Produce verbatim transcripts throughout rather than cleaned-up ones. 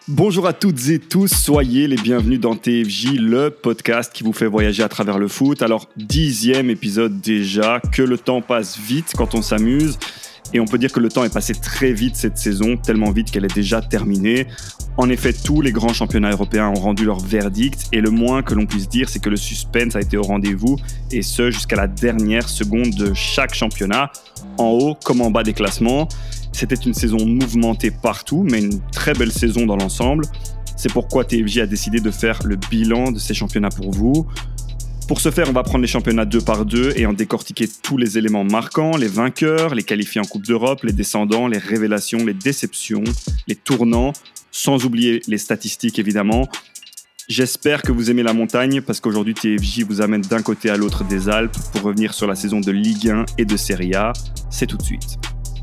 Bonjour à toutes et tous, soyez les bienvenus dans T F J, le podcast qui vous fait voyager à travers le foot. Alors, dixième épisode déjà, que le temps passe vite quand on s'amuse. Et on peut dire que le temps est passé très vite cette saison, tellement vite qu'elle est déjà terminée. En effet, tous les grands championnats européens ont rendu leur verdict. Et le moins que l'on puisse dire, c'est que le suspense a été au rendez-vous. Et ce, jusqu'à la dernière seconde de chaque championnat, en haut comme en bas des classements. C'était une saison mouvementée partout, mais une très belle saison dans l'ensemble. C'est pourquoi T F J a décidé de faire le bilan de ces championnats pour vous. Pour ce faire, on va prendre les championnats deux par deux et en décortiquer tous les éléments marquants, les vainqueurs, les qualifiés en Coupe d'Europe, les descendants, les révélations, les déceptions, les tournants, sans oublier les statistiques évidemment. J'espère que vous aimez la montagne parce qu'aujourd'hui T F J vous amène d'un côté à l'autre des Alpes pour revenir sur la saison de Ligue un et de Serie A. C'est tout de suite.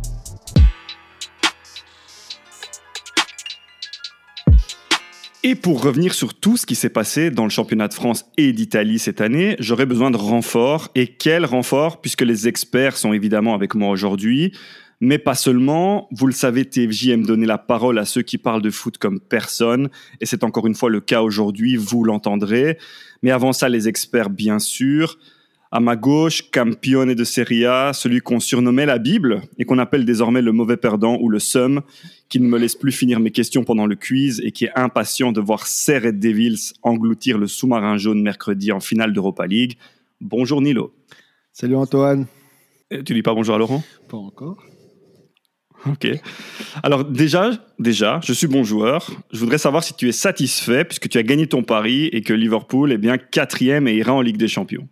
Et pour revenir sur tout ce qui s'est passé dans le championnat de France et d'Italie cette année, j'aurais besoin de renforts. Et quel renfort, puisque les experts sont évidemment avec moi aujourd'hui. Mais pas seulement, vous le savez, T F J aime donner la parole à ceux qui parlent de foot comme personne. Et c'est encore une fois le cas aujourd'hui, vous l'entendrez. Mais avant ça, les experts, bien sûr. À ma gauche, campione de Serie A, celui qu'on surnommait la Bible et qu'on appelle désormais le mauvais perdant ou le seum, qui ne me laisse plus finir mes questions pendant le quiz et qui est impatient de voir ces Red Devils engloutir le sous-marin jaune mercredi en finale d'Europa League. Bonjour Nilo. Salut Antoine. Et tu dis pas bonjour à Laurent ? Pas encore. Ok. Alors déjà, déjà, je suis bon joueur. Je voudrais savoir si tu es satisfait puisque tu as gagné ton pari et que Liverpool est bien quatrième et ira en Ligue des Champions.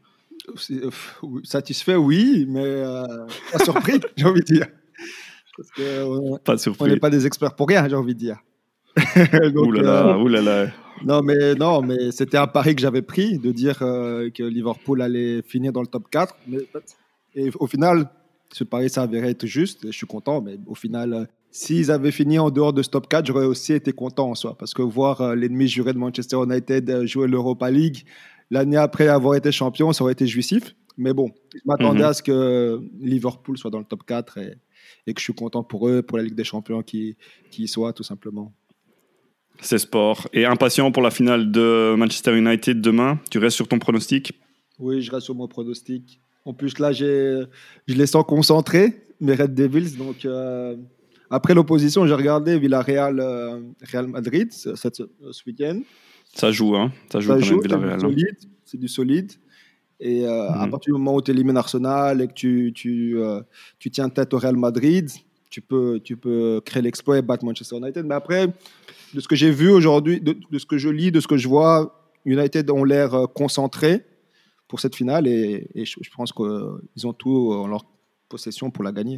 Satisfait, oui, mais euh, pas surpris, j'ai envie de dire. Parce que, euh, pas surpris. On n'est pas des experts pour rien, j'ai envie de dire. Donc, oulala, euh, oulala. Non, mais, non, mais c'était un pari que j'avais pris, de dire euh, que Liverpool allait finir dans le top quatre. Mais, et au final, ce pari s'avérait être juste, et je suis content, mais au final, euh, s'ils avaient fini en dehors de ce top quatre, j'aurais aussi été content en soi. Parce que voir euh, l'ennemi juré de Manchester United jouer l'Europa League, l'année après avoir été champion, ça aurait été jouissif. Mais bon, je m'attendais mm-hmm. à ce que Liverpool soit dans le top quatre et, et que je suis content pour eux, pour la Ligue des Champions qui, qui y soit, tout simplement. C'est sport. Et impatient pour la finale de Manchester United demain. Tu restes sur ton pronostic ? Oui, je reste sur mon pronostic. En plus, là, j'ai, je les sens concentrés, mes Red Devils. Donc, euh, après l'opposition, j'ai regardé Villarreal euh, Real Madrid ce, ce, ce week-end. Ça joue, hein. Ça joue ça quand joue, même Villarreal. C'est du solide. C'est du solide. Et euh, mm-hmm. à partir du moment où tu élimines Arsenal et que tu, tu, euh, tu tiens tête au Real Madrid, tu peux, tu peux créer l'exploit et battre Manchester United. Mais après, de ce que j'ai vu aujourd'hui, de, de ce que je lis, de ce que je vois, United ont l'air concentrés pour cette finale et, et je, je pense qu'ils ont tout en leur possession pour la gagner.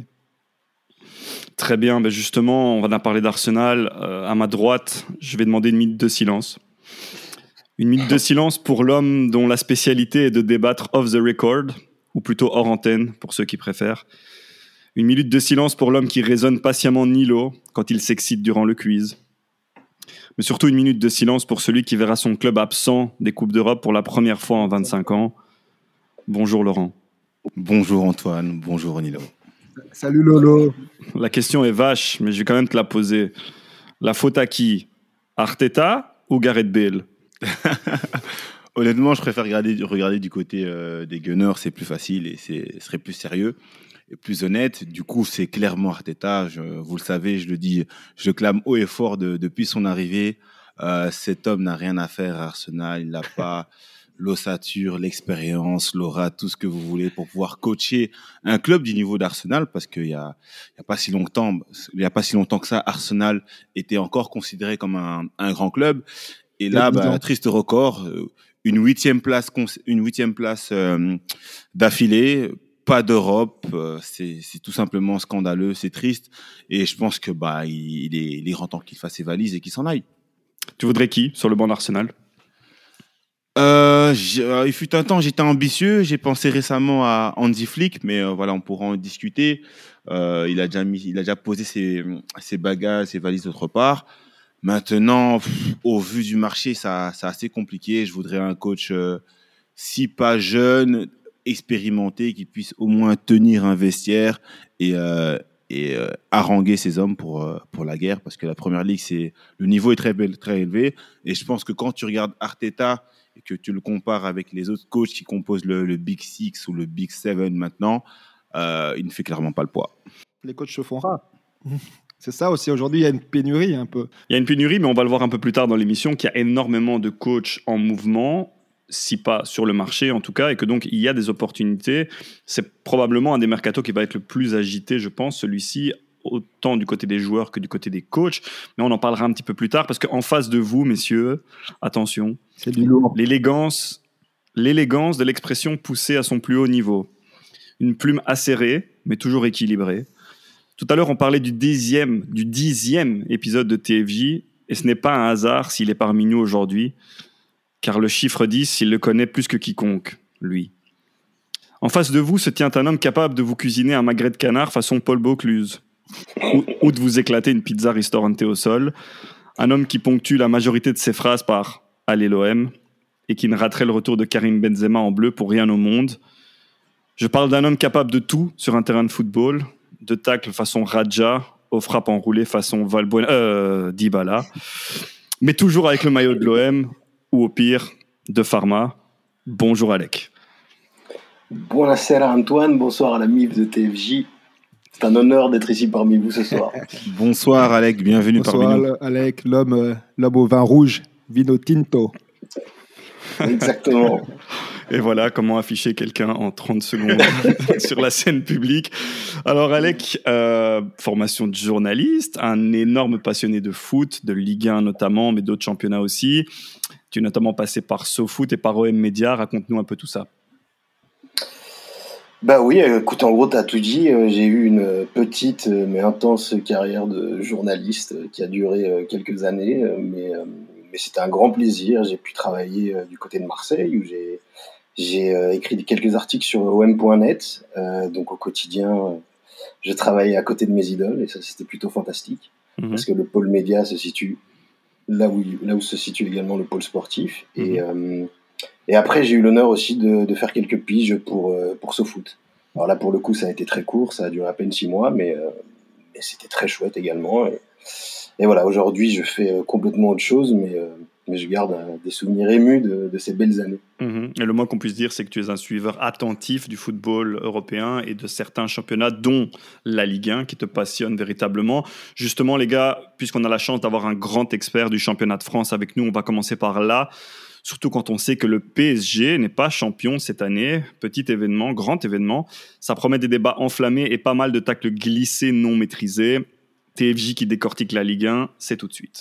Très bien. Ben justement, on va en parler d'Arsenal. Euh, à ma droite, je vais demander une minute de silence. Une minute de silence pour l'homme dont la spécialité est de débattre off the record, ou plutôt hors antenne, pour ceux qui préfèrent. Une minute de silence pour l'homme qui raisonne patiemment Nilo quand il s'excite durant le quiz. Mais surtout une minute de silence pour celui qui verra son club absent des Coupes d'Europe pour la première fois en vingt-cinq ans. Bonjour Laurent. Bonjour Antoine, bonjour Nilo. Salut Lolo. La question est vache, mais je vais quand même te la poser. La faute à qui ? Arteta ou Gareth Bale ? Honnêtement, je préfère regarder, regarder du côté euh, des Gunners, c'est plus facile et c'est, ce serait plus sérieux et plus honnête. Du coup, c'est clairement Arteta. Je, vous le savez, je le dis, je le clame haut et fort de, depuis son arrivée. Euh, cet homme n'a rien à faire à Arsenal. Il n'a pas l'ossature, l'expérience, l'aura, tout ce que vous voulez pour pouvoir coacher un club du niveau d'Arsenal, parce qu'il y a, il y a pas si longtemps, il y a pas si longtemps que ça, Arsenal était encore considéré comme un, un grand club. Et là, bah, triste record, une huitième place, une huitième place euh, d'affilée, pas d'Europe, euh, c'est, c'est tout simplement scandaleux, c'est triste. Et je pense que bah, il, il, est, il est grand temps qu'il fasse ses valises et qu'il s'en aille. Tu voudrais qui sur le banc d'Arsenal ? euh, euh, Il fut un temps, j'étais ambitieux. J'ai pensé récemment à Hansi Flick, mais euh, voilà, on pourra en discuter. Euh, il a déjà mis, il a déjà posé ses, ses bagages, ses valises d'autre part. Maintenant, pff, au vu du marché, ça, c'est assez compliqué. Je voudrais un coach, euh, si pas jeune, expérimenté, qui puisse au moins tenir un vestiaire et, euh, et euh, haranguer ces hommes pour, euh, pour la guerre, parce que la Première Ligue, c'est, le niveau est très, très élevé. Et je pense que quand tu regardes Arteta et que tu le compares avec les autres coachs qui composent le, le Big Six ou le Big Seven maintenant, euh, il ne fait clairement pas le poids. Les coachs se font rares. C'est ça aussi, aujourd'hui, il y a une pénurie un peu. Il y a une pénurie, mais on va le voir un peu plus tard dans l'émission, qu'il y a énormément de coachs en mouvement, si pas sur le marché en tout cas, et que donc il y a des opportunités. C'est probablement un des mercatos qui va être le plus agité, je pense, celui-ci, autant du côté des joueurs que du côté des coachs. Mais on en parlera un petit peu plus tard, parce qu'en face de vous, messieurs, attention, c'est du lourd. L'élégance, l'élégance de l'expression poussée à son plus haut niveau. Une plume acérée, mais toujours équilibrée. Tout à l'heure, on parlait du dixième, du dixième épisode de T F J, et ce n'est pas un hasard s'il est parmi nous aujourd'hui, car le chiffre dix, il le connaît plus que quiconque, lui. En face de vous se tient un homme capable de vous cuisiner un magret de canard façon Paul Bocuse, ou, ou de vous éclater une pizza ristorante au sol. Un homme qui ponctue la majorité de ses phrases par « Allez l'O M » et qui ne raterait le retour de Karim Benzema en bleu pour rien au monde. Je parle d'un homme capable de tout sur un terrain de football, de tacle façon Radja, aux frappes enroulées façon Valbuena, euh, Dybala, mais toujours avec le maillot de l'O M, ou au pire, de Pharma. Bonjour Alec. Buonasera Antoine, bonsoir à la M I F de T F J. C'est un honneur d'être ici parmi vous ce soir. Bonsoir Alec, bienvenue Bonsoir, parmi nous. Alec, l'homme, euh, l'homme au vin rouge, vino tinto. Exactement. Et voilà comment afficher quelqu'un en trente secondes sur la scène publique. Alors Alec, euh, formation de journaliste, un énorme passionné de foot, de Ligue un notamment, mais d'autres championnats aussi. Tu es notamment passé par SoFoot et par O M Media. Raconte-nous un peu tout ça. Bah oui, écoute, en gros, t'as tout dit. J'ai eu une petite mais intense carrière de journaliste qui a duré quelques années, mais, mais c'était un grand plaisir. J'ai pu travailler du côté de Marseille, où j'ai J'ai euh, écrit quelques articles sur O M point net, euh, donc au quotidien, euh, je travaillais à côté de mes idoles et ça c'était plutôt fantastique, mmh. parce que le pôle média se situe là où, là où se situe également le pôle sportif. Mmh. Et, euh, et après j'ai eu l'honneur aussi de, de faire quelques piges pour, euh, pour SoFoot. Alors là pour le coup ça a été très court, ça a duré à peine six mois, mais, euh, mais c'était très chouette également. Et, et voilà, aujourd'hui je fais complètement autre chose, mais... Euh, mais je garde euh, des souvenirs émus de, de ces belles années. Mmh. Et le moins qu'on puisse dire, c'est que tu es un suiveur attentif du football européen et de certains championnats, dont la Ligue un, qui te passionne véritablement. Justement, les gars, puisqu'on a la chance d'avoir un grand expert du championnat de France avec nous, on va commencer par là. Surtout quand on sait que le P S G n'est pas champion cette année. Petit événement, grand événement. Ça promet des débats enflammés et pas mal de tacles glissés non maîtrisés. T F J qui décortique la Ligue un, c'est tout de suite.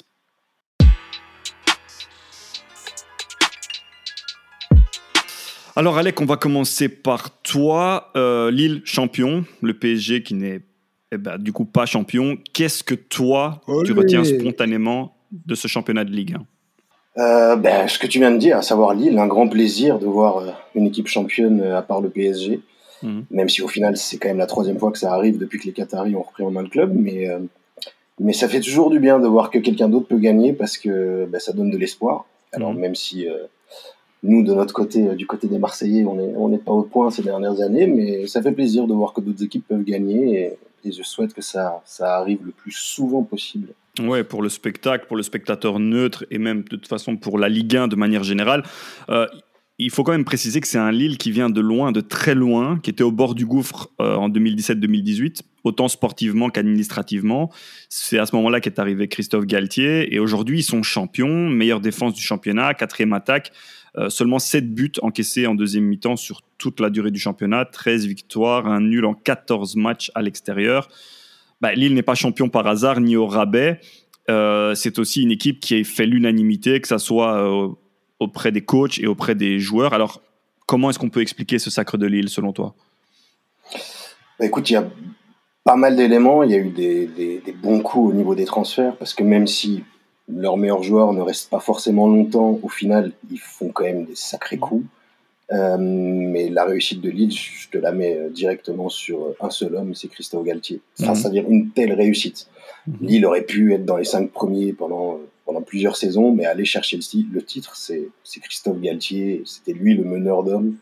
Alors Alec, on va commencer par toi. Euh, Lille champion, le P S G qui n'est eh ben, du coup pas champion. Qu'est-ce que toi, Olé. tu retiens spontanément de ce championnat de Ligue un ? euh, ben, Ce que tu viens de dire, à savoir Lille, un grand plaisir de voir euh, une équipe championne euh, à part le P S G. Mmh. Même si au final, c'est quand même la troisième fois que ça arrive depuis que les Qataris ont repris en main le club. Mais, euh, mais ça fait toujours du bien de voir que quelqu'un d'autre peut gagner parce que ben, ça donne de l'espoir. Alors mmh. même si... Euh, Nous, de notre côté, du côté des Marseillais, on n'est on n'est pas au point ces dernières années, mais ça fait plaisir de voir que d'autres équipes peuvent gagner et, et je souhaite que ça, ça arrive le plus souvent possible. Ouais, pour le spectacle, pour le spectateur neutre et même de toute façon pour la Ligue un de manière générale. Euh, il faut quand même préciser que c'est un Lille qui vient de loin, de très loin, qui était au bord du gouffre euh, en deux mille dix-sept deux mille dix-huit, autant sportivement qu'administrativement. C'est à ce moment-là qu'est arrivé Christophe Galtier et aujourd'hui ils sont champions, meilleure défense du championnat, quatrième attaque. Euh, seulement sept buts encaissés en deuxième mi-temps sur toute la durée du championnat, treize victoires, un nul en quatorze matchs à l'extérieur. Bah, Lille n'est pas champion par hasard ni au rabais. Euh, c'est aussi une équipe qui a fait l'unanimité, que ce soit euh, auprès des coachs et auprès des joueurs. Alors, comment est-ce qu'on peut expliquer ce sacre de Lille, selon toi ? Bah, écoute, il y a pas mal d'éléments. Il y a eu des, des, des bons coups au niveau des transferts, parce que même si leurs meilleurs joueurs ne restent pas forcément longtemps, au final, ils font quand même des sacrés coups. Euh, mais la réussite de Lille, je te la mets directement sur un seul homme, c'est Christophe Galtier. Enfin, mmh. C'est-à-dire une telle réussite. Mmh. Lille aurait pu être dans les cinq premiers pendant, pendant plusieurs saisons, mais aller chercher le, le titre, c'est, c'est Christophe Galtier. C'était lui le meneur d'hommes.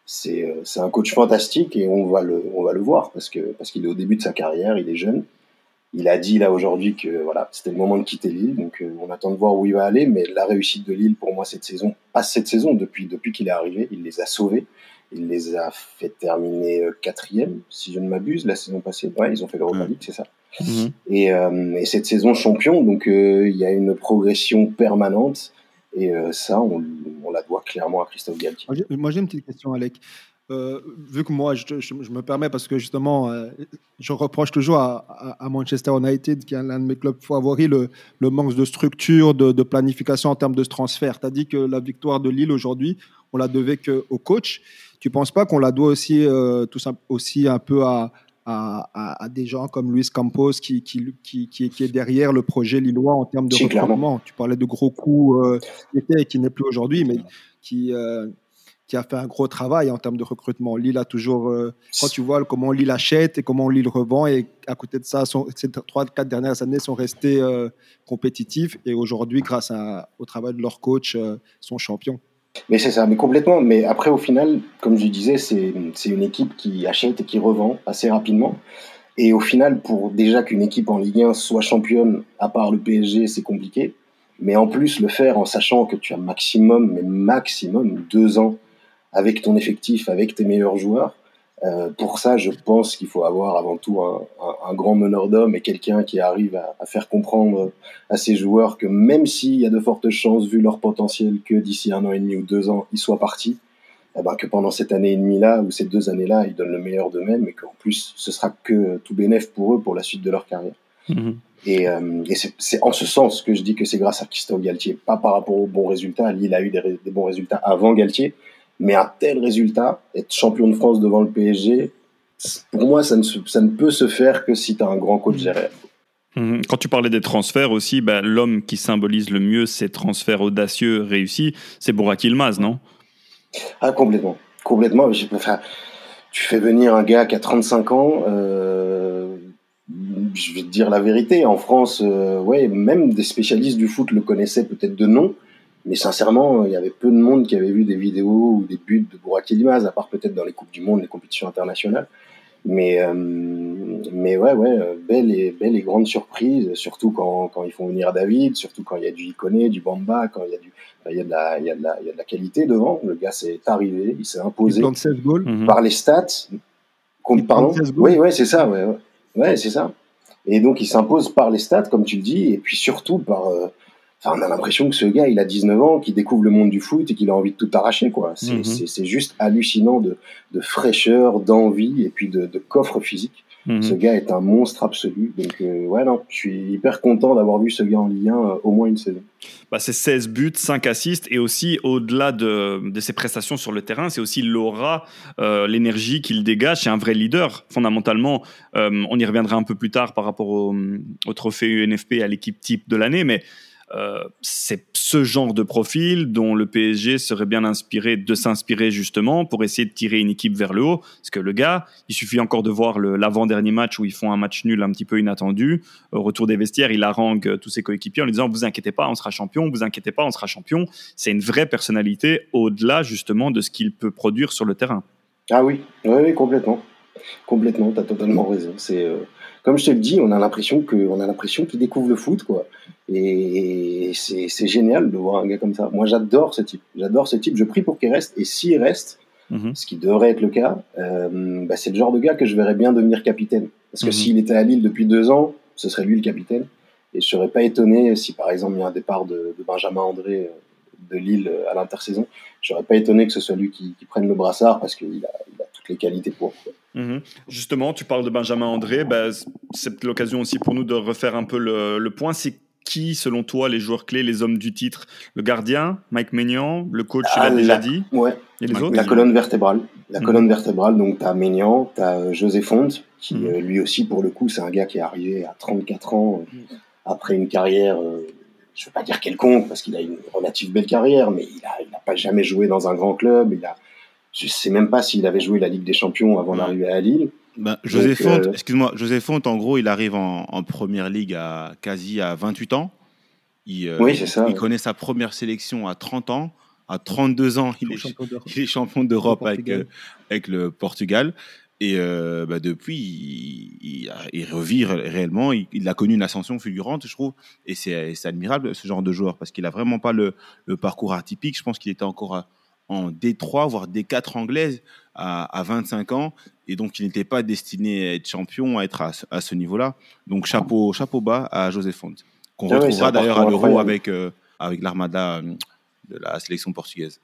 c'est, euh, c'est un coach fantastique et on va le, on va le voir parce que, parce qu'il est au début de sa carrière, il est jeune. Il a dit là aujourd'hui que voilà, c'était le moment de quitter Lille, donc euh, on attend de voir où il va aller. Mais la réussite de Lille pour moi cette saison, pas cette saison, depuis depuis qu'il est arrivé, il les a sauvés, il les a fait terminer euh, quatrième, si je ne m'abuse, la saison passée. Ouais, ils ont fait l'Europa League, c'est ça. Mhm. Et, euh, et cette saison champion, donc euh, il y a une progression permanente et euh, ça, on, on la doit clairement à Christophe Galtier. Moi, j'ai, moi, j'ai une petite question, Alec. Euh, vu que moi, je, je- je me permets parce que justement, euh, je reproche toujours à, à- à Manchester United, qui est l'un de mes clubs favoris, le, le manque de structure, de, de planification en termes de transfert. Tu as dit que la victoire de Lille aujourd'hui, on la devait qu'au coach. Tu ne penses pas qu'on la doit aussi, euh, tout simple, aussi un peu à, à, à- à des gens comme Luis Campos qui, qui, qui, qui, qui est derrière le projet lillois en termes de Si, clairement. recrutement? Tu parlais de gros coups euh, qui étaient et qui n'est plus aujourd'hui, mais qui, euh, qui a fait un gros travail en termes de recrutement. Lille a toujours, euh, quand tu vois comment Lille achète et comment Lille revend, et à côté de ça, son, ces trois, quatre dernières années sont restés euh, compétitifs et aujourd'hui, grâce à, au travail de leur coach, euh, sont champions. Mais c'est ça, mais complètement. Mais après, au final, comme je disais, c'est, c'est une équipe qui achète et qui revend assez rapidement. Et au final, pour déjà qu'une équipe en Ligue un soit championne, à part le P S G, c'est compliqué. Mais en plus, le faire en sachant que tu as maximum, mais maximum, deux ans avec ton effectif, avec tes meilleurs joueurs. Euh, pour ça, je pense qu'il faut avoir avant tout un, un, un grand meneur d'hommes et quelqu'un qui arrive à, à faire comprendre à ses joueurs que même s'il y a de fortes chances, vu leur potentiel, que d'ici un an et demi ou deux ans, ils soient partis, eh ben, que pendant cette année et demie-là, ou ces deux années-là, ils donnent le meilleur d'eux-mêmes et qu'en plus, ce sera que tout bénef pour eux pour la suite de leur carrière. Mhm. Et, euh, et c'est, c'est en ce sens que je dis que c'est grâce à Christophe Galtier, pas par rapport aux bons résultats. Lille a eu des, ré- des bons résultats avant Galtier, mais un tel résultat, être champion de France devant le P S G, pour moi, ça ne, se, ça ne peut se faire que si tu as un grand coach derrière. Mhm. Quand tu parlais des transferts aussi, bah, l'homme qui symbolise le mieux ces transferts audacieux réussis, c'est Burak Yılmaz, non? Ah, complètement. Complètement. J'ai- Enfin, tu fais venir un gars qui a trente-cinq ans, euh, je vais te dire la vérité, en France, euh, ouais, même des spécialistes du foot le connaissaient peut-être de nom, mais sincèrement, il y avait peu de monde qui avait vu des vidéos ou des buts de Burak Yılmaz, à part peut-être dans les Coupes du Monde, les compétitions internationales. Mais, euh, mais ouais, ouais, euh, belle et, belle et grande surprise, surtout quand, quand ils font venir David, surtout quand il y a du Ikoné, du Bamba, quand il y a du, il y a de la, il y a de la, il y a de la qualité devant. Le gars s'est arrivé, il s'est Il imposé plante seize goals. Mhm. par les stats. Com- Il Pardon? plante seize goals. Oui, ouais, c'est ça, ouais, ouais, ouais, c'est ça. Et donc il s'impose par les stats, comme tu le dis, et puis surtout par. euh, Enfin, on a l'impression que ce gars, il a dix-neuf ans, qu'il découvre le monde du foot et qu'il a envie de tout arracher, quoi. C'est, Mhm. c'est, c'est juste hallucinant de, de fraîcheur, d'envie et puis de, de coffre physique. Mhm. Ce gars est un monstre absolu. Donc, euh, ouais, non, je suis hyper content d'avoir vu ce gars en Ligue un euh, au moins une saison. Bah, c'est seize buts, cinq assists, et aussi au-delà de, de ses prestations sur le terrain, c'est aussi l'aura, euh, l'énergie qu'il dégage. C'est un vrai leader, fondamentalement. Euh, on y reviendra un peu plus tard par rapport au, au trophée U N F P, à l'équipe type de l'année, mais euh, c'est ce genre de profil dont le P S G serait bien inspiré de s'inspirer justement pour essayer de tirer une équipe vers le haut. Parce que le gars, il suffit encore de voir le, l'avant-dernier match où ils font un match nul un petit peu inattendu. Au retour des vestiaires, il harangue tous ses coéquipiers en lui disant « Vous inquiétez pas, on sera champion, vous inquiétez pas, on sera champion ». C'est une vraie personnalité au-delà justement de ce qu'il peut produire sur le terrain. Ah oui, oui, oui, complètement. Complètement, t'as totalement raison. C'est euh, comme je te le dis, on a l'impression que, on a l'impression qu'il découvre le foot, quoi. Et c'est, c'est génial de voir un gars comme ça. Moi, j'adore ce type. J'adore ce type. Je prie pour qu'il reste. Et s'il reste, Mhm. ce qui devrait être le cas, euh, bah, c'est le genre de gars que je verrais bien devenir capitaine. Parce que Mhm. s'il était à Lille depuis deux ans, ce serait lui le capitaine. Et je serais pas étonné si, par exemple, il y a un départ de, de Benjamin André euh, de Lille euh, à l'Intersaison. Je serais pas étonné que ce soit lui qui, qui prenne le brassard parce qu'il a, il a toutes les qualités pour. Quoi. Mhm. Justement, tu parles de Benjamin André, bah, c'est l'occasion aussi pour nous de refaire un peu le, le point. C'est qui, selon toi, les joueurs clés, les hommes du titre? Le gardien, Mike Maignan, le coach, il Ah, a déjà la, dit. ouais, Et les Mike autres? la colonne vertébrale. La Mhm. colonne vertébrale, donc tu as Maignan, tu as José Fonte, qui Mhm. euh, lui aussi, pour le coup, c'est un gars qui est arrivé à trente-quatre ans, euh, après une carrière, euh, je ne veux pas dire quelconque, parce qu'il a une relative belle carrière, mais il n'a il a pas jamais joué dans un grand club. Il a, je ne sais même pas s'il avait joué la Ligue des Champions avant Ouais. d'arriver à Lille. Ben, José Donc, Fonte, euh, excuse-moi, José Fonte, en gros, il arrive en, en première ligue à quasi à vingt-huit ans. Il, euh, Oui, il, c'est ça. il Ouais. connaît sa première sélection à trente ans. à trente-deux ans, il est, champion d'Europe. il est champion d'Europe Au avec, Portugal. euh, avec le Portugal. Et euh, bah, depuis, il, il, il revit ré- réellement. Il, il a connu une ascension fulgurante, je trouve. Et c'est, c'est admirable, ce genre de joueur, parce qu'il a vraiment pas le, le parcours atypique. Je pense qu'il était encore à- en D trois, voire D quatre anglaise à, à vingt-cinq ans. Et donc, il n'était pas destiné à être champion, à être à, ce- à ce niveau-là. Donc, chapeau, chapeau bas à José Font, qu'on Ah ouais, c'est retrouvera un d'ailleurs à parcours l'Euro incroyable. avec, euh, avec l'Armada euh, de la sélection portugaise.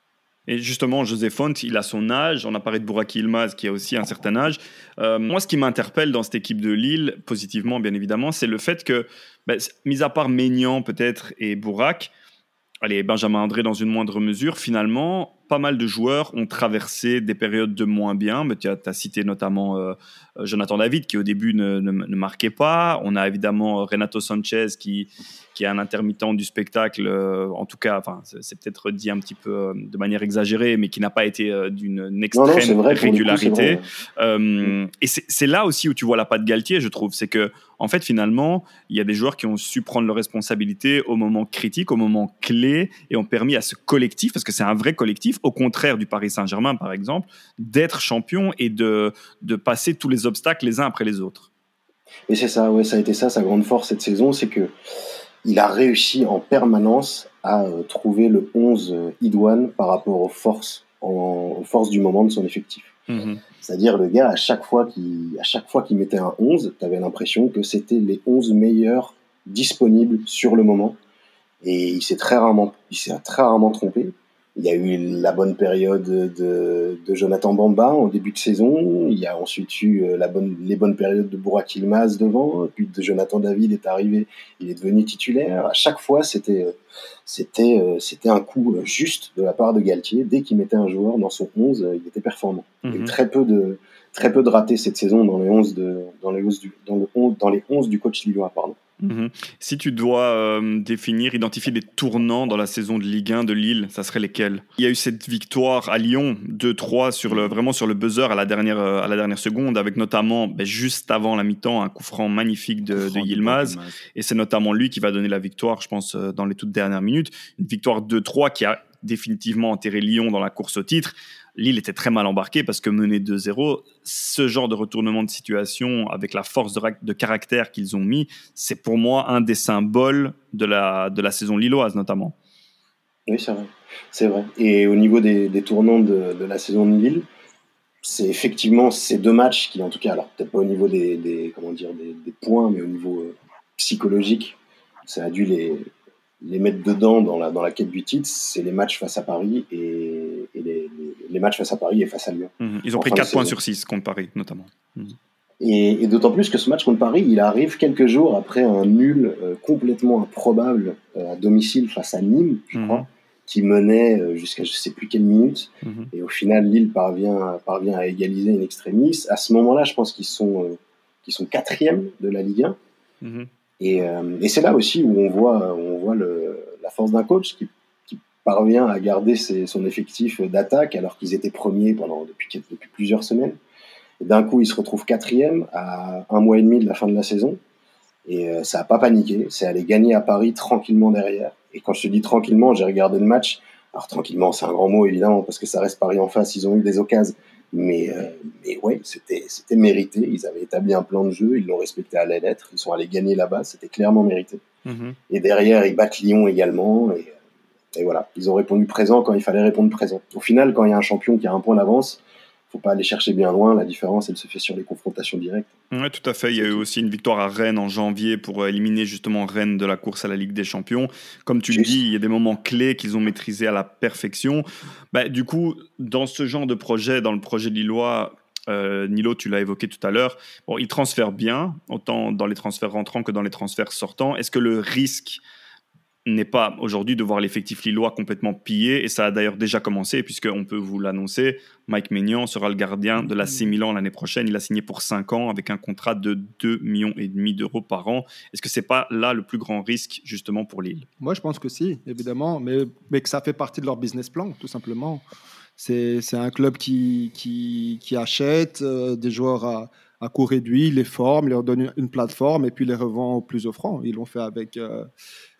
Et justement, José Font, il a son âge. On a parlé de Bouraki Yilmaz, qui a aussi un certain âge. Euh, moi, ce qui m'interpelle dans cette équipe de Lille, positivement bien évidemment, c'est le fait que, ben, mis à part Maignan peut-être et Bourak, allez, Benjamin André dans une moindre mesure, finalement, pas mal de joueurs ont traversé des périodes de moins bien. Mais tu as, as cité notamment euh, Jonathan David, qui au début ne, ne, ne marquait pas. On a évidemment Renato Sanchez, qui, qui est un intermittent du spectacle, euh, en tout cas, enfin, c'est, c'est peut-être dit un petit peu euh, de manière exagérée, mais qui n'a pas été euh, d'une une Non, non, c'est extrême vrai, pour le coup, c'est régularité. vrai. Euh, et c'est, c'est là aussi où tu vois la patte Galtier, je trouve. C'est que, en fait, finalement, il y a des joueurs qui ont su prendre leurs responsabilités au moment critique, au moment clé, et ont permis à ce collectif, parce que c'est un vrai collectif, au contraire du Paris Saint-Germain, par exemple, d'être champion et de, de passer tous les obstacles les uns après les autres. Et c'est ça, ouais, ça a été ça, sa grande force cette saison, c'est que il a réussi en permanence à euh, trouver le onze euh, idoine par rapport aux forces, en- aux forces du moment de son effectif. Mm-hmm. C'est-à-dire le gars, à chaque fois qu'il, à chaque fois qu'il mettait un onze, tu avais l'impression que c'était les onze meilleurs disponibles sur le moment. Et il s'est très rarement, il s'est très rarement trompé. Il y a eu la bonne période de, de Jonathan Bamba en début de saison. Il y a ensuite eu la bonne, les bonnes périodes de Burak Yilmaz devant. Puis de Jonathan David est arrivé, il est devenu titulaire. À chaque fois, c'était, c'était, c'était un coup juste de la part de Galtier. Dès qu'il mettait un joueur dans son onze, il était performant. Mm-hmm. Il y a eu très peu de, très peu de ratés cette saison dans les onze de, dans les onze du, dans le onze, dans les onze du coach lillois, pardon. Mmh. Si tu dois euh, définir, identifier des tournants dans la saison de Ligue un de Lille, ça serait lesquels? Il y a eu cette victoire à Lyon, deux trois, sur le, vraiment sur le buzzer à la dernière, à la dernière seconde, avec notamment, ben, juste avant la mi-temps, un coup franc magnifique de, de Yilmaz. Et c'est notamment lui qui va donner la victoire, je pense, dans les toutes dernières minutes. Une victoire deux trois qui a définitivement enterré Lyon dans la course au titre. Lille était très mal embarqué parce que mené deux zéro, ce genre de retournement de situation avec la force de, de caractère qu'ils ont mis, c'est pour moi un des symboles de la, de la saison lilloise notamment. Oui, c'est vrai. C'est vrai. Et au niveau des, des tournants de, de la saison de Lille, c'est effectivement ces deux matchs qui, en tout cas, alors peut-être pas au niveau des, des comment dire, des, des points, mais au niveau euh, psychologique, ça a dû les, les mettre dedans dans la, dans la quête du titre. C'est les matchs face à Paris et, et les, les, les matchs face à Paris et face à Lyon. Mmh. Ils ont pris quatre points sur six contre Paris, notamment. Mmh. Et, et d'autant plus que ce match contre Paris, il arrive quelques jours après un nul euh, complètement improbable euh, à domicile face à Nîmes, je mmh. crois, qui menait euh, jusqu'à je sais plus quelle minute. Mmh. Et au final, Lille parvient, parvient à égaliser in extremis. À ce moment-là, je pense qu'ils sont, euh, qu'ils sont quatrièmes de la Ligue un. Mmh. Et, euh, et c'est là aussi où on voit, où on voit le, la force d'un coach qui, qui parvient à garder ses, son effectif d'attaque alors qu'ils étaient premiers pendant, depuis, depuis plusieurs semaines. Et d'un coup, ils se retrouvent quatrième à un mois et demi de la fin de la saison. Et euh, ça n'a pas paniqué. C'est aller gagner à Paris tranquillement derrière. Et quand je te dis tranquillement, j'ai regardé le match. Alors tranquillement, c'est un grand mot évidemment parce que ça reste Paris en face. Ils ont eu des occasions. Mais, euh, mais ouais, c'était, c'était mérité. Ils avaient établi un plan de jeu. Ils l'ont respecté à la lettre. Ils sont allés gagner là-bas. C'était clairement mérité. Mm-hmm. Et derrière, ils battent Lyon également. Et, et voilà, ils ont répondu présent quand il fallait répondre présent. Au final, quand il y a un champion qui a un point d'avance, faut pas aller chercher bien loin. La différence, elle se fait sur les confrontations directes. Oui, tout à fait. Il y a eu aussi une victoire à Rennes en janvier pour éliminer justement Rennes de la course à la Ligue des Champions. Comme tu Juste. le dis, il y a des moments clés qu'ils ont maîtrisés à la perfection. Bah, du coup, dans ce genre de projet, dans le projet lillois, euh, Nilo, tu l'as évoqué tout à l'heure, bon, ils transfèrent bien, autant dans les transferts rentrants que dans les transferts sortants. Est-ce que le risque n'est pas aujourd'hui de voir l'effectif lillois complètement pillé, et ça a d'ailleurs déjà commencé, puisqu'on peut vous l'annoncer, Mike Maignan sera le gardien de l'A C Milan l'année prochaine. Il a signé pour cinq ans avec un contrat de deux virgule cinq millions d'euros par an. Est-ce que ce n'est pas là le plus grand risque justement pour Lille? Moi, je pense que si, évidemment, mais, mais que ça fait partie de leur business plan, tout simplement. C'est, c'est un club qui, qui, qui achète euh, des joueurs à, à coût réduit, les forme, leur donne une plateforme et puis les revend au plus offrant. Ils l'ont fait avec... Euh,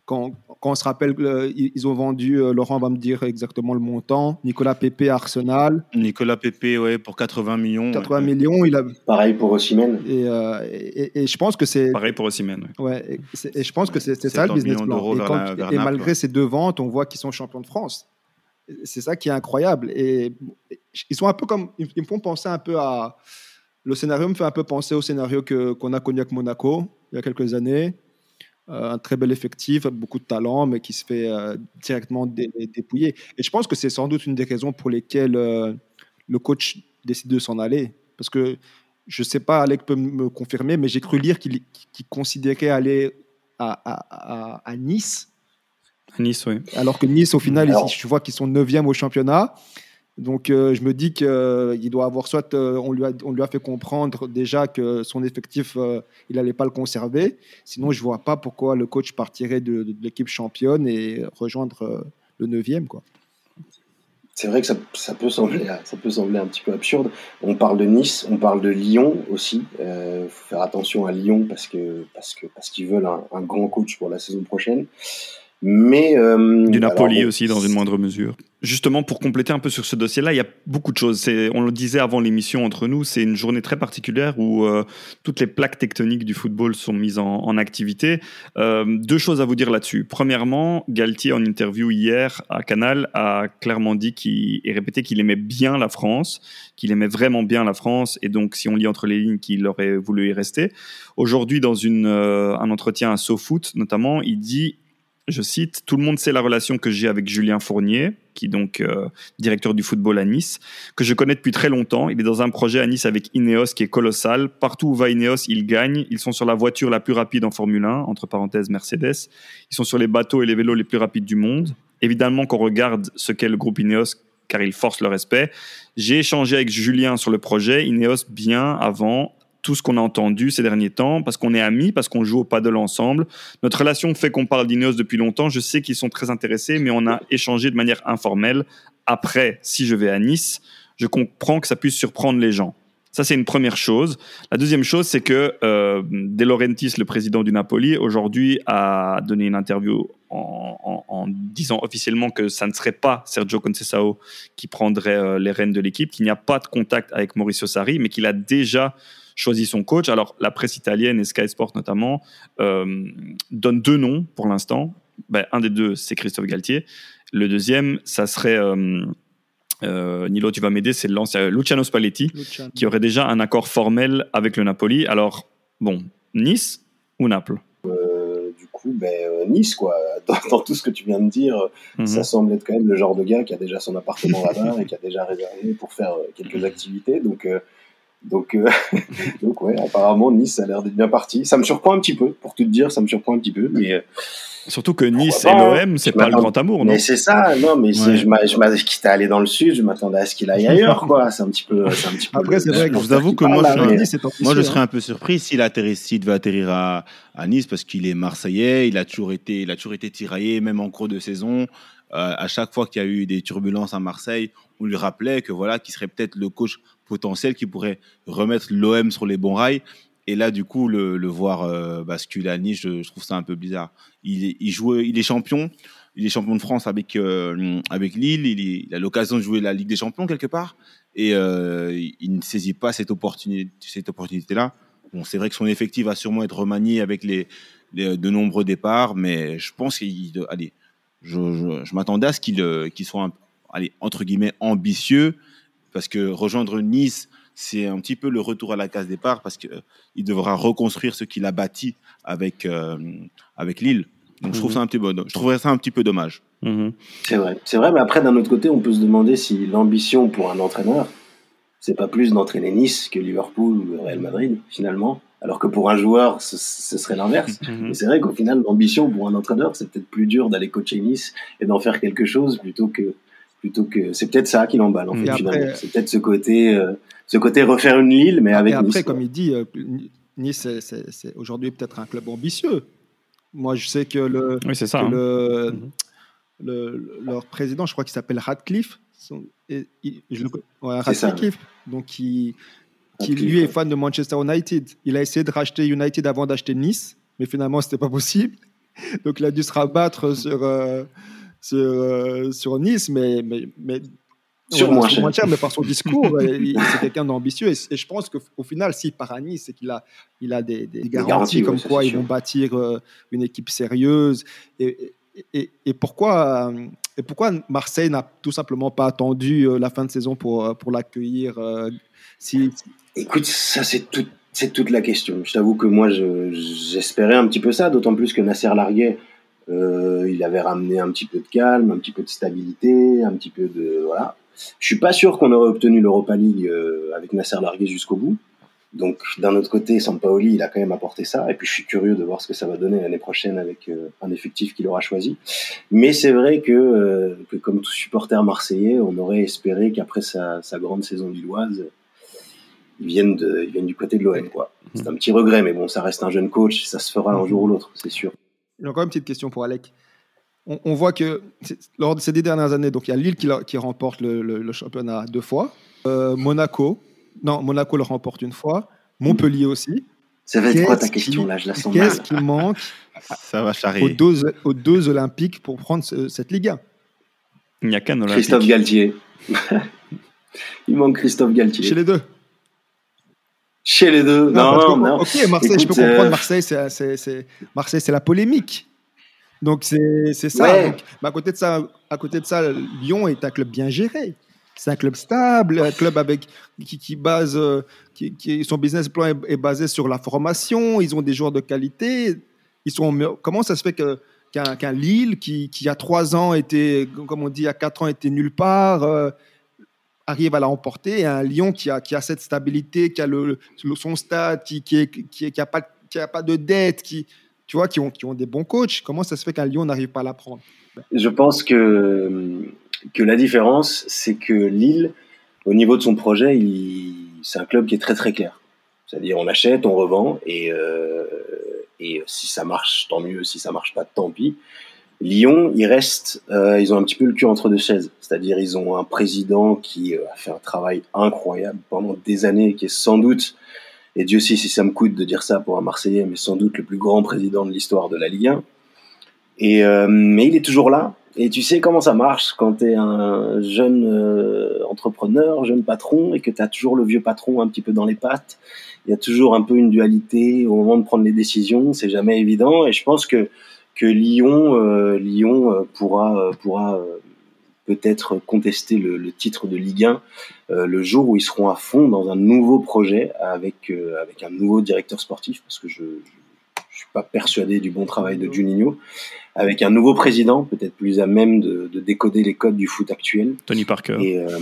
Quand, quand on se rappelle qu'ils ont vendu, euh, Laurent va me dire exactement le montant, Nicolas Pepe à Arsenal. Nicolas Pepe, ouais, pour quatre-vingts millions. quatre-vingts ouais. millions, il a... Pareil pour Osimhen. Et, euh, et, et, et je pense que c'est... Pareil pour Osimhen. Ouais. Ouais, et, c'est, et je pense que c'est, c'est ça le business plan. Et, quand, la, et malgré ouais. ces deux ventes, on voit qu'ils sont champions de France. C'est ça qui est incroyable. Et ils sont un peu comme... Ils me font penser un peu à... Le scénario me fait un peu penser au scénario que, qu'on a connu avec Monaco il y a quelques années. Euh, un très bel effectif, beaucoup de talent, mais qui se fait euh, directement dé- dépouiller. Et je pense que c'est sans doute une des raisons pour lesquelles euh, le coach décide de s'en aller. Parce que je ne sais pas, Alec peut me confirmer, mais j'ai cru lire qu'il, qu'il considérait aller à, à, à, à Nice. À Nice, oui. Alors que Nice, au final, Alors... ici, je vois qu'ils sont neuvième au championnat. Donc, euh, je me dis qu'il euh, doit avoir soit euh, on, lui a, on lui a fait comprendre déjà que son effectif, euh, il n'allait pas le conserver. Sinon, je ne vois pas pourquoi le coach partirait de, de, de l'équipe championne et rejoindre euh, le neuvième, quoi. C'est vrai que ça, ça, peut sembler, ça peut sembler un petit peu absurde. On parle de Nice, on parle de Lyon aussi. Il euh, faut faire attention à Lyon parce, que, parce, que, parce qu'ils veulent un, un grand coach pour la saison prochaine. Mais euh, du Napoli alors, bon, aussi dans une moindre mesure. Justement, pour compléter un peu sur ce dossier-là, il y a beaucoup de choses. C'est, on le disait avant l'émission entre nous, c'est une journée très particulière où euh, toutes les plaques tectoniques du football sont mises en, en activité. Euh, deux choses à vous dire là-dessus. Premièrement, Galtier, en interview hier à Canal, a clairement dit qu'il, et répété qu'il aimait bien la France, qu'il aimait vraiment bien la France, et donc si on lit entre les lignes, qu'il aurait voulu y rester. Aujourd'hui, dans une, euh, un entretien à SoFoot notamment, il dit... Je cite, « Tout le monde sait la relation que j'ai avec Julien Fournier, qui est donc euh, directeur du football à Nice, que je connais depuis très longtemps. Il est dans un projet à Nice avec Ineos qui est colossal. Partout où va Ineos, ils gagnent. Ils sont sur la voiture la plus rapide en Formule un, entre parenthèses Mercedes. Ils sont sur les bateaux et les vélos les plus rapides du monde. Évidemment qu'on regarde ce qu'est le groupe Ineos, car ils forcent le respect. J'ai échangé avec Julien sur le projet Ineos bien avant tout ce qu'on a entendu ces derniers temps, parce qu'on est amis, parce qu'on joue au paddle ensemble. Notre relation fait qu'on parle d'Ineos depuis longtemps. Je sais qu'ils sont très intéressés, mais on a échangé de manière informelle. Après, si je vais à Nice, je comprends que ça puisse surprendre les gens. Ça, c'est une première chose. La deuxième chose, c'est que euh, De Laurentiis, le président du Napoli, aujourd'hui a donné une interview en, en, en disant officiellement que ça ne serait pas Sergio Conceição qui prendrait euh, les rênes de l'équipe, qu'il n'y a pas de contact avec Maurizio Sarri, mais qu'il a déjà choisi son coach. Alors, la presse italienne et Sky Sport notamment euh, donnent deux noms pour l'instant. Ben, un des deux, c'est Christophe Galtier. Le deuxième, ça serait... Euh, Euh, Nilo, tu vas m'aider, c'est l'ancien Luciano Spalletti, Luciano. Qui aurait déjà un accord formel avec le Napoli. Alors, bon, Nice ou Naples euh, Du coup, ben, euh, Nice, quoi. Dans, dans tout ce que tu viens de dire, mm-hmm. ça semble être quand même le genre de gars qui a déjà son appartement là-bas et qui a déjà réservé pour faire euh, quelques activités. Donc, euh, donc, euh, donc, ouais, apparemment, Nice a l'air d'être bien parti. Ça me surprend un petit peu, pour tout te dire, ça me surprend un petit peu, mais... Euh, Surtout que Nice et l'O M, c'est pas le grand amour, non? Mais c'est ça, non, mais c'est, ouais. je, m'a, je m'a, quitte à aller dans le sud, je m'attendais à ce qu'il aille ailleurs, quoi. C'est un petit peu, c'est un petit peu. Après, c'est vrai que je vous avoue que moi, là, je, Nice, moi, je serais un peu surpris s'il atterrit, s'il devait atterrir à, à Nice, parce qu'il est Marseillais, il a toujours été, il a toujours été tiraillé, même en cours de saison. Euh, à chaque fois qu'il y a eu des turbulences à Marseille, on lui rappelait que voilà, qu'il serait peut-être le coach potentiel qui pourrait remettre l'O M sur les bons rails. Et là, du coup, le, le voir euh, basculer à Nice, je, je trouve ça un peu bizarre. Il, il joue, il est champion, il est champion de France avec euh, avec Lille. Il, il a l'occasion de jouer la Ligue des Champions quelque part, et euh, il, il ne saisit pas cette opportunité, cette opportunité-là. Bon, c'est vrai que son effectif va sûrement être remanié avec les, les de nombreux départs, mais je pense qu'il, allez, je, je, je m'attendais à ce qu'il, qu'il soit, un, allez, entre guillemets, ambitieux, parce que rejoindre Nice, c'est un petit peu le retour à la case départ parce qu'il euh, devra reconstruire ce qu'il a bâti avec, euh, avec Lille. Donc, mmh. je, trouve ça un petit peu, je trouverais ça un petit peu dommage. Mmh. C'est vrai. C'est vrai, mais après, d'un autre côté, on peut se demander si l'ambition pour un entraîneur, c'est pas plus d'entraîner Nice que Liverpool ou le Real Madrid, finalement. Alors que pour un joueur, ce, ce serait l'inverse. Mmh. Et c'est vrai qu'au final, l'ambition pour un entraîneur, c'est peut-être plus dur d'aller coacher Nice et d'en faire quelque chose plutôt que... Plutôt que c'est peut-être ça qui l'emballe en fait, après, finalement. C'est peut-être ce côté, euh, ce côté refaire une Lille, mais avec après, Nice. Après, comme il dit, euh, Nice c'est, c'est, c'est aujourd'hui peut-être un club ambitieux. Moi, je sais que le, oui, c'est ça, que hein. le, mm-hmm. le leur président, je crois qu'il s'appelle Radcliffe. Son, et, il, je le, ouais, Radcliffe. Donc, qui, qui lui est fan de Manchester United. Il a essayé de racheter United avant d'acheter Nice, mais finalement, c'était pas possible. Donc, il a dû se rabattre sur, euh, sur, euh, sur Nice, mais, mais, mais Sur voilà, moins sur cher. moins cher, mais par son discours, euh, il- c'est quelqu'un d'ambitieux. Et, et je pense qu'au final, s'il part à Nice, c'est qu'il a, il a des, des garanties, garanties, ouais, comme ça, quoi c'est ils sûr. vont bâtir euh, une équipe sérieuse. Et, et, et- et pourquoi, euh, et pourquoi Marseille n'a tout simplement pas attendu euh, la fin de saison pour, euh, pour l'accueillir euh, si, si- Écoute, ça c'est tout, c'est toute la question. Je t'avoue que moi je, j'espérais un petit peu ça, d'autant plus que Nasser Larguet, euh, il avait ramené un petit peu de calme, un petit peu de stabilité, un petit peu de voilà. Je suis pas sûr qu'on aurait obtenu l'Europa League euh, avec Nasser Larguet jusqu'au bout. Donc d'un autre côté, Sampaoli, il a quand même apporté ça. Et puis je suis curieux de voir ce que ça va donner l'année prochaine avec euh, un effectif qu'il aura choisi. Mais c'est vrai que, euh, que comme tout supporter marseillais, on aurait espéré qu'après sa, sa grande saison lilloise, ils viennent, de, ils viennent du côté de l'O M, quoi. C'est un petit regret, mais bon, ça reste un jeune coach, ça se fera un jour ou l'autre, c'est sûr. J'ai encore une petite question pour Alec. On, on voit que c'est- lors de ces dix dernières années, donc il y a Lille qui, la- qui remporte le, le- le championnat deux fois, Euh, Monaco, non, Monaco le remporte une fois, Montpellier aussi. Ça va être quoi ta Qu'est-ce question qui, là? Je la sens qu'est-ce mal. qui manque Ça va aux charrer. deux, aux deux Olympiques pour prendre ce- cette Ligue un? Il n'y a qu'un Olympique. Christophe Galtier. Il manque Christophe Galtier. Chez les deux. Chez les deux. Non, parce non, que, non. ok, Marseille, Écoute, je peux comprendre. euh, Marseille, c'est, c'est, c'est- Marseille, c'est la polémique. Donc c'est, c'est ça. Ouais. Donc, mais à côté de ça, à côté de ça, Lyon est un club bien géré. C'est un club stable, un club avec qui, qui base, euh, qui, qui- son business plan est, est basé sur la formation. Ils ont des joueurs de qualité. Ils sont. mieux- Comment ça se fait que qu'un, qu'un Lille qui, qui il y a trois ans était, comme on dit, il y a quatre ans était nulle part, euh, arrive à la remporter, et un Lyon qui a, qui a cette stabilité, qui a le, le- son stade, qui qui, est, qui, est- qui a pas qui a pas de dette, qui tu vois, qui ont qui ont des bons coachs. Comment ça se fait qu'un Lyon n'arrive pas à la prendre? je pense que, que la différence, c'est que Lille, au niveau de son projet, il, c'est un club qui est très très clair. C'est-à-dire, on achète, on revend, et, euh, et si ça marche, tant mieux. Si ça marche pas, tant pis. Lyon, ils restent, euh, ils ont un petit peu le cul entre deux chaises. C'est-à-dire, ils ont un président qui euh, a fait un travail incroyable pendant des années, qui est sans doute, et Dieu sait si ça me coûte de dire ça pour un Marseillais, mais sans doute le plus grand président de l'histoire de la Ligue un. Et, euh, mais il est toujours là. Et tu sais comment ça marche quand tu es un jeune euh, entrepreneur, jeune patron, et que tu as toujours le vieux patron un petit peu dans les pattes. Il y a toujours un peu une dualité au moment de prendre les décisions. C'est jamais évident. Et je pense que, que Lyon, euh, Lyon euh, pourra, euh, pourra euh, peut-être contester le, le titre de Ligue un euh, le jour où ils seront à fond dans un nouveau projet avec, euh, avec un nouveau directeur sportif. Parce que je ne suis pas persuadé du bon travail de Juninho. Avec un nouveau président, peut-être plus à même de, de décoder les codes du foot actuel. Tony Parker. Et euh,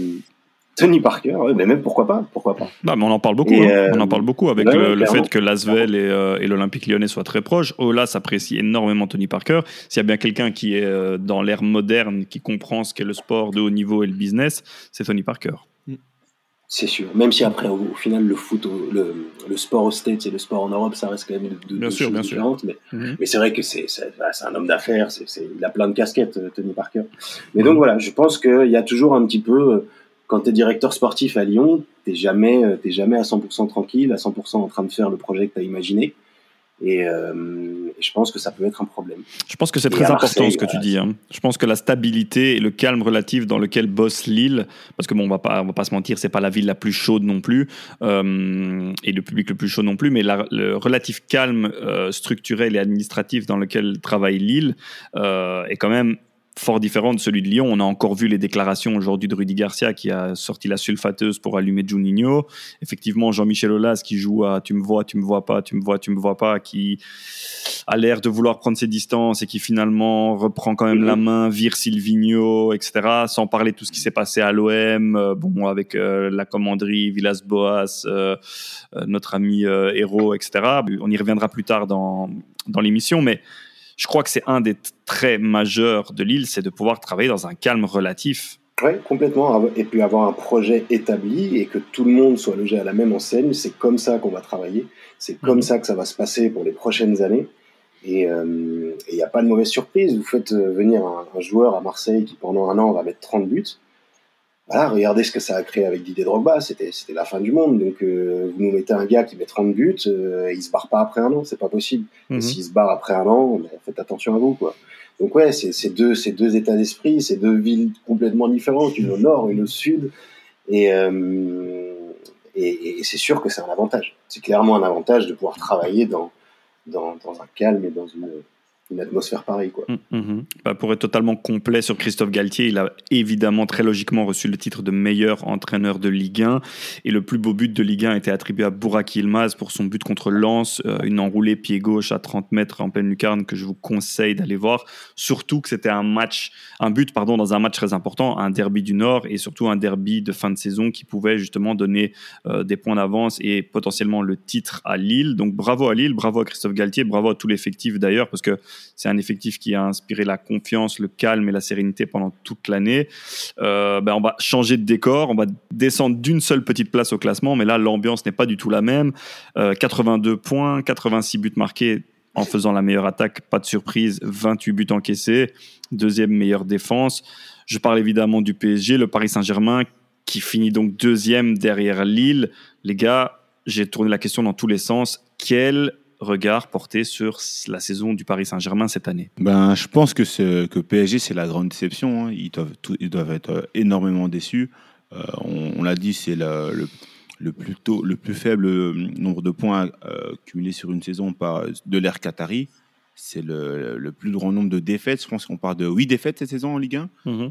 Tony Parker, ouais, mais même pourquoi pas, pourquoi pas. Non, mais on en parle beaucoup. Et, hein. euh, On en parle beaucoup avec ouais, le, ouais, le clairement. fait que l'Asvel et, euh, et l'Olympique Lyonnais soient très proches. Ola s'apprécie énormément Tony Parker. S'il y a bien quelqu'un qui est euh, dans l'ère moderne, qui comprend ce qu'est le sport de haut niveau et le business, c'est Tony Parker. C'est sûr. Même si après, au, au final, le foot, au- le, le sport aux States et le sport en Europe, ça reste quand même deux, Bien deux sûr, choses bien sûr. différentes. Mais, Mhm. mais c'est vrai que c'est, c'est, voilà, c'est un homme d'affaires. C'est, c'est, il a plein de casquettes, euh, Tony Parker. Mais Mhm. donc voilà, je pense qu'il y a toujours un petit peu, euh, quand tu es directeur sportif à Lyon, t'es jamais, euh, t'es jamais à cent pour cent tranquille, à cent pour cent en train de faire le projet que tu as imaginé. Et, euh, et je pense que ça peut être un problème. Je pense que c'est Et très à important Marseille, ce que tu voilà, dis. Hein. Je pense que la stabilité et le calme relatif dans lequel bosse Lille, parce que bon, on va pas, on va pas se mentir, c'est pas la ville la plus chaude non plus, euh, et le public le plus chaud non plus, mais la- le relatif calme euh, structurel et administratif dans lequel travaille Lille euh, est quand même fort différent de celui de Lyon. On a encore vu les déclarations aujourd'hui de Rudy Garcia qui a sorti la sulfateuse pour allumer Juninho. Effectivement, Jean-Michel Aulas qui joue à tu me vois, tu me vois pas, tu me vois, tu me vois pas, qui a l'air de vouloir prendre ses distances et qui finalement reprend quand même Mhm. la main, vire Silvinho, et cetera. Sans parler de tout ce qui s'est passé à l'O M, euh, bon, avec euh, la commanderie, Villas-Boas, euh, euh, notre ami euh, Hérault, et cetera. On y reviendra plus tard dans, dans l'émission, mais je crois que c'est un des t- traits majeurs de Lille, c'est de pouvoir travailler dans un calme relatif. Oui, complètement. Et puis avoir un projet établi et que tout le monde soit logé à la même enseigne, c'est comme ça qu'on va travailler. C'est comme Mhm. ça que ça va se passer pour les prochaines années. Et il euh, n'y a pas de mauvaise surprise. Vous faites euh, venir un, un joueur à Marseille qui pendant un an va mettre trente buts. voilà, regardez ce que ça a créé avec Didier Drogba, c'était, c'était la fin du monde. Donc, euh, vous nous mettez un gars qui met trente buts, euh, il se barre pas après un an, c'est pas possible. Mhm. Et s'il se barre après un an, ben, faites attention à vous, quoi. Donc, ouais, c'est, c'est deux, c'est deux états d'esprit, c'est deux villes complètement différentes, une au nord, une au sud. Et, euh, et, et c'est sûr que c'est un avantage. C'est clairement un avantage de pouvoir travailler dans, dans, dans un calme et dans une, une atmosphère pareille, quoi. Mmh. Bah, pour être totalement complet sur Christophe Galtier, il a évidemment très logiquement reçu le titre de meilleur entraîneur de Ligue un. Et le plus beau but de Ligue un a été attribué à Burak Yilmaz pour son but contre Lens, euh, une enroulée pied gauche à trente mètres en pleine lucarne que je vous conseille d'aller voir. Surtout que c'était un match, un but pardon, dans un match très important, un derby du Nord et surtout un derby de fin de saison qui pouvait justement donner euh, des points d'avance et potentiellement le titre à Lille. Donc bravo à Lille, bravo à Christophe Galtier, bravo à tout l'effectif d'ailleurs parce que c'est un effectif qui a inspiré la confiance, le calme et la sérénité pendant toute l'année. Euh, ben on va changer de décor, on va descendre d'une seule petite place au classement, mais là, l'ambiance n'est pas du tout la même. Euh, quatre-vingt-deux points, quatre-vingt-six buts marqués en faisant la meilleure attaque, pas de surprise, vingt-huit buts encaissés, deuxième meilleure défense. Je parle évidemment du P S G, le Paris Saint-Germain, qui finit donc deuxième derrière Lille. Les gars, j'ai tourné la question dans tous les sens. Quel regard porté sur la saison du Paris Saint-Germain cette année? Ben, je pense que, ce, que P S G, c'est la grande déception. Hein. Ils, doivent tout, ils doivent être énormément déçus. Euh, on, on l'a dit, c'est le, le, le, plus tôt, le plus faible nombre de points euh, cumulés sur une saison par, de l'ère Qatari. C'est le, le plus grand nombre de défaites. Je pense qu'on parle de huit défaites cette saison en Ligue un. Mm-hmm.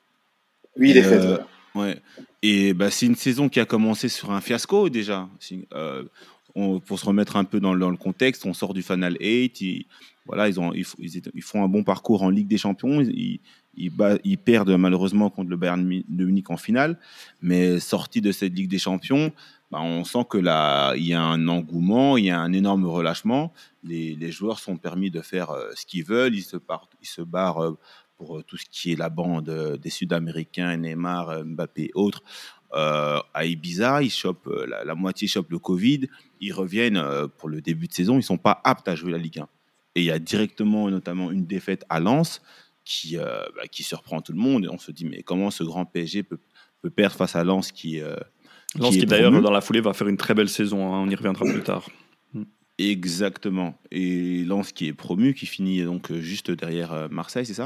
huit défaites, euh, voilà. Ouais. Et bah, c'est une saison qui a commencé sur un fiasco déjà. Euh, on, pour se remettre un peu dans, dans le contexte, on sort du Final huit. Ils, voilà, ils, ont, ils, ils, font un bon parcours en Ligue des Champions. Ils, ils, bat, ils perdent malheureusement contre le Bayern de Munich en finale. Mais sortis de cette Ligue des Champions, bah, on sent que là, il y a un engouement, il y a un énorme relâchement. Les, les joueurs sont permis de faire euh, ce qu'ils veulent. Ils se, partent, ils se barrent euh, pour tout ce qui est la bande euh, des Sud-Américains, Neymar, Mbappé et autres. Euh, à Ibiza, ils chopent, euh, la, la moitié chopent le Covid, ils reviennent euh, pour le début de saison, ils ne sont pas aptes à jouer la Ligue un. Et il y a directement notamment une défaite à Lens qui, euh, bah, qui surprend tout le monde. Et on se dit, mais comment ce grand P S G peut, peut perdre face à Lens qui, euh, Lens qui, qui d'ailleurs, dans la foulée, va faire une très belle saison, hein, on y reviendra plus tard. Exactement. Et Lens qui est promu, qui finit donc juste derrière euh, Marseille, c'est ça?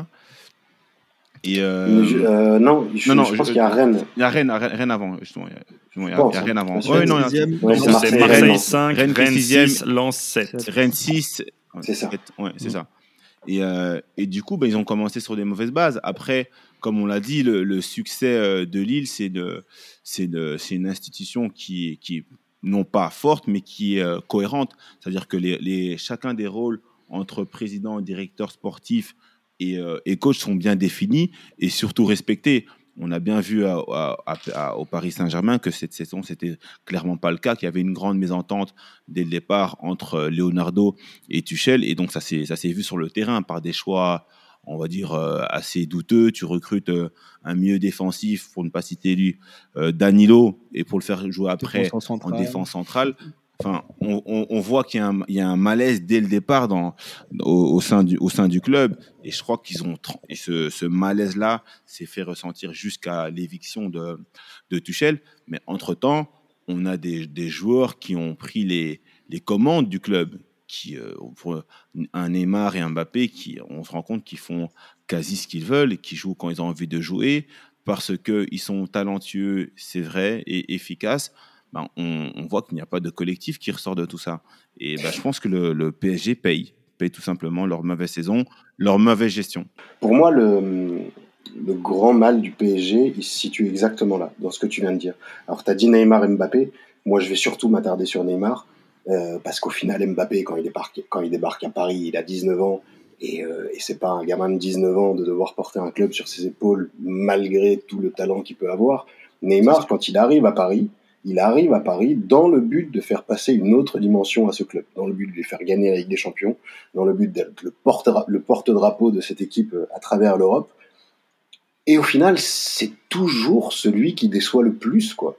Et euh... Je, euh, non, je, non, non, je pense je, qu'il y a Rennes. Il y a Rennes, Rennes avant, justement. Il y a, il y a, pense, il y a Rennes avant. Oui, non, il y a... ouais, c'est Marseille, Marseille cinq, Rennes, Rennes six, Lens sept. Rennes six, c'est ça. Ouais, c'est mmh. ça. Et, euh, et du coup, bah, ils ont commencé sur des mauvaises bases. Après, comme on l'a dit, le, le succès de Lille, c'est, de, c'est, de, c'est une institution qui, qui est non pas forte, mais qui est euh, cohérente. C'est-à-dire que les, les, chacun des rôles entre président, directeur sportif, Et, euh, et coachs sont bien définis et surtout respectés. On a bien vu à, à, à, au Paris Saint-Germain que cette saison, c'était clairement pas le cas, qu'il y avait une grande mésentente dès le départ entre Leonardo et Tuchel. Et donc, ça s'est, ça s'est vu sur le terrain par des choix, on va dire, euh, assez douteux. Tu recrutes euh, un milieu défensif, pour ne pas citer lui, euh, Danilo, et pour le faire jouer après en défense centrale. Enfin, on, on, on voit qu'il y a, un, il y a un malaise dès le départ dans, au, au, sein du, au sein du club. Et je crois qu'ils ont. Et ce, ce malaise-là s'est fait ressentir jusqu'à l'éviction de, de Tuchel. Mais entre-temps, on a des, des joueurs qui ont pris les, les commandes du club. Qui, euh, pour un Neymar et un Mbappé, qui, on se rend compte qu'ils font quasi ce qu'ils veulent et qui jouent quand ils ont envie de jouer parce qu'ils sont talentueux, c'est vrai, et efficaces. Ben, on, on voit qu'il n'y a pas de collectif qui ressort de tout ça. Et ben, je pense que le, le P S G paye, paye tout simplement leur mauvaise saison, leur mauvaise gestion. Pour moi, le, le grand mal du P S G, il se situe exactement là, dans ce que tu viens de dire. Alors, tu as dit Neymar et Mbappé. Moi, je vais surtout m'attarder sur Neymar, euh, parce qu'au final, Mbappé, quand il débarque, quand il débarque à Paris, il a dix-neuf ans, et, euh, et c'est pas un gamin de dix-neuf ans de devoir porter un club sur ses épaules, malgré tout le talent qu'il peut avoir. Neymar, quand il arrive à Paris, il arrive à Paris dans le but de faire passer une autre dimension à ce club, dans le but de lui faire gagner la Ligue des Champions, dans le but d'être le porte, le porte-drapeau de cette équipe à travers l'Europe. Et au final, c'est toujours celui qui déçoit le plus, quoi.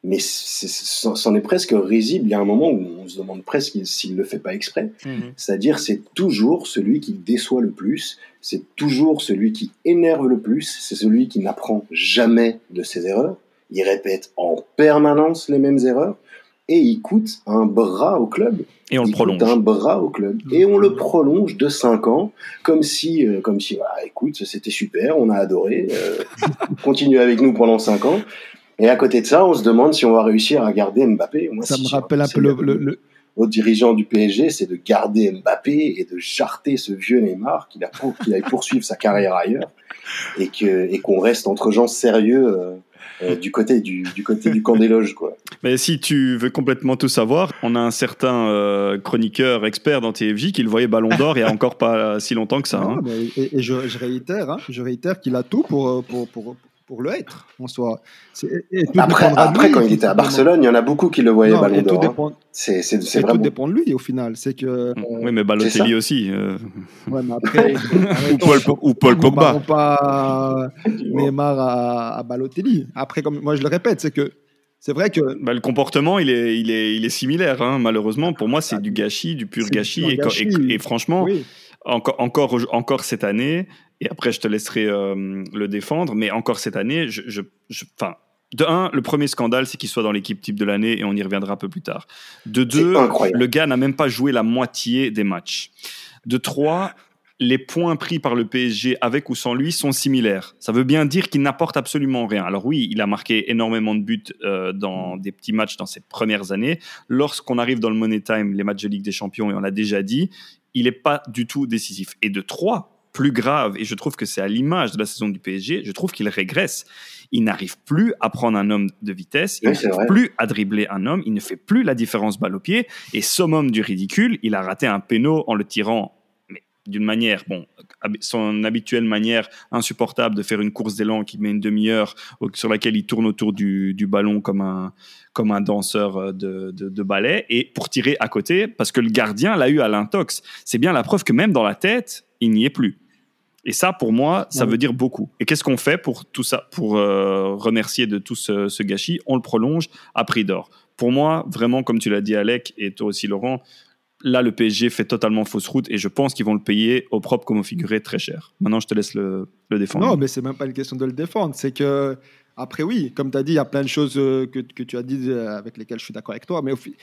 mais c'est, c'est, c'en est presque risible. Il y a un moment où on se demande presque s'il ne le fait pas exprès. Mmh. C'est-à-dire, c'est toujours celui qui déçoit le plus, c'est toujours celui qui énerve le plus, c'est celui qui n'apprend jamais de ses erreurs. Il répète en permanence les mêmes erreurs et il coûte un bras au club. Et on il le prolonge. coûte un bras au club. Et on le prolonge de cinq ans, comme si, euh, comme si, voilà, écoute, c'était super, on a adoré, euh, continue avec nous pendant cinq ans. Et à côté de ça, on se demande si on va réussir à garder Mbappé. Moi, ça si me rappelle un peu le, le, le... Au dirigeant du P S G, c'est de garder Mbappé et de jarter ce vieux Neymar qu'il a pour, qu'il aille poursuivre sa carrière ailleurs et que et qu'on reste entre gens sérieux euh, euh, du côté du du côté du camp des loges, quoi. Mais si tu veux complètement tout savoir, on a un certain euh, chroniqueur expert dans T F J qui le voyait Ballon d'Or il y a encore pas si longtemps que ça. Non, hein. mais, et, et je, je réitère, hein, je réitère qu'il a tout pour pour pour pour le être en soi. C'est, et tout après, après lui, quand il était à Barcelone, il y en a beaucoup qui le voyaient non, Ballon d'Or. Dépend, hein. C'est, c'est, c'est et vraiment... tout dépend de lui au final. C'est que, euh, oui, mais Balotelli aussi. Euh... Ouais, mais après, ou, Paul, ou Paul Pogba. On ne pas Neymar à, à Balotelli. Après, comme moi je le répète, c'est que c'est vrai que bah, le comportement il est il est il est similaire. Hein, malheureusement, pour moi, c'est ah, du gâchis, du pur gâchis, et, gâchis. Et, et, et franchement, oui. encore encore encore cette année. Et après, je te laisserai euh, le défendre. Mais encore cette année, je, je, je, enfin, de un, le premier scandale, c'est qu'il soit dans l'équipe type de l'année et on y reviendra un peu plus tard. De deux, le gars n'a même pas joué la moitié des matchs. De trois, les points pris par le P S G avec ou sans lui sont similaires. Ça veut bien dire qu'il n'apporte absolument rien. Alors oui, il a marqué énormément de buts euh, dans des petits matchs dans ses premières années. Lorsqu'on arrive dans le Money Time, les matchs de Ligue des Champions, et on l'a déjà dit, il n'est pas du tout décisif. Et de trois, plus grave, et je trouve que c'est à l'image de la saison du P S G, je trouve qu'il régresse. Il n'arrive plus à prendre un homme de vitesse, il oui, n'arrive plus à dribbler un homme, il ne fait plus la différence balle au pied, et summum du ridicule, il a raté un péno en le tirant, mais d'une manière, bon, son habituelle manière insupportable de faire une course d'élan qui met une demi-heure, sur laquelle il tourne autour du, du ballon comme un, comme un danseur de, de, de ballet, et pour tirer à côté, parce que le gardien l'a eu à l'intox. C'est bien la preuve que même dans la tête, il n'y est plus. Et ça, pour moi, ça oui. veut dire beaucoup. Et qu'est-ce qu'on fait pour tout ça, pour euh, remercier de tout ce, ce gâchis ? On le prolonge à prix d'or. Pour moi, vraiment, comme tu l'as dit, Alec, et toi aussi, Laurent, là, le P S G fait totalement fausse route et je pense qu'ils vont le payer au propre comme au figuré très cher. Maintenant, je te laisse le, le défendre. Non, mais c'est même pas une question de le défendre. C'est que, après, oui, comme tu as dit, il y a plein de choses que, que tu as dit avec lesquelles je suis d'accord avec toi. Mais au fi-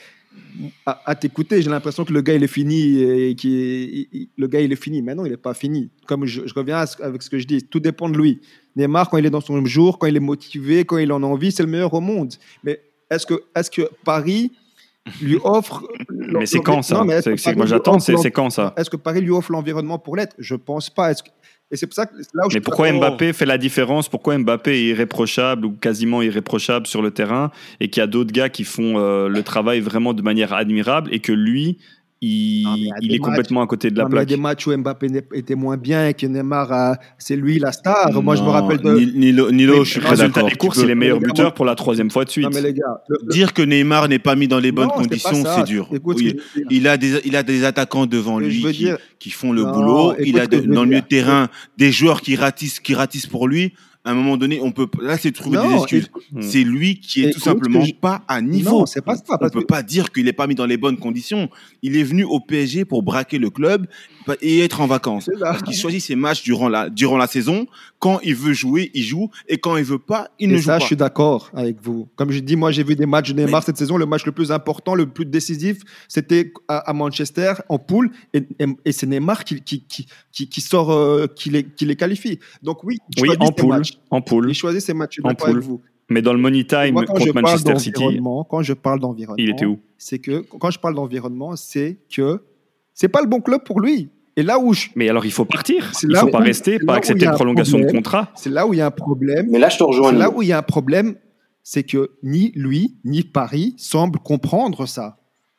à, à t'écouter, j'ai l'impression que le gars, il est fini. Et qu'il, il, le gars, il est fini. Mais non, il n'est pas fini. Comme je, je reviens ce, avec ce que je dis, tout dépend de lui. Neymar, quand il est dans son jour, quand il est motivé, quand il en a envie, c'est le meilleur au monde. Mais est-ce que, est-ce que Paris lui offre... mais c'est quand ça non, mais c'est, c'est, Moi j'attends, c'est, c'est quand ça Est-ce que Paris lui offre l'environnement pour l'être ? Je ne pense pas. Est-ce que... Et c'est pour ça que là où mais je pourquoi Mbappé fait la différence ? Pourquoi Mbappé est irréprochable ou quasiment irréprochable sur le terrain et qu'il y a d'autres gars qui font euh, le travail vraiment de manière admirable et que lui, il, non, il est matchs, complètement à côté de la non, plaque. Il y a des matchs où Mbappé était moins bien et que Neymar, a, c'est lui la star. Non, moi, je me rappelle de... Nilo, Nilo oui, je suis très d'accord. Des courses, il est meilleur buteur moi... pour la troisième fois de suite. Non, mais les gars, le, le... Dire que Neymar n'est pas mis dans les bonnes non, conditions, c'est, c'est dur. Écoute, oui, il, a des, il a des attaquants devant lui qui, dire... qui font le non, boulot. Il a de, dans le milieu de terrain des joueurs qui ratissent, qui ratissent pour lui. À un moment donné, on peut là c'est trouver non, des excuses. Et, c'est lui qui est écoute, tout simplement je... pas à niveau. Non, c'est pas ça, on ne peut que... pas dire qu'il n'est pas mis dans les bonnes conditions. Il est venu au P S G pour braquer le club et être en vacances. Parce qu'il choisit ses matchs durant la durant la saison. Quand il veut jouer, il joue, et quand il veut pas, il et ne ça, joue pas. Je suis d'accord avec vous. Comme je dis, moi j'ai vu des matchs de Neymar Mais... cette saison. Le match le plus important, le plus décisif, c'était à, à Manchester en poule, et, et, et c'est Neymar qui qui qui qui, qui sort, euh, qui les qui les qualifie. Donc oui, oui en poule, matchs. en poule. Il choisit ses matchs. En poule. Avec vous. Mais dans le Money Time moi, contre Manchester City, quand je parle d'environnement, il était où ? C'est que quand je parle d'environnement, c'est que c'est pas le bon club pour lui. Et là où je... Mais alors il faut partir. Il ne faut pas rester, pas accepter une prolongation problème, de contrat. C'est là où il y a un problème. Mais là je te rejoins. C'est là où il y a un problème, c'est que ni lui ni Paris semblent comprendre ça.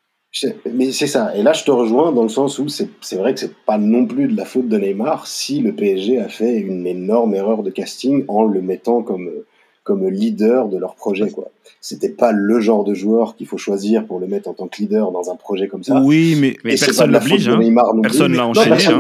Mais c'est ça. Et là je te rejoins dans le sens où c'est, c'est vrai que c'est pas non plus de la faute de Neymar si le P S G a fait une énorme erreur de casting en le mettant comme comme leader de leur projet, quoi. C'était pas le genre de joueur qu'il faut choisir pour le mettre en tant que leader dans un projet comme ça. Oui, mais, mais personne l'oblige, hein. Personne l'a enchaîné, personne, hein.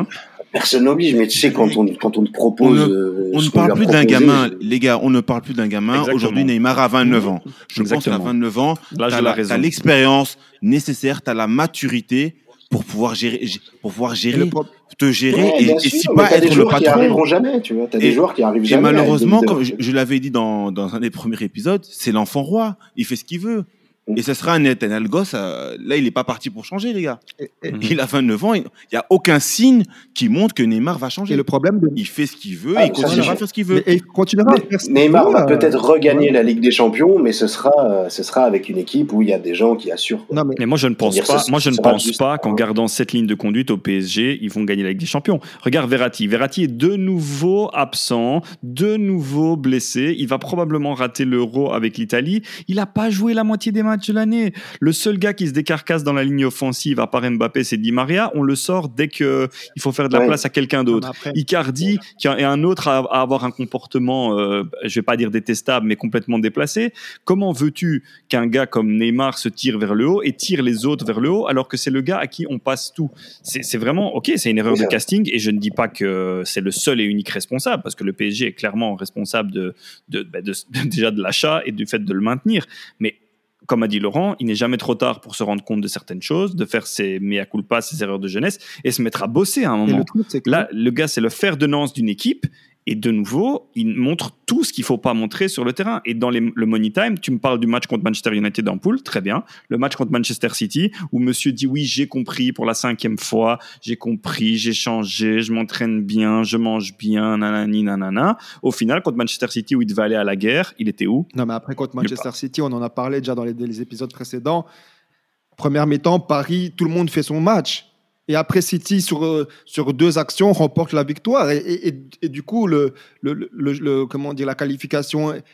Personne n'oblige, mais tu sais, quand on, quand on te propose. On ne, euh, on ne ce qu'on parle lui a plus d'un proposé, gamin, je- les gars, on ne parle plus d'un gamin. Exactement. Aujourd'hui, Neymar a vingt-neuf ans. Je Exactement. pense qu'à vingt-neuf ans, Là, tu j'ai la raison. as l'expérience nécessaire, tu as la maturité pour pouvoir gérer, pour pouvoir Et le gérer, pro- te gérer Ouais, et, bien et sûr, si mais pas t'as des être le joueurs qui patron. arriveront jamais, tu vois. T'as des Et- joueurs qui arrivent Et jamais. à être malheureusement, leader. comme je, je l'avais dit dans, dans un des premiers épisodes, c'est l'enfant roi. Il fait ce qu'il veut. Mm. Et ce sera un éternel gosse. euh, Là, il n'est pas parti pour changer, les gars. et, et- Mhm. Il a vingt-neuf ans. Il n'y a aucun signe qui montre que Neymar va et changer. le problème de. Il fait ce qu'il veut Ah, et il ça, continuera c'est- à faire ce qu'il veut. Mais, et il continuera à Ne- faire ce qu'il Neymar veut, va euh, peut-être regagner ouais. la Ligue des Champions, mais ce sera, euh, ce sera avec une équipe où il y a des gens qui assurent. quoi. Non, mais Mais moi je ne pense C'est-à-dire, pas, ce- moi je ne ce sera pense juste- pas qu'en gardant cette ligne de conduite au P S G, ils vont gagner la Ligue des Champions. Regarde Verratti, Verratti est de nouveau absent, de nouveau blessé, il va probablement rater l'Euro avec l'Italie. Il n'a pas joué la moitié des matchs de l'année. Le seul gars qui se décarcasse dans la ligne offensive à part Mbappé, c'est Di Maria. On le sort dès que il faut faire de la Ouais. place à quelqu'un Non, mais d'autre. après- Icardi, qui est un autre à, à avoir un comportement, euh, je vais pas dire détestable, mais complètement déplacé. Comment veux-tu qu'un gars comme Neymar se tire vers le haut et tire les autres vers le haut alors que c'est le gars à qui on passe tout? C'est c'est vraiment, ok, c'est une erreur Oui, de c'est vrai. casting et je ne dis pas que c'est le seul et unique responsable parce que le P S G est clairement responsable de, de, bah, de- de- déjà de l'achat et du fait de le maintenir. Mais comme a dit Laurent, il n'est jamais trop tard pour se rendre compte de certaines choses, de faire ses mea culpa, ses erreurs de jeunesse et se mettre à bosser à un Et moment. le truc, c'est que Là, le gars, c'est le fer de lance d'une équipe. Et de nouveau, il montre tout ce qu'il ne faut pas montrer sur le terrain. Et dans les- le Money Time, tu me parles du match contre Manchester United en poule, très bien. Le match contre Manchester City, où monsieur dit oui, j'ai compris pour la cinquième fois, j'ai compris, j'ai changé, je m'entraîne bien, je mange bien, nanani, nanana. Au final, contre Manchester City, où il devait aller à la guerre, il était où? Non, mais après, contre Nulle Manchester City, on en a parlé déjà dans les, les épisodes précédents. Première mi-temps, Paris, tout le monde fait son match. Et après, City, sur, euh, sur deux actions, remporte la victoire. Et, et, et- et du coup, le, le, le, le- le- comment dire, la qualification, et,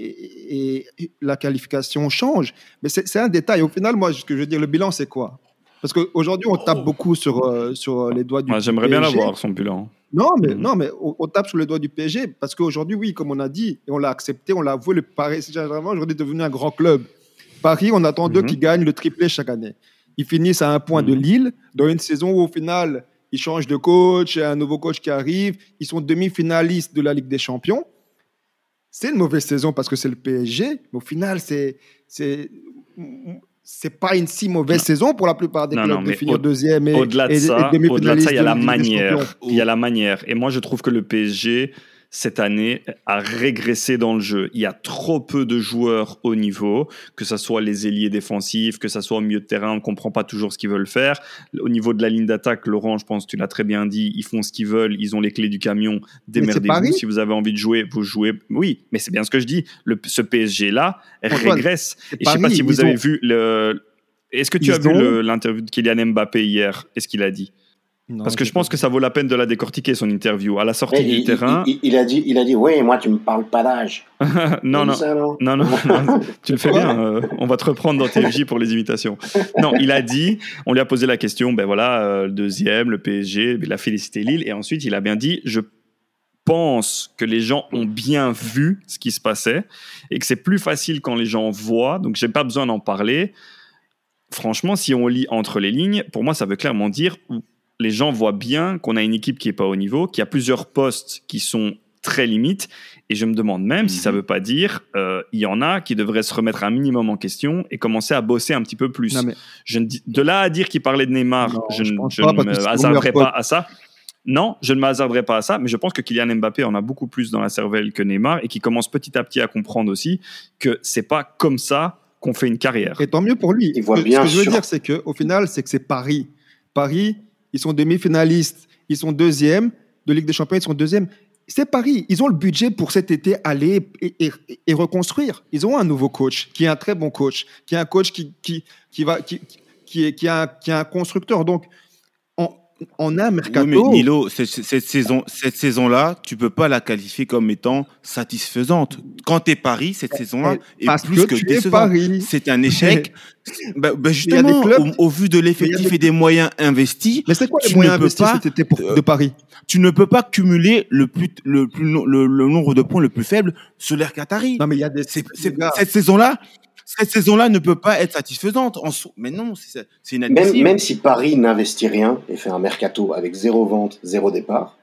et- et- et la qualification change. Mais c'est c'est un détail. Au final, moi, ce que je veux dire, le bilan, c'est quoi? Parce qu'aujourd'hui, on tape beaucoup sur, euh, sur les doigts du Moi, j'aimerais bien P S G. l'avoir, son bilan. Non, mais, Mhm. non, mais on, on tape sur le doigt du P S G parce qu'aujourd'hui, oui, comme on a dit, et on l'a accepté, on l'a avoué, le Paris Saint-Germain aujourd'hui est devenu un grand club. Paris, on attend d'eux Mhm. qu'ils gagnent le triplé chaque année. Ils finissent à un point de Mhm. Lille, dans une saison où au final, ils changent de coach, il y a un nouveau coach qui arrive, ils sont demi-finalistes de la Ligue des Champions. C'est une mauvaise saison parce que c'est le P S G, mais au final, c'est c'est c'est pas une si mauvaise saison pour la plupart des Non, clubs non, de mais finir au- deuxième et, Au-delà de et- et ça, demi-finaliste au-delà de ça, il y a de la Ligue des manière. Champions. Il y a la manière. Et moi, je trouve que le P S G, cette année, a régressé dans le jeu. Il y a trop peu de joueurs au niveau, que ce soit les ailiers défensifs, que ce soit au milieu de terrain, on ne comprend pas toujours ce qu'ils veulent faire. Au niveau de la ligne d'attaque, Laurent, je pense que tu l'as très bien dit, ils font ce qu'ils veulent, ils ont les clés du camion, démerdez-vous. Paris. Si vous avez envie de jouer, vous jouez. Oui, mais c'est bien ce que je dis. Le, ce P S G-là Antoine, régresse. c'est Et je ne sais pas Paris, si vous ils avez ont- vu le... Est-ce que tu Ils as vu ont- le- l'interview de Kylian Mbappé hier? Est-ce qu'il a dit? Non, Parce que j'ai je pense pas que ça vaut la peine de la décortiquer, son interview. À la sortie Ouais, du il, terrain... il- il- il a dit, il a dit, oui, moi tu me parles pas d'âge. non, Il a non, dit ça, non, non, non, non, tu le fais bien. euh, on va te reprendre dans T F J pour les imitations. Non, il a dit, on lui a posé la question, ben voilà, euh, le deuxième, le P S G, il a félicité Lille, et ensuite il a bien dit, je pense que les gens ont bien vu ce qui se passait, et que c'est plus facile quand les gens voient, donc j'ai pas besoin d'en parler. Franchement, si on lit entre les lignes, pour moi, ça veut clairement dire les gens voient bien qu'on a une équipe qui n'est pas au niveau, qu'il y a plusieurs postes qui sont très limites. Et je me demande même Mhm. si ça ne veut pas dire euh, il y en a qui devraient se remettre un minimum en question et commencer à bosser un petit peu plus. Non, mais Je ne dis, de là à dire qu'il parlait de Neymar, Non, je, je ne- pense je pas, ne parce que me c'est son hasarderai meilleur pas pote. à ça. Non, je ne me hasarderai pas à ça, mais je pense que Kylian Mbappé en a beaucoup plus dans la cervelle que Neymar et qui commence petit à petit à comprendre aussi que c'est pas comme ça qu'on fait une carrière. Et tant mieux pour lui. Il voit Ce que- bien ce que je veux sur- dire, c'est qu'au final, c'est que c'est Paris. Paris, ils sont demi-finalistes, ils sont deuxièmes de Ligue des Champions, ils sont deuxièmes. C'est Paris. Ils ont le budget pour cet été aller et, et- et reconstruire. Ils ont un nouveau coach, qui est un très bon coach, qui est un coach qui, qui, qui, va, qui, qui, est, qui, est un, qui est un constructeur. Donc, on, on a un mercato. Oui, mais Nilo, cette, cette saison, cette saison-là, tu peux pas la qualifier comme étant satisfaisante. Quand tu es Paris, cette saison-là est Parce plus que, que tu es décevante. Paris. C'est un échec. Bah, bah, il y a justement, des clubs- au, au vu de l'effectif mais il y a des- et des moyens investis, Mais c'est quoi les tu moyens ne peux investis pas, cet été pour, euh, de Paris? tu ne peux pas cumuler le, plus, le, plus, le, le nombre de points le plus faible sur l'air Qatari. Non, mais il y a des. C'est- les c'est- gars, cette saison-là, cette saison-là ne peut pas être satisfaisante. En so- Mais non, c'est, c'est Même, inadmissible. même si Paris n'investit rien et fait un mercato avec zéro vente, zéro départ,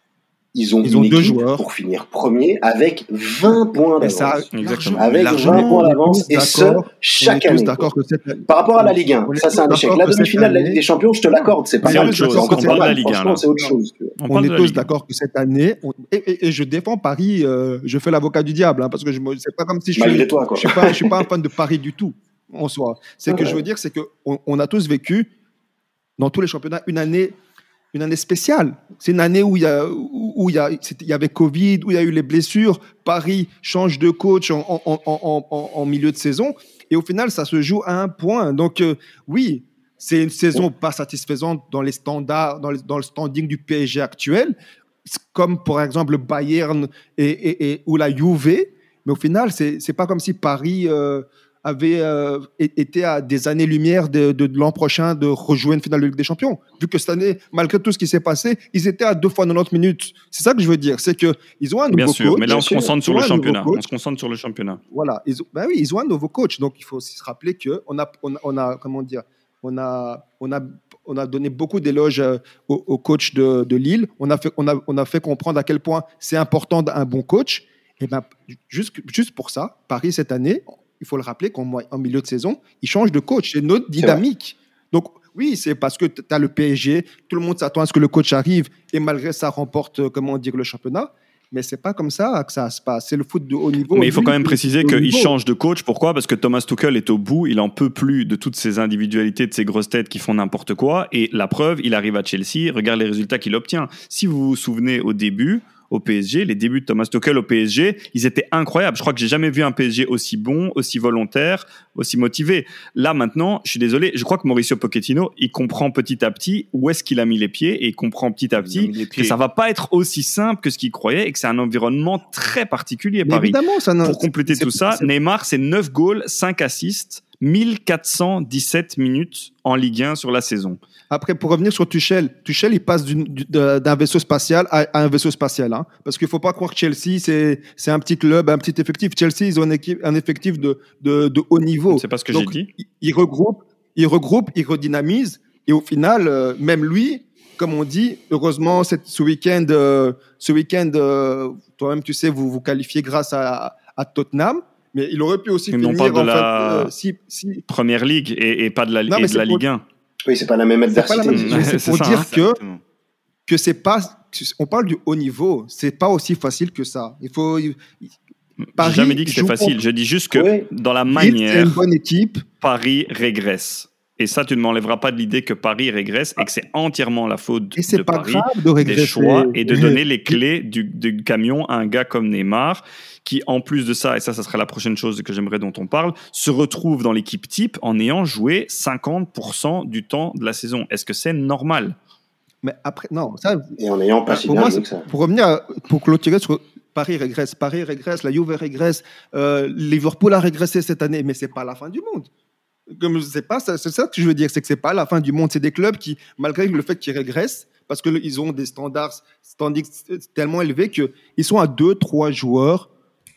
ils ont Ils une ont deux équipe joueurs. pour finir premier avec vingt points Et ça, d'avance. Exactement. Avec Largement. vingt points on est d'avance, tous et ce, d'accord. On est chaque tous année. d'accord que cette Par rapport à la Ligue un, on est ça tous c'est un échec. d'accord La que cette demi-finale de la année- Ligue des Champions, je te l'accorde, c'est pas C'est on est autre tous chose. d'accord On que parle de la cette Ligue un, Franchement, là. c'est autre Non. chose. tu vois. On On parle est de la tous Ligue un. d'accord que cette année, on- et, et- et je défends Paris, euh, je fais l'avocat du diable, hein, parce que je me, c'est pas comme si je Malgré suis, toi, quoi. je suis pas, je suis pas un fan de Paris du tout, en soi. C'est que Ouais. je veux dire, c'est que on, on a tous vécu dans tous les championnats une année, une année spéciale. C'est une année où il y a, où, où il y a, c'était- il y avait Covid, où il y a eu les blessures. Paris change de coach en, en, en, en, en- en milieu de saison, et au final, ça se joue à un point. Donc euh, oui. C'est une saison pas satisfaisante dans les standards, dans, les- dans le standing du P S G actuel, comme par exemple le Bayern et, et- et- ou la Juve. Mais au final, c'est c'est pas comme si Paris euh, avait euh, é- été à des années-lumière de, de- de l'an prochain de rejouer une finale de Ligue des Champions. Vu que cette année, malgré tout ce qui s'est passé, ils étaient à deux fois quatre-vingt-dix minutes. C'est ça que je veux dire. C'est qu'ils ont un nouveau Bien sûr, coach. mais là on bien se sûr. concentre sur Ils le ont un nouveau championnat. coach. On se concentre sur le championnat. Voilà, ils ont, ben oui, ils ont un nouveau coach. Donc, il faut aussi se rappeler qu'on a, on a, on a, comment dire, on a, on a, on a donné beaucoup d'éloges euh, au, au coach de, de Lille. On a, fait, on, a, on a fait comprendre à quel point c'est important d'un bon coach. Et ben, juste, juste pour ça, Paris, cette année, il faut le rappeler qu'en mois- en milieu de saison, il change de coach. C'est une autre dynamique. Donc, oui, c'est parce que tu as le P S G, tout le monde s'attend à ce que le coach arrive et malgré ça remporte, euh, comment dire, le championnat. Mais c'est pas comme ça que ça se passe. C'est le foot de haut niveau. Mais il faut Lui, quand même c'est préciser le haut qu'il niveau. change de coach. Pourquoi ? Parce que Thomas Tuchel est au bout. Il en peut plus de toutes ces individualités, de ces grosses têtes qui font n'importe quoi. Et la preuve, il arrive à Chelsea. Regarde les résultats qu'il obtient. Si vous vous souvenez au début, au P S G, les débuts de Thomas Tuchel au P S G, ils étaient incroyables. Je crois que j'ai jamais vu un P S G aussi bon, aussi volontaire, aussi motivé. Là, maintenant, je suis désolé, je crois que Mauricio Pochettino, il comprend petit à petit où est-ce qu'il a mis les pieds et il comprend petit à Il a petit mis les que pieds. ça va pas être aussi simple que ce qu'il croyait et que c'est un environnement très particulier, Mais Paris. évidemment, ça n'a- Pour compléter c'est- tout ça, c'est- Neymar, c'est neuf goals, cinq assists, mille quatre cent dix-sept minutes en Ligue un sur la saison. Après, pour revenir sur Tuchel, Tuchel, il passe d'une- du- de- d'un vaisseau spatial à, à un vaisseau spatial. Hein, parce qu'il ne faut pas croire que Chelsea, c'est c'est un petit club, un petit effectif. Chelsea, ils ont une équipe- un effectif de, de, de haut niveau. C'est pas ce que Donc, j'ai dit. il- il regroupe, il regroupe, il redynamise. Et au final, euh, même lui, comme on dit, heureusement, cette- ce week-end, euh, ce week-end euh, toi-même, tu sais, vous vous qualifiez grâce à, à Tottenham. Mais il aurait pu aussi Mais on finir parle de en la- fait, euh, si, si, Première Ligue et, et pas de la, Non, et mais de c'est la pour- Ligue un. Oui, c'est pas la même c'est pas la adversité. même c'est chose. sûr. C'est C'est pour ça, dire hein. que Exactement. que c'est pas, on parle du haut niveau, c'est pas aussi facile que ça. Il faut. il- J'ai Paris jamais dit que c'était joue facile. contre- Je dis juste que Ouais. dans la Lille, manière, c'est une bonne équipe. Paris régresse. Et ça, tu ne m'enlèveras pas de l'idée que Paris régresse et que c'est entièrement la faute Et c'est de pas Paris, grave de des régresser. choix et de donner les clés du, du camion à un gars comme Neymar, qui en plus de ça, et ça, ça serait la prochaine chose que j'aimerais dont on parle, se retrouve dans l'équipe type en ayant joué cinquante pour cent du temps de la saison. Est-ce que c'est normal ? Mais après, non, ça. Et en ayant pas si Pour bien moi, joué c'est- que ça. pour revenir, à- pour clôturer sur Paris régresse, Paris régresse, la Juve régresse, euh, Liverpool a régressé cette année, mais c'est pas la fin du monde. Comme je sais pas, ça- c'est ça que je veux dire, c'est que c'est pas la fin du monde. C'est des clubs qui, malgré le fait qu'ils régressent, parce qu'ils ont des standards, standings tellement élevés qu'ils sont à deux, trois joueurs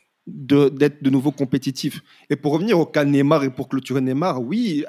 de- d'être de nouveau compétitifs. Et pour revenir au cas Neymar et pour clôturer Neymar, oui,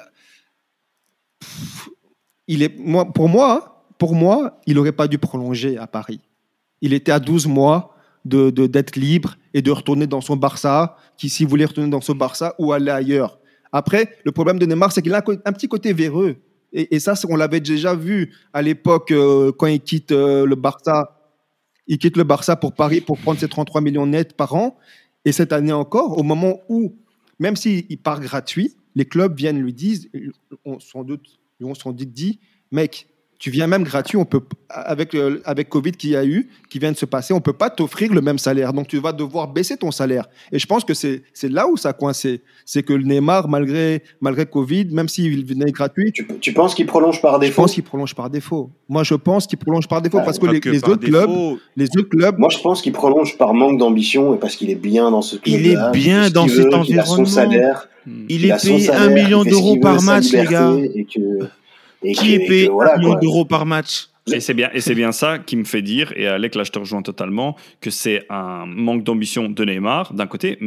pff, il est, moi, pour moi, hein, pour moi, il n'aurait pas dû prolonger à Paris. Il était à douze mois de, de- d'être libre et de retourner dans son Barça, qui s'il voulait retourner dans son Barça ou aller ailleurs. Après, le problème de Neymar, c'est qu'il a un, co- un petit côté véreux. Et, et ça, c'est- on l'avait déjà vu à l'époque euh, quand il quitte euh, le Barça. Il quitte le Barça pour Paris pour prendre ses trente-trois millions nets par an. Et cette année encore, au moment où, même s'il part gratuit, les clubs viennent lui disent, on sans doute, ils ont sans doute dit, mec, tu viens même gratuit, on peut, avec, euh, avec Covid qu'il y a eu, qui vient de se passer, on ne peut pas t'offrir le même salaire. Donc, tu vas devoir baisser ton salaire. Et je pense que c'est, c'est là où ça coincé. C'est que le Neymar, malgré, malgré Covid, même s'il venait gratuit, Tu, tu penses qu'il prolonge par je défaut? pense qu'il prolonge par défaut. Moi, je pense qu'il prolonge par défaut Ah, parce que Pas les, que les par autres clubs, défaut. les autres clubs, Moi, je pense qu'il prolonge par manque d'ambition et parce qu'il est bien dans ce club. Il est bien dans cet Il a son environnement. salaire. Hmm. Il il a est son payé un salaire, million il fait ce d'euros qu'il par veut, sa match, les liberté, gars. Et que, et Qui que- est et payé que voilà, un million quoi. d'euros par match? Et c'est bien, et c'est bien ça qui me fait dire, et Alec, là je te rejoins totalement, que c'est un manque d'ambition de Neymar d'un côté, mais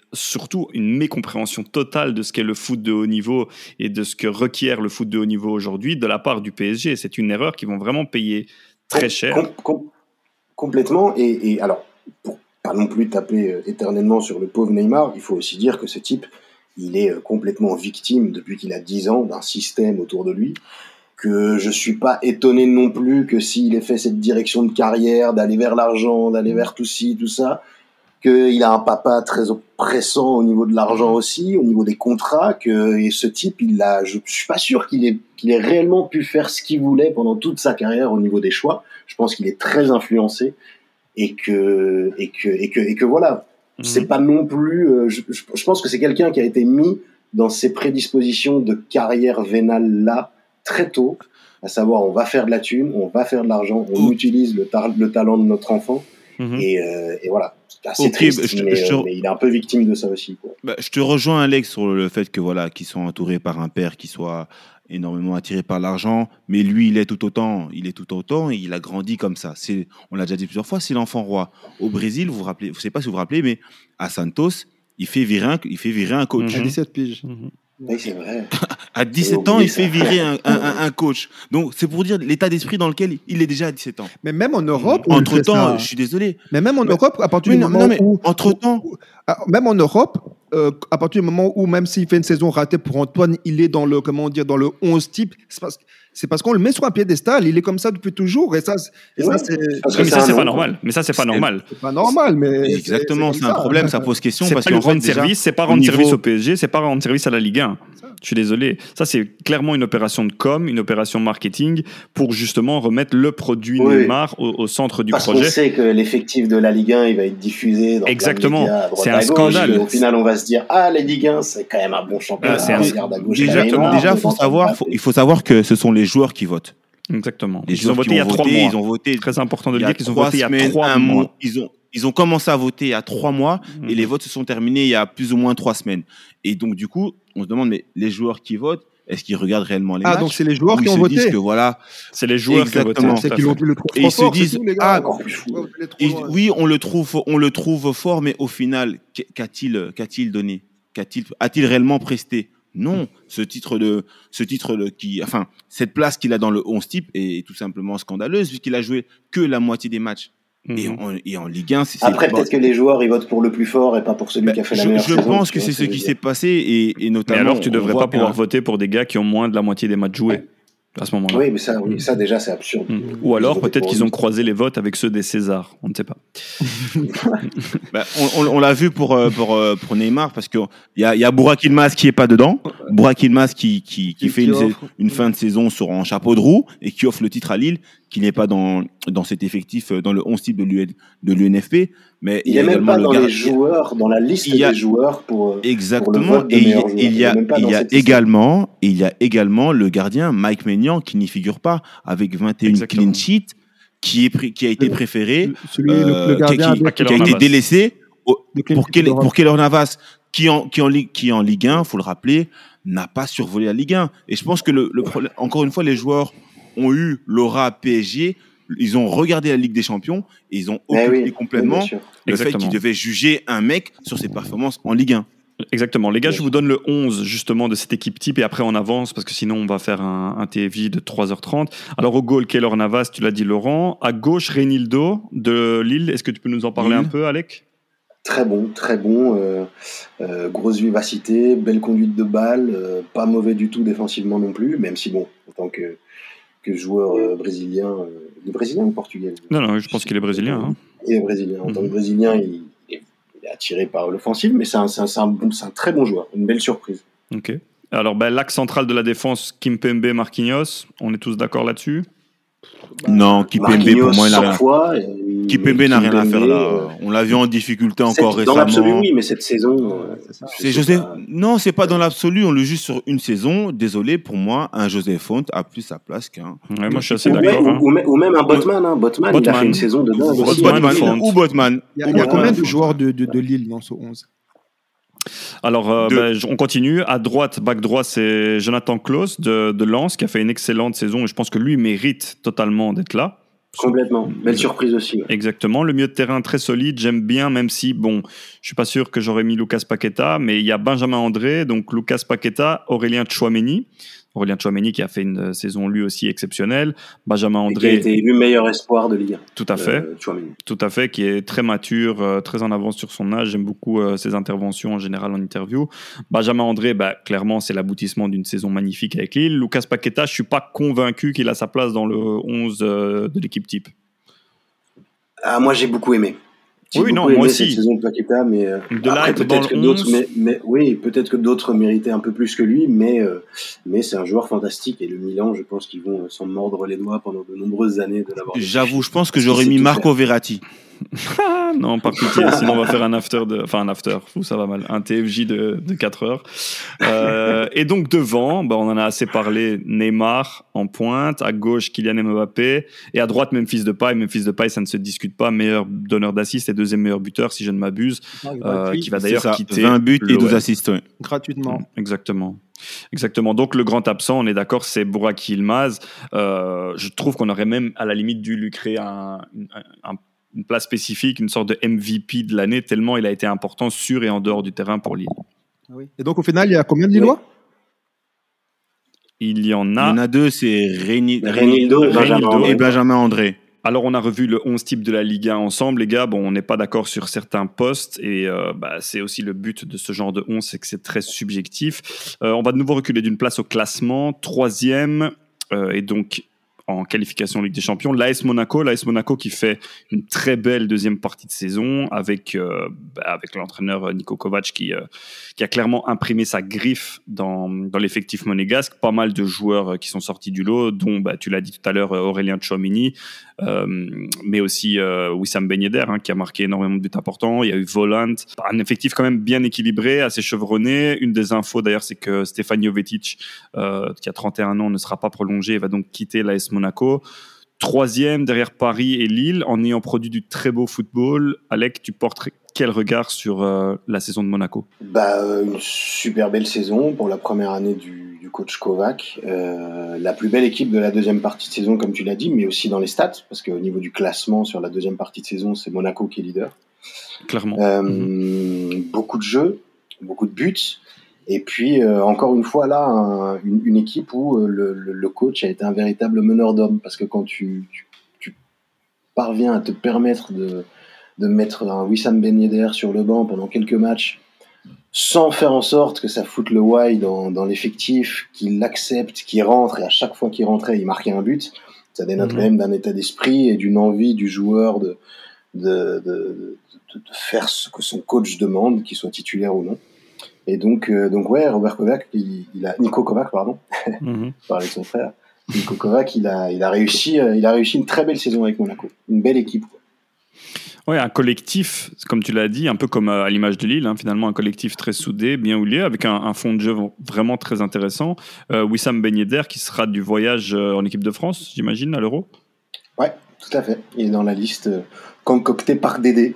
surtout une mécompréhension totale de ce qu'est le foot de haut niveau et de ce que requiert le foot de haut niveau aujourd'hui de la part du P S G. C'est une erreur qu'ils vont vraiment payer très cher. Com- com- complètement. Et, et alors, pour pas non plus taper euh, éternellement sur le pauvre Neymar, il faut aussi dire que ce type, il est euh, complètement victime depuis qu'il a dix ans d'un système autour de lui, que je suis pas étonné non plus que s'il ait fait cette direction de carrière, d'aller vers l'argent, d'aller vers tout ci, tout ça, qu'il a un papa très oppressant au niveau de l'argent aussi, au niveau des contrats, que et ce type, il a, je, je suis pas sûr qu'il ait, qu'il ait réellement pu faire ce qu'il voulait pendant toute sa carrière au niveau des choix. Je pense qu'il est très influencé et que et que et que et que voilà, mmh. c'est pas non plus. Euh, je, je, je pense que c'est quelqu'un qui a été mis dans ces prédispositions de carrière vénale là très tôt, à savoir on va faire de la thune, on va faire de l'argent, on mmh. utilise le, tar- le talent de notre enfant. Mmh. Et, euh, et voilà, c'est assez okay, triste, je, mais, je, euh, mais il est un peu victime de ça aussi, quoi. Bah, je te rejoins, Alex, sur le fait que voilà, qu'ils sont entourés par un père qui soit énormément attiré par l'argent, mais lui, il est tout autant, il est tout autant, et il a grandi comme ça. C'est, on l'a déjà dit plusieurs fois, c'est l'enfant roi. Au Brésil, vous vous rappelez, je sais pas si vous vous rappelez, mais à Santos, il fait virer un, il fait virer un coach. À dix-sept piges. Mm-hmm. Oui, c'est vrai. À dix-sept ans, il fait virer un, un, un, un coach. Donc, c'est pour dire l'état d'esprit dans lequel il est déjà à dix-sept ans. Mais même en Europe... Entre-temps, je suis désolé. Mais même en mais, Europe, à partir du non, moment non, où... Entre-temps... Où, même en Europe, euh, à partir du moment où, même s'il fait une saison ratée pour Antoine, il est dans le, comment dire, dans le onze type, c'est parce, c'est parce qu'on le met sur un piédestal, il est comme ça depuis toujours. Et ça, et ouais, ça c'est... Mais ça, c'est pas normal. Mais ça, c'est pas normal. C'est pas normal, mais... Exactement, c'est, c'est, c'est un ça. problème, ça pose question. C'est parce pas le rendre déjà, service, c'est pas rendre niveau... service au P S G, c'est pas rendre service à la Ligue un. Je suis désolé. Ça, c'est clairement une opération de com, une opération marketing pour justement remettre le produit oui. Neymar au, au centre du Parce projet. Parce qu'on sait que l'effectif de la Ligue un, il va être diffusé dans Exactement. plein de médias à droite c'est à un gauche, scandale. Et au final, on va se dire, ah, la Ligue un, c'est quand même un bon championnat. Ah, c'est un... Regarde à gauche. Déjà, Neymar, déjà faut savoir, faut, il faut savoir que ce sont les joueurs qui votent. Exactement. Les ils ont voté il y a trois mois. Ils ont voté. Très important de le dire qu'ils ont voté il y a trois mois. mois. Ils ont Ils ont commencé à voter il y a trois mois mmh. et les votes se sont terminés il y a plus ou moins trois semaines. Et donc, du coup, on se demande, mais les joueurs qui votent, est-ce qu'ils regardent réellement les ah, matchs? Ah, donc c'est les joueurs qui ont voté. voté. Ils se disent que voilà. C'est les joueurs Exactement. qui ont voté. C'est qu'ils l'ont le trop et ils se fort, disent, tout, les gars, ah, encore et, oui, on le trouve, on le trouve fort, mais au final, qu'a-t-il, qu'a-t-il donné? Qu'a-t-il, a-t-il réellement presté? Non, ce titre de, ce titre de, qui, enfin, cette place qu'il a dans le onze type est tout simplement scandaleuse puisqu'il a joué que la moitié des matchs. Mmh. Et, en, et en Ligue un, c'est après c'est peut-être bon. que les joueurs ils votent pour le plus fort et pas pour celui bah, qui a fait je, la meilleure je saison. Je pense que c'est ce qui s'est passé et, et notamment. Mais alors, tu devrais pas pouvoir bien. voter pour des gars qui ont moins de la moitié des matchs joués. À ce moment-là. Oui, mais ça, oui, ça déjà, c'est absurde. Mmh. Ou alors, peut-être qu'ils ont croisé les votes avec ceux des Césars. On ne sait pas. bah, on, on, on l'a vu pour, pour, pour Neymar, parce qu'il y a, y a Burak Yilmaz qui n'est pas dedans. Burak Yilmaz qui, qui, qui fait une, une fin de saison sur un chapeau de roue et qui offre le titre à Lille, qui n'est pas dans, dans cet effectif, dans le onze type de l'U N F P. Mais il n'est même pas dans les joueurs, dans la liste a, des joueurs pour. Exactement. Pour le vote de et il y a, il y a, il y a également, il y a également le gardien Mike Maignan qui n'y figure pas avec vingt et un clean sheets, qui est qui a été préféré, celui, euh, le, le gardien qui, qui, qui a été délaissé au, pour Keylor pour Keylor Navas, qui en qui en qui en Ligue un, faut le rappeler, n'a pas survolé la Ligue un. Et je pense que le, le problème, encore une fois, les joueurs ont eu l'aura P S G. Ils ont regardé la Ligue des Champions et ils ont occupé oui, complètement oui, le Exactement. fait qu'ils devaient juger un mec sur ses performances en Ligue un. Exactement. Les gars, je vous donne le onze justement de cette équipe type et après on avance parce que sinon on va faire un, un T F J de trois heures trente. Alors au goal, Keylor Navas, tu l'as dit Laurent. À gauche, Reinildo de Lille. Est-ce que tu peux nous en parler Lille. un peu, Alec? Très bon, très bon. Euh, euh, grosse vivacité, belle conduite de balle, euh, pas mauvais du tout défensivement non plus, même si bon, en tant que que joueur euh, brésilien, euh, il est brésilien ou portugais? Non, non, je pense qu'il est brésilien. Hein. Il est brésilien. En mmh. tant que brésilien, il, il, est, il est attiré par l'offensive, mais c'est un, c'est, un, c'est, un bon, c'est un très bon joueur, une belle surprise. Ok. Alors, ben, l'axe central de la défense, Kimpembe, Marquinhos, on est tous d'accord là-dessus? Bah, non, Kimpembe, pour moi, il n'a rien. Fois, Kimpembe n'a rien à faire là. Euh, on l'a vu en difficulté encore récemment. Dans l'absolu, oui, mais cette saison. Euh, c'est ça. C'est José... pas... Non, c'est pas dans l'absolu. On le juge sur une saison. Désolé, pour moi, un José Font a plus sa place qu'un. Ouais, moi, je suis assez ou d'accord. Même, hein. ou, ou même un Botman. Hein. Botman, Botman, il a fait une saison de dingue. Botman, Botman ou Botman. Il y a, il y a combien de joueurs de, de, de Lille dans ce onze? Alors, euh, ben, on continue. À droite, back droit, c'est Jonathan Klaus de, de Lens qui a fait une excellente saison et je pense que lui mérite totalement d'être là. Complètement. Belle surprise aussi. Ouais. Exactement. Le milieu de terrain très solide. J'aime bien, même si, bon, je suis pas sûr que j'aurais mis Lucas Paqueta, mais il y a Benjamin André, donc Lucas Paqueta, Aurélien Tchouaméni. Aurélien Tchouaméni qui a fait une saison lui aussi exceptionnelle. Benjamin André. Et qui a été élu meilleur espoir de Ligue un. Tout à fait. Euh, tout à fait, qui est très mature, euh, très en avance sur son âge. J'aime beaucoup euh, ses interventions en général en interview. Benjamin André, bah, clairement, c'est l'aboutissement d'une saison magnifique avec Lille. Lucas Paqueta, je suis pas convaincu qu'il a sa place dans le onze euh, de l'équipe type. Ah, moi, j'ai beaucoup aimé. J'ai oui, beaucoup non, aimé moi cette aussi. saison de Paqueta, mais euh, de après, peut-être que d'autres, onze... mais, mais oui, peut-être que d'autres méritaient un peu plus que lui, mais euh, mais c'est un joueur fantastique et le Milan, je pense qu'ils vont s'en mordre les doigts pendant de nombreuses années de l'avoir. J'avoue, je pense que j'aurais mis Marco faire. Verratti. non, par pitié, sinon on va faire un after de, enfin un after, Ouh, ça va mal, un T F J de, de quatre heures. Euh, et donc devant, bah, on en a assez parlé, Neymar en pointe, à gauche Kylian Mbappé, et à droite Memphis Depay. Memphis Depay, ça ne se discute pas, meilleur donneur d'assists et deuxième meilleur buteur si je ne m'abuse, Ah, euh, qui va d'ailleurs quitter vingt buts et douze assists, oui. Gratuitement. Exactement. Exactement. Donc le grand absent, on est d'accord, c'est Burak Yilmaz. Euh, je trouve qu'on aurait même à la limite dû lui créer un, un, un une place spécifique, une sorte de M V P de l'année, tellement il a été important sur et en dehors du terrain pour Lille. Oui. Et donc au final, il y a combien de Lillois ? Il y en a... Il y en a deux, c'est Réni... Reynildo et Benjamin, et Benjamin André. Alors on a revu le onze type de la Ligue un ensemble, les gars. Bon, on n'est pas d'accord sur certains postes et euh, bah, c'est aussi le but de ce genre de onze, c'est que c'est très subjectif. Euh, on va de nouveau reculer d'une place au classement. Troisième, euh, et donc... en qualification Ligue des Champions, l'A S Monaco, l'A S Monaco qui fait une très belle deuxième partie de saison avec, euh, avec l'entraîneur Niko Kovac qui, euh, qui a clairement imprimé sa griffe dans, dans l'effectif monégasque. Pas mal de joueurs qui sont sortis du lot, dont, bah, tu l'as dit tout à l'heure, Aurélien Tchouaméni, euh, mais aussi euh, Wissam Ben Yedder hein, qui a marqué énormément de buts importants. Il y a eu Volant, un effectif quand même bien équilibré, assez chevronné. Une des infos d'ailleurs, c'est que Stefan Jovetic, euh, qui a trente et un ans, ne sera pas prolongé et va donc quitter l'A S Monaco. Monaco, troisième derrière Paris et Lille, en ayant produit du très beau football. Alec, tu portes quel regard sur euh, la saison de Monaco ? Bah, une super belle saison pour la première année du, du coach Kovac. Euh, la plus belle équipe de la deuxième partie de saison, comme tu l'as dit, mais aussi dans les stats, parce qu'au niveau du classement sur la deuxième partie de saison, c'est Monaco qui est leader. Clairement. Euh, mmh. Beaucoup de jeux, beaucoup de buts. Et puis, euh, encore une fois, là, un, une, une équipe où euh, le, le, le coach a été un véritable meneur d'hommes. Parce que quand tu, tu, tu parviens à te permettre de, de mettre un Wissam Ben Yedder sur le banc pendant quelques matchs, sans faire en sorte que ça foute le why dans, dans l'effectif, qu'il l'accepte, qu'il rentre, et à chaque fois qu'il rentrait, il marquait un but, ça dénote mmh. quand même d'un état d'esprit et d'une envie du joueur de, de, de, de, de faire ce que son coach demande, qu'il soit titulaire ou non. Et donc, euh, donc ouais, Robert Kovac, il, il a Niko Kovac, pardon, mm-hmm. par son frère. Niko Kovac, il a, il a réussi, euh, il a réussi une très belle saison avec Monaco, une belle équipe. Quoi. Ouais, un collectif, comme tu l'as dit, un peu comme à l'image de Lille, hein, finalement un collectif très soudé, bien huilé, avec un, un fond de jeu vraiment très intéressant. Euh, Wissam Ben Yedder, qui sera du voyage en équipe de France, j'imagine, à l'Euro. Ouais, tout à fait. Il est dans la liste euh, concoctée par Dédé.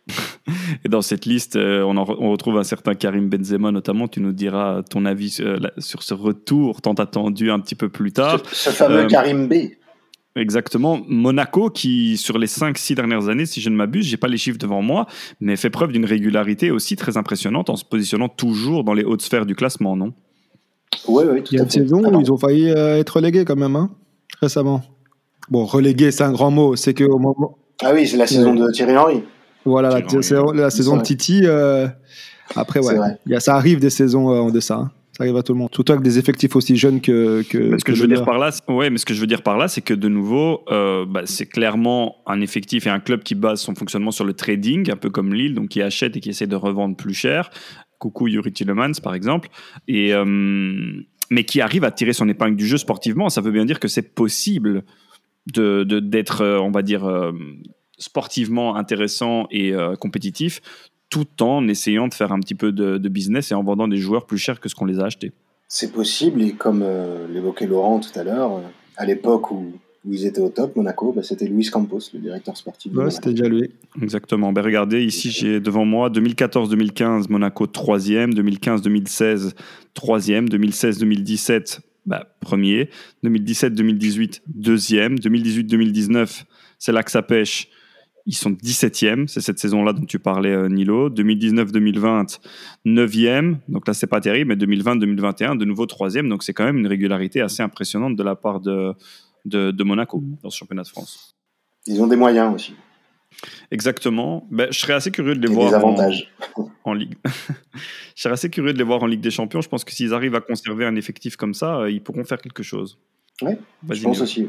Et dans cette liste, euh, on, en re- on retrouve un certain Karim Benzema notamment. Tu nous diras ton avis sur, euh, sur ce retour tant attendu un petit peu plus tard. Ce, ce fameux euh, Karim B. Exactement. Monaco qui, sur les cinq six dernières années, si je ne m'abuse, j'ai pas les chiffres devant moi, mais fait preuve d'une régularité aussi très impressionnante en se positionnant toujours dans les hautes sphères du classement, non ? Oui, oui, tout Il y a une saison où ils ont failli euh, être relégués quand même, hein, récemment. Bon, relégués, c'est un grand mot. C'est qu'au moment... Ah oui, c'est la saison de Thierry Henry. Voilà, la, t- c'est la saison de Titi. Euh, après, ouais, y a, ça arrive des saisons euh, en deçà. Hein. Ça arrive à tout le monde. Surtout avec des effectifs aussi jeunes que. que mais ce que, que je veux dire par là, ouais, mais ce que je veux dire par là, c'est que de nouveau, euh, bah, c'est clairement un effectif et un club qui base son fonctionnement sur le trading, un peu comme Lille, donc qui achète et qui essaie de revendre plus cher. Coucou Yuri Tillemans, par exemple. Et, euh, mais qui arrive à tirer son épingle du jeu sportivement. Ça veut bien dire que c'est possible de, de, d'être, euh, on va dire. Euh, sportivement intéressant et euh, compétitif, tout en essayant de faire un petit peu de, de business et en vendant des joueurs plus chers que ce qu'on les a achetés. C'est possible, et comme euh, l'évoquait Laurent tout à l'heure, euh, à l'époque où, où ils étaient au top, Monaco, bah, c'était Luis Campos, le directeur sportif de ouais, Monaco. C'était déjà lui. Exactement. Ben, regardez, ici, j'ai devant moi deux mille quatorze deux mille quinze, Monaco troisième, deux mille quinze deux mille seize troisième, deux mille seize deux mille dix-sept bah, premier. deux mille dix-sept deux mille dix-huit, deuxième. deux mille dix-huit deux mille dix-neuf, c'est là que ça pêche. Ils sont dix-septième. C'est cette saison-là dont tu parlais, euh, Nilo. deux mille dix-neuf deux mille vingt, neuvième. Donc là, c'est pas terrible. Mais deux mille vingt deux mille vingt et un, de nouveau troisième. Donc c'est quand même une régularité assez impressionnante de la part de, de, de Monaco dans ce championnat de France. Ils ont des moyens aussi. Exactement. Ben, je serais assez curieux de les Et voir des avantages. en, en Ligue. Je serais assez curieux de les voir en Ligue des Champions. Je pense que s'ils arrivent à conserver un effectif comme ça, euh, ils pourront faire quelque chose. Ouais, Vas-y, je pense Nilo. aussi.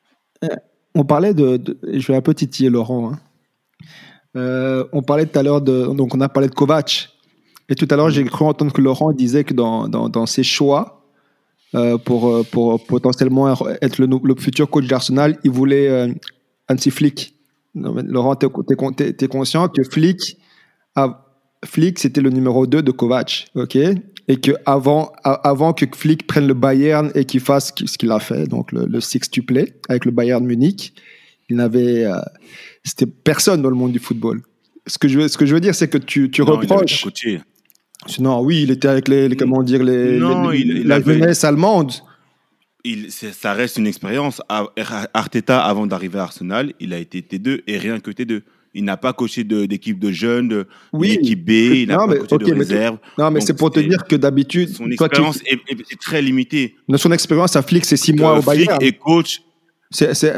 On parlait de, de- je vais un peu titiller Laurent, hein. Euh, on parlait tout à l'heure de, donc on a parlé de Kovac. Et tout à l'heure, j'ai cru entendre que Laurent disait que dans, dans, dans ses choix euh, pour, euh, pour potentiellement être le, nou- le futur coach d'Arsenal, il voulait euh, Hansi Flick. Non, mais Laurent, t'es, t'es, t'es- t'es conscient que Flick, a- Flick, c'était le numéro deux de Kovac, ok? Et que avant, a- avant que Flick prenne le Bayern et qu'il fasse ce qu'il a fait, donc le, le sextuplé avec le Bayern Munich, il n'avait, euh, c'était personne dans le monde du football. Ce que je veux, ce que je veux dire, c'est que tu, tu Non, il avait reproches. déjà coaché. Non, oui, il était avec les, les- comment dire, les, Non, les- il- il la avait- jeunesse allemande. Il, c'est- ça reste une expérience. Ar- Arteta, avant d'arriver à Arsenal, il a été T deux et rien que T deux. Il n'a pas coaché de- d'équipe de jeunes, de, Oui. d'équipe B, il n'a Non, pas mais, coaché ok, de mais tu- réserve. Non, mais Donc, c'est pour te c'est- dire que d'habitude, Son toi, tu, expérience est, est- est très limitée. de son expérience à Flick, c'est six mois Euh, au Flick Bayern. est coach. C'est, c'est,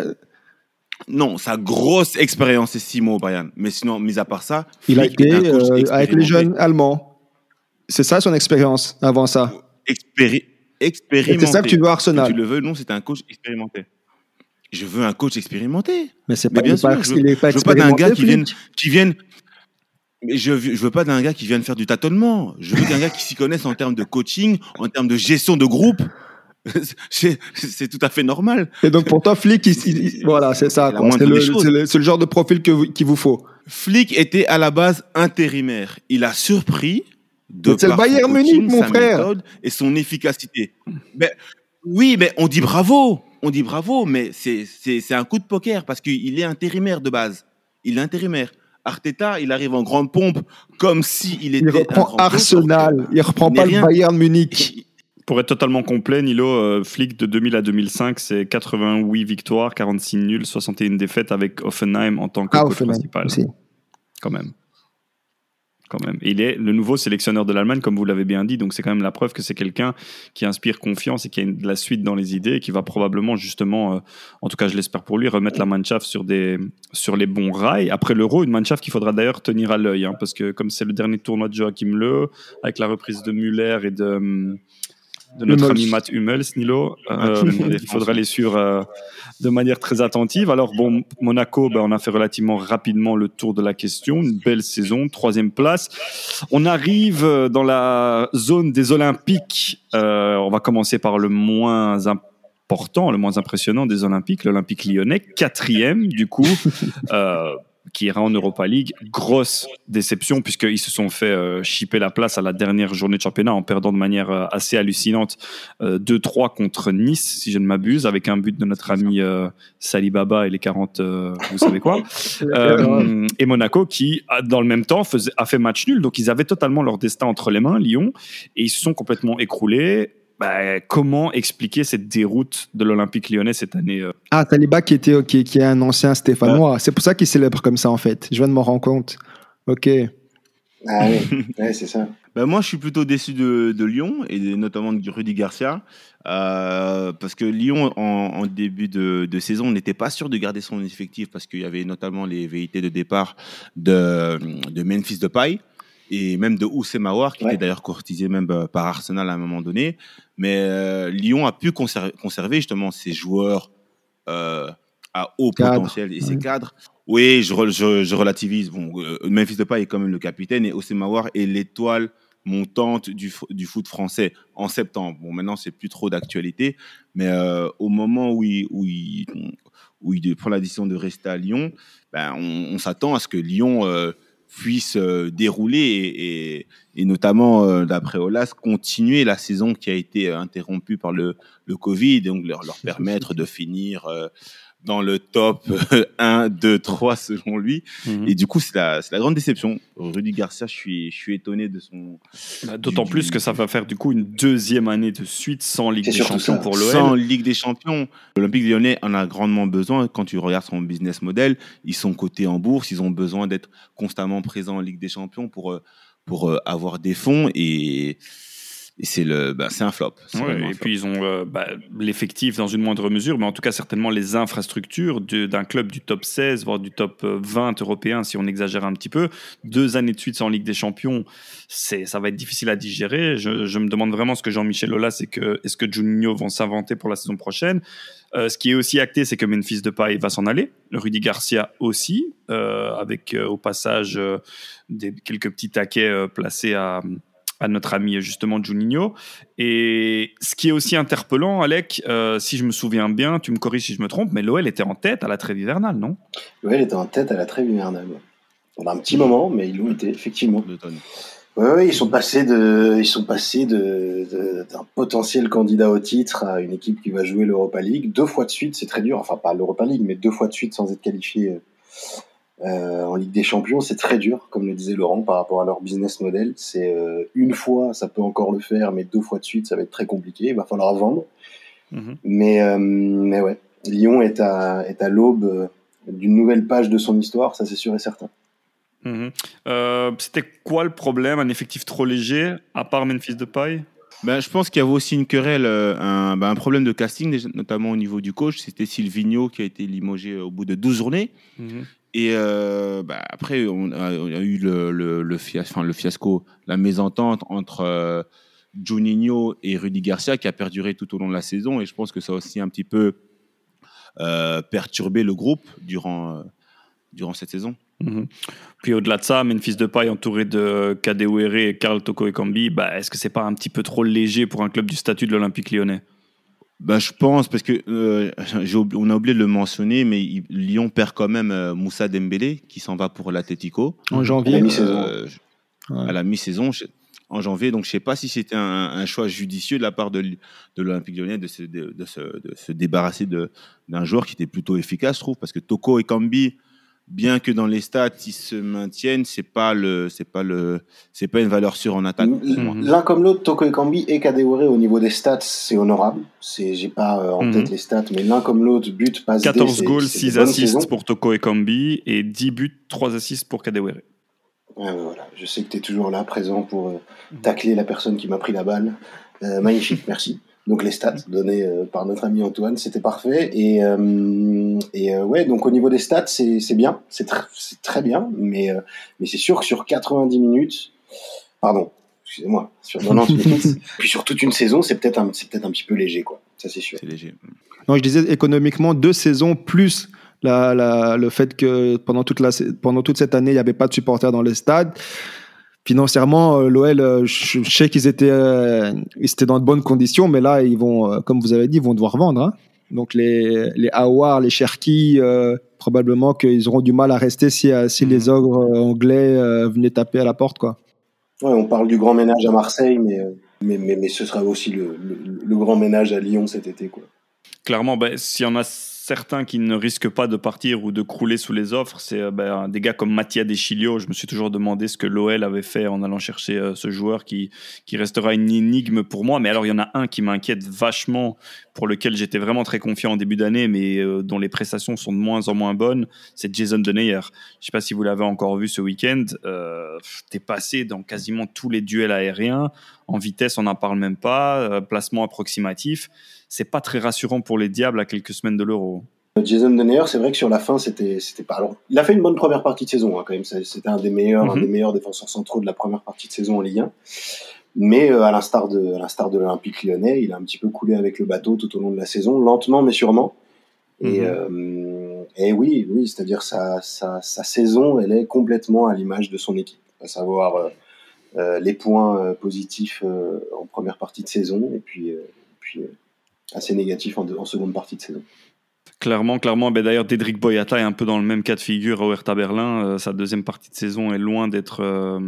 Non, sa grosse expérience, c'est six mois au Bayern. Mais sinon, mis à part ça, il a Flick est été un coach euh, avec les expérimenté. jeunes allemands. C'est ça son expérience avant ça. Expéri- Et expérimenté. c'est ça que tu veux à Arsenal. Que tu le veux, non, c'est un coach expérimenté. Je veux un coach expérimenté. Mais c'est Mais pas, bien il est pas, sûr, je veux- il est pas je veux pas d'un expérimenté, gars qui vienne, Flick. qui vienne. Mais je, veux- je veux pas d'un gars qui vienne faire du tâtonnement. Je veux qu'un gars qui s'y connaisse en termes de coaching, en termes de gestion de groupe. c'est, c'est tout à fait normal. Et donc pour toi, Flick, il- il- il- voilà, c'est ça. C'est la quoi. moindre C'est, le, des choses. c'est, le, c'est le genre de profil que, vous- qu'il vous faut. Flick était à la base intérimaire. Il a surpris de Mais c'est le par son Bayern coaching, Munich, mon sa frère. méthode et son efficacité. Mais, oui, mais on dit bravo. On dit bravo, mais c'est, c'est, c'est un coup de poker parce qu'il est intérimaire de base. Il est intérimaire. Arteta, il arrive en grande pompe comme s'il était Il un reprend grand coach, Arsenal. alors que Il reprend il pas n'est le rien. Bayern Munich. Pour être totalement complet, Nilo, euh, Flick de deux mille à deux mille cinq, c'est quatre-vingt-huit victoires, quarante-six nuls, soixante et une défaites avec Hoffenheim en tant que Ah, coach Hoffenheim principal. aussi. Quand même. Quand même. Et il est le nouveau sélectionneur de l'Allemagne, comme vous l'avez bien dit. Donc c'est quand même la preuve que c'est quelqu'un qui inspire confiance et qui a une- de la suite dans les idées et qui va probablement justement, euh, en tout cas je l'espère pour lui, remettre la Mannschaft sur, des, sur les bons rails. Après l'Euro, une Mannschaft qu'il faudra d'ailleurs tenir à l'œil, hein, parce que comme c'est le dernier tournoi de Joachim Löw, avec la reprise de Müller et de, hum, de notre Hummels. ami Matt Hummels, Nilo, euh, il faudra les suivre euh, de manière très attentive. Alors bon, Monaco, ben, on a fait relativement rapidement le tour de la question. Une belle saison, troisième place. On arrive euh, dans la zone des Olympiques. Euh, on va commencer par le moins important, le moins impressionnant des Olympiques, l'Olympique lyonnais, quatrième du coup, euh, qui ira en Europa League. Grosse déception puisqu'ils se sont fait euh, chipper la place à la dernière journée de championnat en perdant de manière euh, assez hallucinante euh, deux trois contre Nice, si je ne m'abuse, avec un but de notre ami euh, Sali Baba et les quarante, euh, vous savez quoi. Euh, et Monaco qui, a- dans le même temps, faisait, a fait match nul. Donc ils avaient totalement leur destin entre les mains, Lyon, et ils se sont complètement écroulés. Bah, comment expliquer cette déroute de l'Olympique lyonnais cette année euh Ah, Taliba qui, était, qui, qui est un ancien Stéphanois. C'est pour ça qu'il célèbre comme ça, en fait. Je viens de m'en rendre compte. Ok. Ah oui, ouais, c'est ça. Ben moi, je suis plutôt déçu de, de Lyon et de- notamment de Rudy Garcia euh, parce que Lyon, en, en début de, de saison, n'était pas sûr de garder son effectif parce qu'il y avait notamment les velléités de départ de, de Memphis Depay et même de Houssem Aouar, qui Ouais. était d'ailleurs courtisé même euh, par Arsenal à un moment donné. Mais euh, Lyon a pu conserver, conserver justement ses joueurs euh, à haut Cadre. potentiel et ses Ouais. cadres. Oui, je, re- je, je relativise. Bon, euh, Memphis Depay est quand même le capitaine et Houssem Aouar est l'étoile montante du, f- du foot français en septembre. Bon, maintenant, c'est plus trop d'actualité, mais euh, au moment où il, où, il, où il prend la décision de rester à Lyon, ben, on, on s'attend à ce que Lyon euh, puisse euh, dérouler et, et, et notamment, euh, d'après Olas, continuer la saison qui a été euh, interrompue par le, le Covid, donc leur, leur permettre de finir... euh, dans le top un, deux, trois selon lui. Mm-hmm. Et du coup, c'est la, c'est la grande déception. Rudy Garcia, je suis, je suis étonné de son... Bah, d'autant du, plus du... que ça va faire du coup une deuxième année de suite sans Ligue c'est des Champions ça. pour l'O L. Sans Ligue des Champions. L'Olympique Lyonnais en a grandement besoin. Quand tu regardes son business model, ils sont cotés en bourse, ils ont besoin d'être constamment présents en Ligue des Champions pour, pour avoir des fonds et... Et c'est, le, bah, c'est un flop. C'est ouais, et un flop. puis ils ont euh, bah, l'effectif dans une moindre mesure, mais en tout cas certainement les infrastructures de, d'un club du top seize, voire du top vingt européen, si on exagère un petit peu. Deux années de suite sans Ligue des Champions, c'est, ça va être difficile à digérer. Je, je me demande vraiment ce que Jean-Michel Aulas, c'est que est-ce que Juninho vont s'inventer pour la saison prochaine. Euh, ce qui est aussi acté, c'est que Memphis Depay va s'en aller, Rudy Garcia aussi, euh, avec euh, au passage euh, des, quelques petits taquets euh, placés à... à notre ami justement Juninho. Et ce qui est aussi interpellant, Alec, euh, si je me souviens bien, tu me corriges si je me trompe, mais l'O L était en tête à la trêve hivernale, non ? L'O L était en tête à la trêve hivernale. Pendant un petit moment, mais ils l'ont été, effectivement. Oui, ouais, ils sont passés, de, ils sont passés de, de, d'un potentiel candidat au titre à une équipe qui va jouer l'Europa League. Deux fois de suite, c'est très dur. Enfin, pas l'Europa League, mais deux fois de suite sans être qualifié Euh, en Ligue des Champions, c'est très dur, comme le disait Laurent, par rapport à leur business model. C'est euh, une fois, ça peut encore le faire, mais deux fois de suite, ça va être très compliqué. Il va falloir vendre. Mm-hmm. Mais, euh, mais ouais, Lyon est à, est à l'aube d'une nouvelle page de son histoire, ça c'est sûr et certain. Mm-hmm. Euh, c'était quoi le problème ? Un effectif trop léger, à part Memphis Depay ? Ben, je pense qu'il y avait aussi une querelle, un, ben, un problème de casting, notamment au niveau du coach. C'était Silvinho qui a été limogé au bout de douze journées. Mm-hmm. Et euh, bah, après, on a, on a eu le, le, le, fiasco, enfin, le fiasco, la mésentente entre euh, Juninho et Rudy Garcia qui a perduré tout au long de la saison. Et je pense que ça a aussi un petit peu euh, perturbé le groupe durant, euh, durant cette saison. Mm-hmm. Puis au-delà de ça, Memphis Depay entouré de Kadewere et Karl Toko Ekambi, bah, est-ce que c'est pas un petit peu trop léger pour un club du statut de l'Olympique Lyonnais ? Ben, je pense, parce que euh, j'ai, on a oublié de le mentionner, mais il, Lyon perd quand même euh, Moussa Dembélé, qui s'en va pour l'Atlético. En janvier. À la mi-saison. Euh, ouais. À la mi-saison, en janvier. Donc, je ne sais pas si c'était un, un choix judicieux de la part de, de l'Olympique Lyonnais de se, de, de, se, de se débarrasser de, d'un joueur qui était plutôt efficace, je trouve, parce que Toko Ekambi, bien que dans les stats ils se maintiennent, c'est pas le, c'est pas le, c'est pas une valeur sûre en attaque. Mmh. L'un comme l'autre, Toko Ekambi et Kadewere au niveau des stats, c'est honorable. C'est, j'ai pas euh, en mmh. tête les stats, mais l'un comme l'autre, but, passe, quatorze goals, six assists pour Toko Ekambi et dix buts, trois assists pour Kadewere. Ouais, voilà. Je sais que tu es toujours là, présent pour euh, tacler la personne qui m'a pris la balle. Euh, magnifique, merci. Donc les stats données euh, par notre ami Antoine, c'était parfait. Et, euh, et euh, ouais, donc au niveau des stats, c'est, c'est bien, c'est, tr- c'est très bien, mais, euh, mais c'est sûr que sur quatre-vingt-dix minutes, pardon, excusez-moi, sur quatre-vingt-dix minutes, puis sur toute une saison, c'est peut-être un, c'est peut-être un petit peu léger, quoi. Ça c'est sûr. C'est léger. Non, je disais économiquement deux saisons plus la, la, le fait que pendant toute la, pendant toute cette année, il n'y avait pas de supporters dans le stade. Financièrement, l'O L, je sais qu'ils étaient, euh, ils étaient dans de bonnes conditions, mais là, ils vont, comme vous avez dit, ils vont devoir vendre. Hein. Donc les, les Aouar, les Cherki, euh, probablement qu'ils auront du mal à rester si, si mmh. les ogres anglais euh, venaient taper à la porte, quoi. Ouais, on parle du grand ménage à Marseille, mais, mais, mais, mais ce sera aussi le, le, le grand ménage à Lyon cet été, quoi. Clairement, ben, s'il y en a certains qui ne risquent pas de partir ou de crouler sous les offres, c'est ben, des gars comme Mattia Deschilio. Je me suis toujours demandé ce que l'O L avait fait en allant chercher euh, ce joueur qui, qui restera une énigme pour moi. Mais alors, il y en a un qui m'inquiète vachement, pour lequel j'étais vraiment très confiant en début d'année, mais euh, dont les prestations sont de moins en moins bonnes, c'est Jason Denayer. Je ne sais pas si vous l'avez encore vu ce week-end. Euh, t'es passé dans quasiment tous les duels aériens. En vitesse, on n'en parle même pas. Euh, placement approximatif. C'est pas très rassurant pour les Diables à quelques semaines de l'Euro. Jason Denayer, c'est vrai que sur la fin, c'était, c'était pas. Alors, il a fait une bonne première partie de saison, hein, quand même. C'était un des meilleurs, mm-hmm. un des meilleurs défenseurs centraux de la première partie de saison en Ligue un. Mais euh, à l'instar de, à l'instar de l'Olympique Lyonnais, il a un petit peu coulé avec le bateau tout au long de la saison, lentement mais sûrement. Et, mm-hmm. euh, et oui, oui, c'est-à-dire sa, sa, sa saison, elle est complètement à l'image de son équipe, à savoir euh, euh, les points euh, positifs euh, en première partie de saison et puis, euh, puis euh, assez négatifs en, de, en seconde partie de saison. Clairement, clairement. Ben d'ailleurs, Dedrick Boyata est un peu dans le même cas de figure au Hertha Berlin. Euh, sa deuxième partie de saison est loin d'être euh,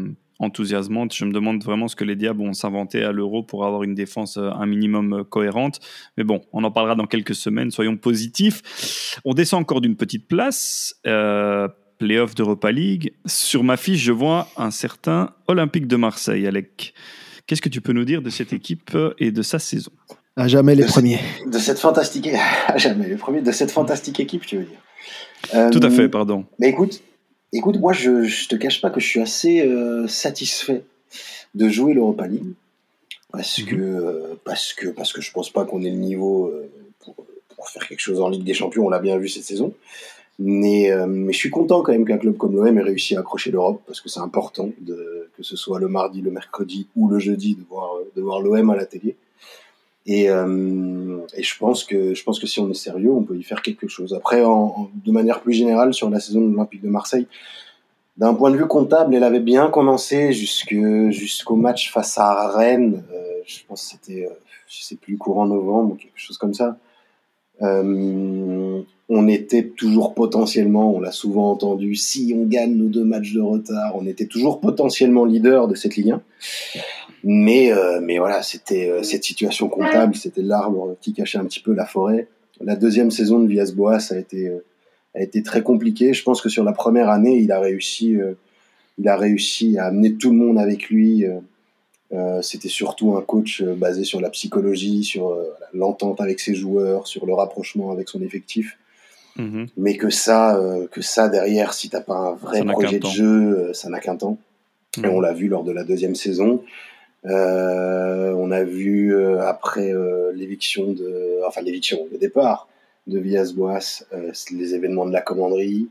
enthousiasmante. Je me demande vraiment ce que les Diables vont s'inventer à l'Euro pour avoir une défense euh, un minimum euh, cohérente. Mais bon, on en parlera dans quelques semaines, soyons positifs. On descend encore d'une petite place, euh, play-off d'Europa League. Sur ma fiche, je vois un certain Olympique de Marseille, Alec. Qu'est-ce que tu peux nous dire de cette équipe et de sa saison ? À jamais les de premiers. Cette, de cette fantastique, à jamais les premiers, de cette fantastique équipe, tu veux dire. Euh, Tout à fait, pardon. Mais écoute, écoute, moi, je, je te cache pas que je suis assez euh, satisfait de jouer l'Europa League parce mm-hmm. que euh, parce que parce que je pense pas qu'on ait le niveau euh, pour, pour faire quelque chose en Ligue des Champions. On l'a bien vu cette saison. Mais, euh, mais je suis content quand même qu'un club comme l'O M ait réussi à accrocher l'Europe parce que c'est important de, que ce soit le mardi, le mercredi ou le jeudi de voir, de voir l'O M à la télé. Et, euh, et je pense que je pense que si on est sérieux, on peut y faire quelque chose. Après, en, en, de manière plus générale, sur la saison de l'Olympique de Marseille, d'un point de vue comptable, elle avait bien commencé jusque, jusqu'au match face à Rennes. Euh, je pense que c'était, euh, je sais plus, courant novembre ou quelque chose comme ça. Euh, on était toujours potentiellement, on l'a souvent entendu, si on gagne nos deux matchs de retard, on était toujours potentiellement leader de cette Ligue un. Mais, euh, mais voilà, c'était euh, cette situation comptable, c'était l'arbre qui cachait un petit peu la forêt. La deuxième saison de Villas-Boas a été, euh, a été très compliquée. Je pense que sur la première année, il a réussi, euh, il a réussi à amener tout le monde avec lui. Euh, euh, c'était surtout un coach euh, basé sur la psychologie, sur euh, l'entente avec ses joueurs, sur le rapprochement avec son effectif. Mmh. Mais que ça, euh, que ça derrière, si t'as pas un vrai ça projet de jeu, euh, ça n'a qu'un temps. Mmh. Et on l'a vu lors de la deuxième saison. Euh, on a vu euh, après euh, l'éviction de, enfin l'éviction, le départ de Villas-Boas, euh, les événements de la commanderie,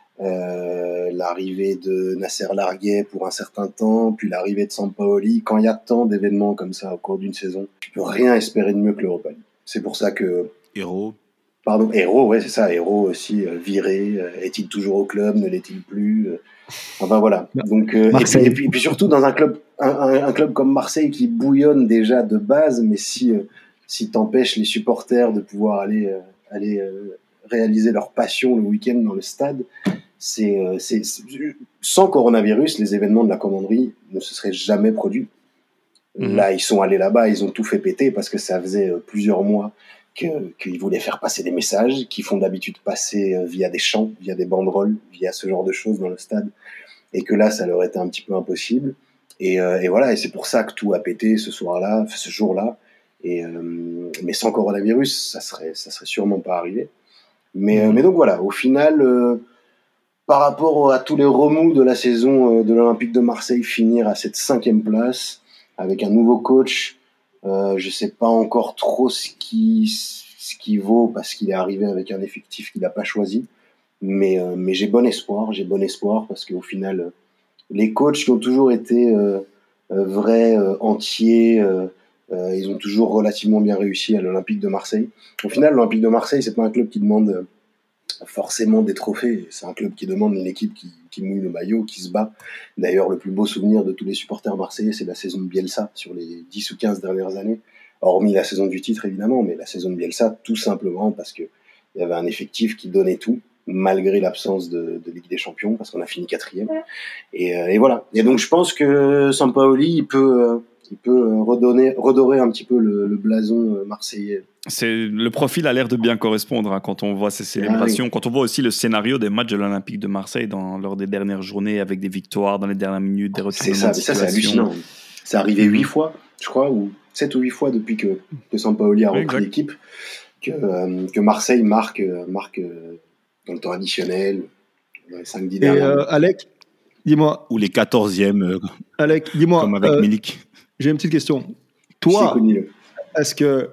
euh, l'arrivée de Nasser Larguet pour un certain temps, puis l'arrivée de Sampaoli. Quand il y a tant d'événements comme ça au cours d'une saison, tu peux rien espérer de mieux que l'Europa League. C'est pour ça que Héros. Pardon, Héros, ouais, c'est ça. Héros aussi euh, viré. Euh, est-il toujours au club? Ne l'est-il plus? euh, Enfin voilà. Donc euh, et, puis, et, puis, et puis surtout dans un club, un, un, un club comme Marseille qui bouillonne déjà de base, mais si euh, si t'empêches les supporters de pouvoir aller euh, aller euh, réaliser leur passion le week-end dans le stade, c'est, euh, c'est, c'est sans coronavirus, les événements de la commanderie ne se seraient jamais produits. Mmh. Là, ils sont allés là-bas, ils ont tout fait péter parce que ça faisait euh, plusieurs mois que qu'ils voulaient faire passer des messages, qu'ils font d'habitude passer euh, via des chants, via des banderoles, via ce genre de choses dans le stade, et que là, ça leur était un petit peu impossible. Et, euh, et voilà, et c'est pour ça que tout a pété ce soir-là, ce jour-là. Et euh, mais sans coronavirus, ça serait, ça serait sûrement pas arrivé. Mais, mmh. euh, mais donc voilà, au final, euh, par rapport à tous les remous de la saison euh, de l'Olympique de Marseille, finir à cette cinquième place avec un nouveau coach. Euh, je sais pas encore trop ce qui ce qui vaut parce qu'il est arrivé avec un effectif qu'il n'a pas choisi, mais euh, mais j'ai bon espoir, j'ai bon espoir parce qu'au final euh, les coachs qui ont toujours été euh, euh, vrais, euh, entiers, euh, euh, ils ont toujours relativement bien réussi à l'Olympique de Marseille. Au final, l'Olympique de Marseille, c'est pas un club qui demande euh, forcément des trophées, c'est un club qui demande une équipe qui, qui mouille le maillot, qui se bat. D'ailleurs, le plus beau souvenir de tous les supporters marseillais, c'est la saison de Bielsa sur les dix ou quinze dernières années, hormis la saison du titre évidemment, mais la saison de Bielsa tout simplement parce qu'il y avait un effectif qui donnait tout, malgré l'absence de, de Ligue des Champions, parce qu'on a fini quatrième. Et, euh, et voilà. Et donc je pense que Sampaoli, il peut, euh, il peut redonner, redorer un petit peu le, le blason marseillais. C'est, le profil a l'air de bien correspondre hein, quand on voit ces célébrations, ah oui. Quand on voit aussi le scénario des matchs de l'Olympique de Marseille dans, lors des dernières journées avec des victoires dans les dernières minutes, des retournements c'est ça, de ça c'est hallucinant. C'est arrivé huit mmh. fois, je crois, ou sept ou huit fois depuis que, que Sampaoli a repris oui, l'équipe, que, euh, que Marseille marque, marque euh, dans le temps additionnel, dans les cinq dix dernières. Et euh, Alec, dis-moi. Ou les quatorzièmes, euh, Alec, dis-moi. Comme avec euh, Milik. J'ai une petite question. Toi, est-ce que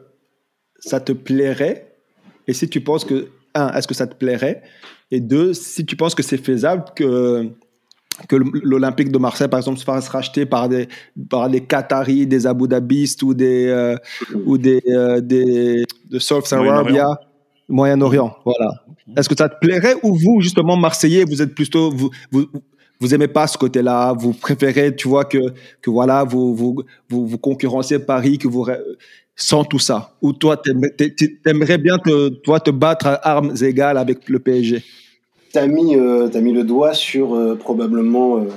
ça te plairait? Et si tu penses que, un, est-ce que ça te plairait? Et deux, si tu penses que c'est faisable que, que l'Olympique de Marseille, par exemple, se fasse racheter par des, par des Qataris, des Abu Dhabistes ou des, euh, ou des, euh, des de Saudi Arabia, Moyen-Orient. Voilà. Est-ce que ça te plairait ou vous, justement, Marseillais, vous êtes plutôt, vous, vous, vous aimez pas ce côté-là, vous préférez, tu vois, que, que voilà, vous, vous, vous, vous concurrencez Paris, que vous, sans tout ça? Ou toi, t'aimerais bien te, toi, te battre à armes égales avec le P S G? T'as mis, euh, t'as mis le doigt sur euh, probablement euh,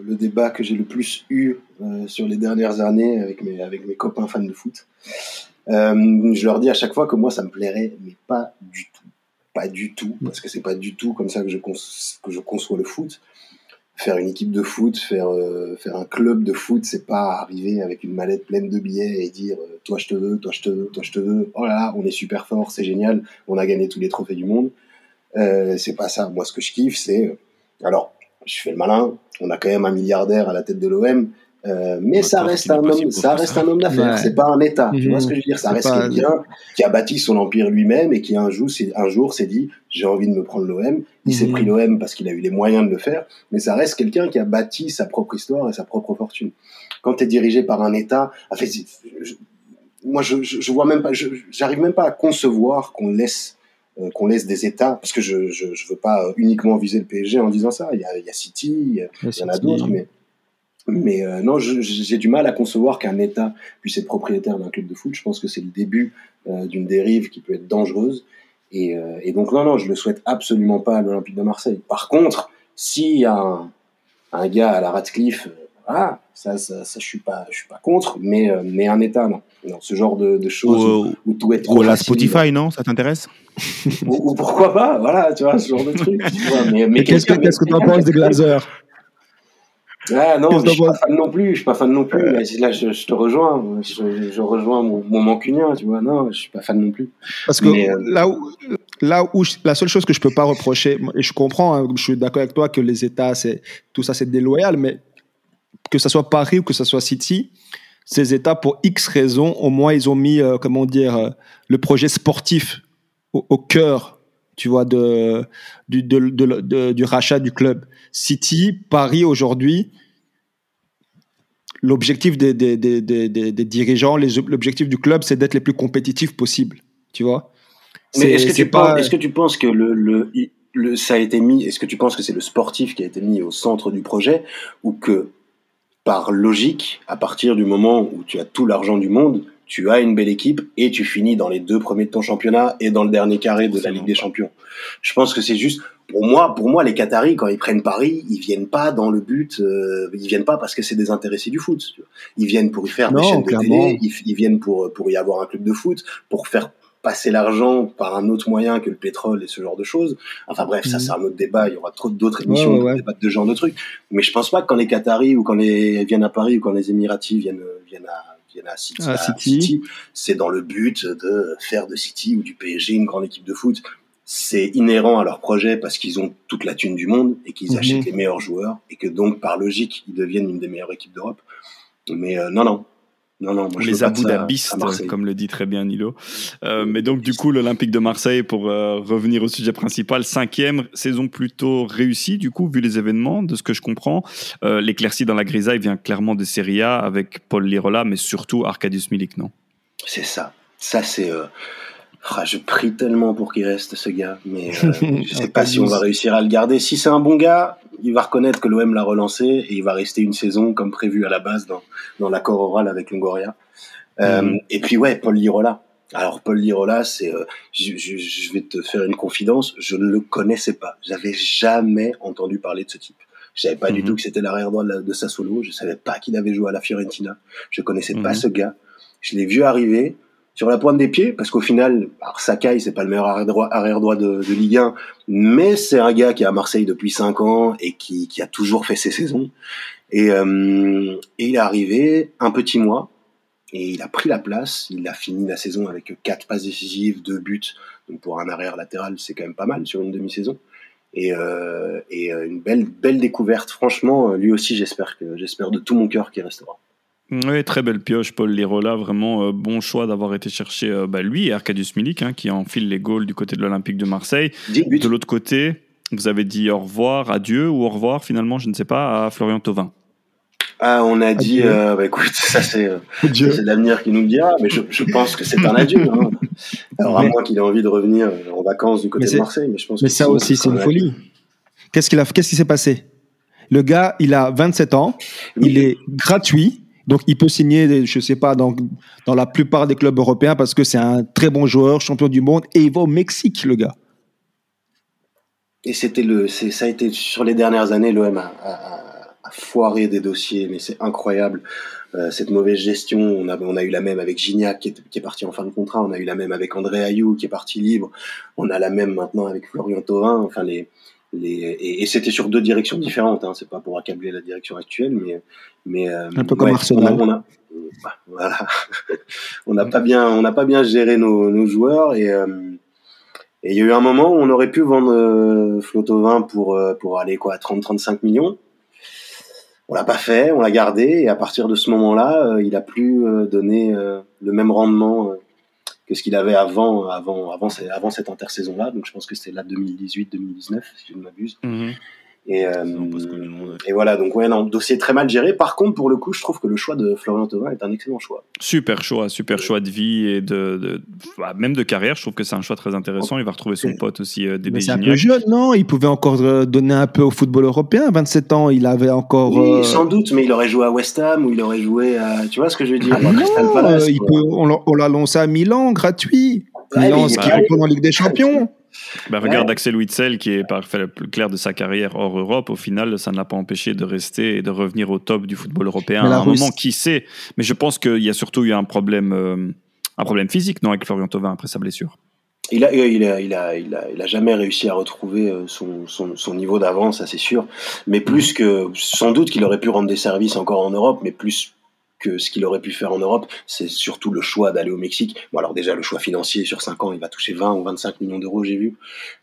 le débat que j'ai le plus eu euh, sur les dernières années avec mes, avec mes copains fans de foot. Euh, je leur dis à chaque fois que moi, ça me plairait, mais pas du tout. Pas du tout, parce que c'est pas du tout comme ça que je, conçois, que je conçois le foot. Faire une équipe de foot, faire, euh, faire un club de foot, c'est pas arriver avec une mallette pleine de billets et dire euh, toi je te veux, toi je te veux, toi je te veux. Oh là là, on est super fort, c'est génial, on a gagné tous les trophées du monde. Euh, c'est pas ça. Moi, ce que je kiffe, c'est... Alors, je fais le malin, on a quand même un milliardaire à la tête de l'O M, euh, mais ça reste, un homme, ça reste un homme d'affaires, Ouais. c'est pas un État. Mmh. Tu vois ce que je veux dire? Ça C'est reste pas... quelqu'un qui a bâti son empire lui-même et qui un jour, un jour s'est dit j'ai envie de me prendre l'O M. Il mmh. s'est pris l'O M parce qu'il a eu les moyens de le faire, mais ça reste quelqu'un qui a bâti sa propre histoire et sa propre fortune. Quand tu es dirigé par un État, en fait, je, moi je, je, je vois même pas, je, j'arrive même pas à concevoir qu'on laisse Euh, qu'on laisse des États, parce que je je je veux pas uniquement viser le P S G en disant ça. Il y a il y a City, il y, a, il y en a d'autres, mais mais euh, non, je, j'ai du mal à concevoir qu'un État puisse être propriétaire d'un club de foot. Je pense que c'est le début euh, d'une dérive qui peut être dangereuse. Et, euh, et donc non non, je le souhaite absolument pas à l'Olympique de Marseille. Par contre, s'il y a un, un gars à la Radcliffe, euh, ah ça, ça ça je suis pas je suis pas contre, mais euh, mais un État non. Non, ce genre de, de choses ou, où, où tout est trop ou la facile. Spotify, non? Ça t'intéresse? ou, ou pourquoi pas, voilà, tu vois, ce genre de truc. Tu vois, mais, mais qu'est-ce que qu'est-ce que tu en penses des Glazers? Ah non, mais je suis pas fan non plus, je suis pas fan non plus. Là, là je, je te rejoins, je, je rejoins mon, mon mancunien, tu vois. Non, je suis pas fan non plus. Parce que mais, euh... là où, là où je, la seule chose que je peux pas reprocher, et je comprends, hein, je suis d'accord avec toi que les États, c'est tout ça, c'est déloyal, mais que ça soit Paris ou que ça soit City, ces États, pour X raisons, au moins ils ont mis, euh, comment dire, euh, le projet sportif au, au cœur, tu vois, de, du, de, de, de, du rachat du club. City, Paris aujourd'hui, l'objectif des, des, des, des, des, des dirigeants, les, l'objectif du club, c'est d'être les plus compétitifs possible, tu vois. Mais est-ce que, tu pas... penses, est-ce que tu penses que le, le, le, ça a été mis, est-ce que tu penses que c'est le sportif qui a été mis au centre du projet, ou que par logique, à partir du moment où tu as tout l'argent du monde, tu as une belle équipe et tu finis dans les deux premiers de ton championnat et dans le dernier carré de la Ligue des Champions. Je pense que c'est juste, pour moi, pour moi, les Qataris, quand ils prennent Paris, ils viennent pas dans le but, euh, ils viennent pas parce que c'est des intéressés du foot. Tu vois. Ils viennent pour y faire non, des chaînes clairement. de télé, ils, ils viennent pour, pour y avoir un club de foot, pour faire passer l'argent par un autre moyen que le pétrole et ce genre de choses. Enfin bref, mmh. ça c'est un autre débat, il y aura trop d'autres émissions ouais, ouais, pour ouais. débattre de ce genre de trucs. Mais je pense pas que quand les Qataris ou quand les viennent à Paris ou quand les Émiratis viennent viennent à viennent à City, ah, à City. City, c'est dans le but de faire de City ou du P S G une grande équipe de foot. C'est inhérent à leur projet parce qu'ils ont toute la thune du monde et qu'ils mmh. achètent les meilleurs joueurs et que donc par logique ils deviennent une des meilleures équipes d'Europe. Mais euh, non non. Non, non, moi, je les aboudabistes, comme le dit très bien Nilo. Euh, mais donc, du coup, l'Olympique de Marseille, pour euh, revenir au sujet principal, cinquième saison plutôt réussie, du coup, vu les événements, de ce que je comprends. Euh, l'éclaircie dans la grisaille vient clairement de Serie A avec Paul Lirola, mais surtout Arkadiusz Milik, non? C'est ça. Ça, c'est... Euh... Ah, je prie tellement pour qu'il reste, ce gars, mais euh, je sais pas si on va réussir à le garder. Si c'est un bon gars, il va reconnaître que l'O M l'a relancé et il va rester une saison comme prévu à la base dans, dans l'accord oral avec Longoria. Euh, mmh. Et puis ouais, Paul Lirola. Alors Paul Lirola, c'est, euh, je, je, je vais te faire une confidence, je ne le connaissais pas. J'avais jamais entendu parler de ce type. Je savais pas mmh. du tout que c'était l'arrière droit de, de Sassuolo. Je savais pas qu'il avait joué à la Fiorentina. Je connaissais mmh. pas ce gars. Je l'ai vu arriver sur la pointe des pieds, parce qu'au final, alors Sakai, c'est pas le meilleur arrière droit, arrière droit de, de Ligue un, mais c'est un gars qui est à Marseille depuis cinq ans et qui, qui a toujours fait ses saisons. Et, euh, et il est arrivé un petit mois et il a pris la place. Il a fini la saison avec quatre passes décisives, deux buts. Donc pour un arrière latéral, c'est quand même pas mal sur une demi-saison. Et, euh, et une belle, belle découverte. Franchement, lui aussi, j'espère que, j'espère de tout mon cœur qu'il restera. Oui, très belle pioche, Paul Lirola. Vraiment euh, bon choix d'avoir été chercher euh, bah, lui et Arkadiusz Milik, hein, qui enfile les goals du côté de l'Olympique de Marseille. De l'autre côté, vous avez dit au revoir, adieu ou au revoir, finalement, je ne sais pas, à Florian Thauvin. Ah, on a dit, euh, bah, écoute, ça c'est, euh, ça c'est l'avenir qui nous le dira, mais je, je pense que c'est un adieu. Hein. Alors, à moins qu'il ait envie de revenir en vacances du côté mais de Marseille, mais je pense mais que ça aussi, c'est une folie. Qu'est-ce qu'il a, qu'est-ce qui s'est passé? Le gars, il a vingt-sept ans, oui. Il est gratuit. Donc, il peut signer, je ne sais pas, dans, dans la plupart des clubs européens parce que c'est un très bon joueur, champion du monde, et il va au Mexique, le gars. Et c'était le, c'est, ça a été sur les dernières années, l'O M a, a, a foiré des dossiers, mais c'est incroyable. Euh, cette mauvaise gestion, on a, on a eu la même avec Gignac qui est, qui est parti en fin de contrat, on a eu la même avec André Ayew qui est parti libre, on a la même maintenant avec Florian Thauvin, enfin les, les, et, et c'était sur deux directions différentes, hein, c'est pas pour accabler la direction actuelle, mais, mais euh, un peu comme ouais, Arsenal. On a, on a, bah, voilà, on n'a pas bien, on n'a pas bien géré nos, nos joueurs et euh, et il y a eu un moment où on aurait pu vendre euh, Flo Thauvin pour euh, pour aller quoi, trente à trente-cinq millions. On l'a pas fait, on l'a gardé, et à partir de ce moment-là, euh, il a plus euh, donné euh, le même rendement euh, que ce qu'il avait avant, avant, avant, avant cette intersaison-là. Donc je pense que c'était là deux mille dix-huit deux mille dix-neuf, si je ne m'abuse. Mm-hmm. Et, euh, et voilà, donc ouais, non, dossier très mal géré. Par contre, pour le coup, je trouve que le choix de Florian Thauvin est un excellent choix. Super choix, super choix de vie et de, de bah, même de carrière. Je trouve que c'est un choix très intéressant. Il va retrouver son pote aussi, euh, Débé C'est un Gignac. peu jeune, non? Il pouvait encore euh, donner un peu au football européen. À vingt-sept ans, il avait encore. Oui, euh... sans doute, mais il aurait joué à West Ham ou il aurait joué à. Tu vois ce que je veux dire? Ah non, Crystal Palace, euh, il peut, on, l'a, on l'a lancé à Milan, gratuit. Ouais, Milan, ce qui retourne en Ligue des Champions. Bah, regarde ouais. Axel Witsel qui est parfait, le plus clair de sa carrière hors Europe. Au final, ça ne l'a pas empêché de rester et de revenir au top du football européen à un Russe... moment, qui sait. Mais je pense qu'il y a surtout eu un problème, euh, un problème physique, non, avec Florian Thauvin après sa blessure. Il a, il a, il a, il a, il a jamais réussi à retrouver son, son, son niveau d'avant, ça c'est sûr. Mais plus que, sans doute qu'il aurait pu rendre des services encore en Europe, mais plus que ce qu'il aurait pu faire en Europe, c'est surtout le choix d'aller au Mexique. Bon, alors déjà, le choix financier, sur cinq ans, il va toucher vingt ou vingt-cinq millions d'euros, j'ai vu.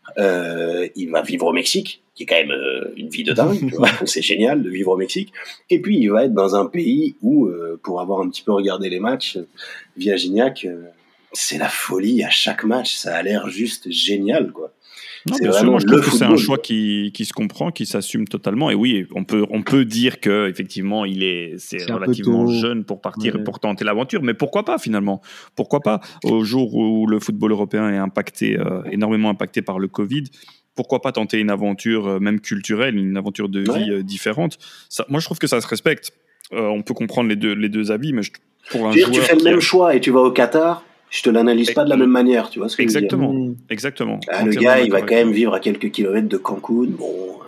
Euh, il va vivre au Mexique, qui est quand même euh, une vie de dingue. Tu vois. C'est génial de vivre au Mexique. Et puis, il va être dans un pays où, euh, pour avoir un petit peu regardé les matchs, via Gignac, euh, c'est la folie à chaque match. Ça a l'air juste génial, quoi. Non, c'est bien sûr, moi je trouve que football, c'est un choix qui, qui se comprend, qui s'assume totalement. Et oui, on peut, on peut dire que effectivement, il est, c'est, c'est relativement jeune pour partir ouais. et pour tenter l'aventure. Mais pourquoi pas finalement? Pourquoi pas au jour où le football européen est impacté, euh, énormément impacté par le Covid? Pourquoi pas tenter une aventure, euh, même culturelle, une aventure de vie ouais. euh, différente? Ça, moi, je trouve que ça se respecte. Euh, on peut comprendre les deux, les deux avis, mais je, pour un tu joueur, tu fais le même a... choix et tu vas au Qatar. Je te l'analyse pas de la même manière, tu vois ce que exactement, je veux dire. Exactement. Ah, le gars, il va quand même vivre à quelques kilomètres de Cancun. Bon,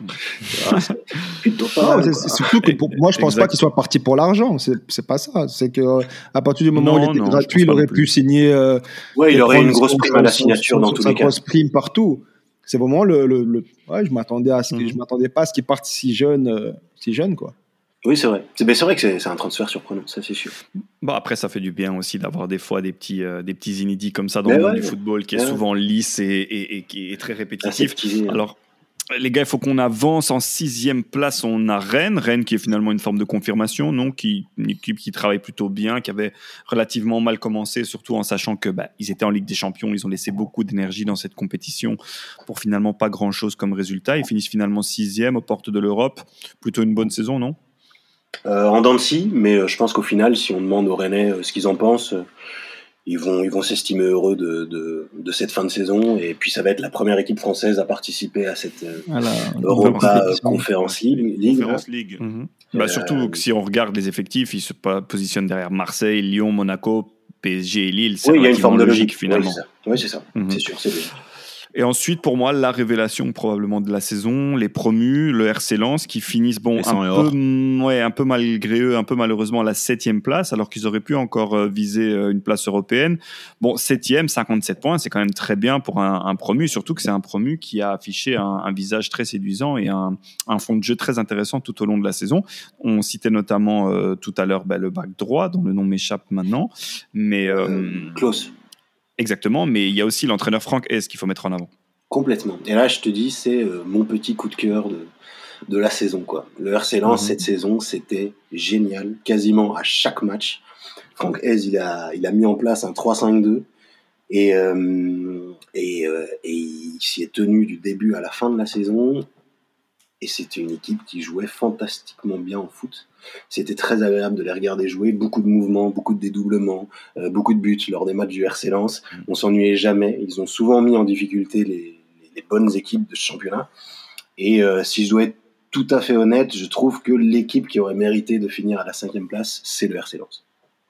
c'est plutôt pas. Non, c'est, c'est surtout que pour moi, je pense exact. pas qu'il soit parti pour l'argent. C'est, c'est pas ça. C'est que à partir du moment non, où il était non, gratuit, il aurait pu signer. Euh, ouais, il aurait une grosse prime à la signature dans tous les cas. Une grosse prime partout. C'est vraiment le. le, le... Ouais, je m'attendais à ce que mm-hmm. je m'attendais pas à ce qu'il parte si jeune, euh, si jeune, quoi. Oui, c'est vrai. C'est, c'est vrai que c'est, c'est un transfert surprenant, ça c'est sûr. Bon, après, ça fait du bien aussi d'avoir des fois des petits, euh, des petits inédits comme ça dans mais le monde ouais, du football qui est ouais. souvent lisse et, et, et qui est très répétitif. Ah, Alors, les gars, il faut qu'on avance. En sixième place, on a Rennes. Rennes qui est finalement une forme de confirmation, non, qui, une équipe qui travaille plutôt bien, qui avait relativement mal commencé, surtout en sachant que bah, ils étaient en Ligue des Champions. Ils ont laissé beaucoup d'énergie dans cette compétition pour finalement pas grand-chose comme résultat. Ils finissent finalement sixième aux portes de l'Europe. Plutôt une bonne saison, non? Euh, en dents de scie, mais euh, je pense qu'au final, si on demande aux Rennais euh, ce qu'ils en pensent, euh, ils vont, ils vont s'estimer heureux de, de, de cette fin de saison. Et puis, ça va être la première équipe française à participer à cette euh, voilà, Europa euh, Conference League. League, Conference League. Mm-hmm. Bah, euh, surtout que si on regarde les effectifs, ils se positionnent derrière Marseille, Lyon, Monaco, P S G et Lille. C'est oui, il y a une forme de logique, logique finalement. Oui, c'est ça. Oui, c'est, ça. Mm-hmm. C'est sûr, c'est logique. Et ensuite, pour moi, la révélation probablement de la saison, les promus, le R C Lens, qui finissent bon, un peu, ouais, un peu malgré eux, un peu malheureusement à la septième place, alors qu'ils auraient pu encore euh, viser euh, une place européenne. Bon, septième, cinquante-sept points, c'est quand même très bien pour un, un promu, surtout que c'est un promu qui a affiché un, un visage très séduisant et un, un fond de jeu très intéressant tout au long de la saison. On citait notamment euh, tout à l'heure bah, le back droit, dont le nom m'échappe maintenant, mais euh, euh, Klaus. Exactement, mais il y a aussi l'entraîneur Franck Hez qu'il faut mettre en avant. Complètement. Et là, je te dis, c'est euh, mon petit coup de cœur de, de la saison, quoi. Le R C Lens, mmh. cette saison, c'était génial. Quasiment à chaque match. Franck Hez, il a, il a mis en place un trois cinq deux et, euh, et, euh, et il s'y est tenu du début à la fin de la saison. Et c'était une équipe qui jouait fantastiquement bien en foot. C'était très agréable de les regarder jouer. Beaucoup de mouvements, beaucoup de dédoublements, euh, beaucoup de buts lors des matchs du R C Lens. On s'ennuyait jamais. Ils ont souvent mis en difficulté les, les bonnes équipes de ce championnat. Et euh, si je dois être tout à fait honnête, je trouve que l'équipe qui aurait mérité de finir à la cinquième place, c'est le R C Lens.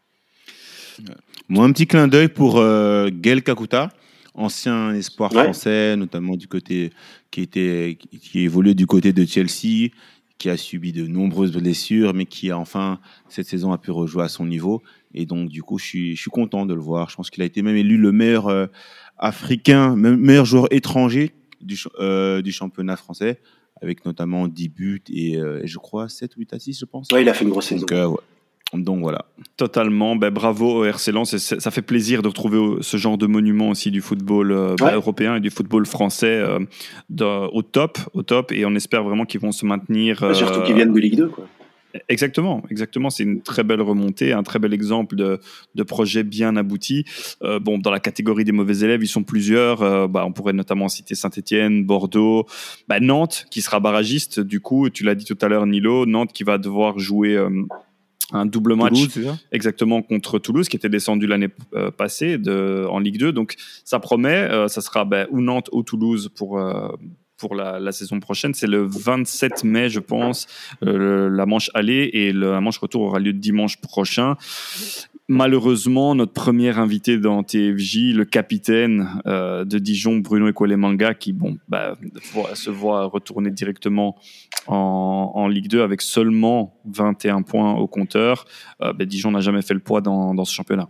Moi, un petit clin d'œil pour euh, Gaël Kakuta, ancien espoir ouais. français, notamment du côté qui était qui évoluait du côté de Chelsea, qui a subi de nombreuses blessures, mais qui a enfin, cette saison, a pu rejouer à son niveau. Et donc, du coup, je suis, je suis content de le voir. Je pense qu'il a été même élu le meilleur euh, africain, me- meilleur joueur étranger du, ch- euh, du championnat français, avec notamment dix buts et, euh, et je crois sept ou huit assists, je pense. Ouais, il a fait une grosse saison. Donc, euh, ouais. Donc voilà. Totalement. Ben, bravo au R C Lens. Et c'est- ça fait plaisir de retrouver euh, ce genre de monument aussi du football euh, ben, Ouais. européen et du football français euh, de- au top, au top. Et on espère vraiment qu'ils vont se maintenir. Ouais, surtout euh, qu'ils viennent de Ligue deux, quoi. Exactement, exactement. C'est une très belle remontée, un très bel exemple de, de projet bien abouti. Euh, bon, dans la catégorie des mauvais élèves, ils sont plusieurs. Euh, bah, on pourrait notamment citer Saint-Étienne, Bordeaux, bah, Nantes, qui sera barragiste. Du coup, tu l'as dit tout à l'heure, Nilo, Nantes qui va devoir jouer euh, un double match. Toulouse, c'est ça ? Exactement, contre Toulouse, qui était descendu l'année euh, passée de, en Ligue deux. Donc, ça promet. Euh, ça sera bah, ou Nantes ou Toulouse pour, euh, pour la, la saison prochaine. C'est le vingt-sept mai, je pense, euh, la manche aller, et le, la manche retour aura lieu dimanche prochain. Malheureusement, notre premier invité dans T F J, le capitaine euh, de Dijon, Bruno Ekolemanga, qui bon, bah, voit- se voit retourner directement en, en Ligue deux avec seulement vingt et un points au compteur. Euh, bah, Dijon n'a jamais fait le poids dans, dans ce championnat.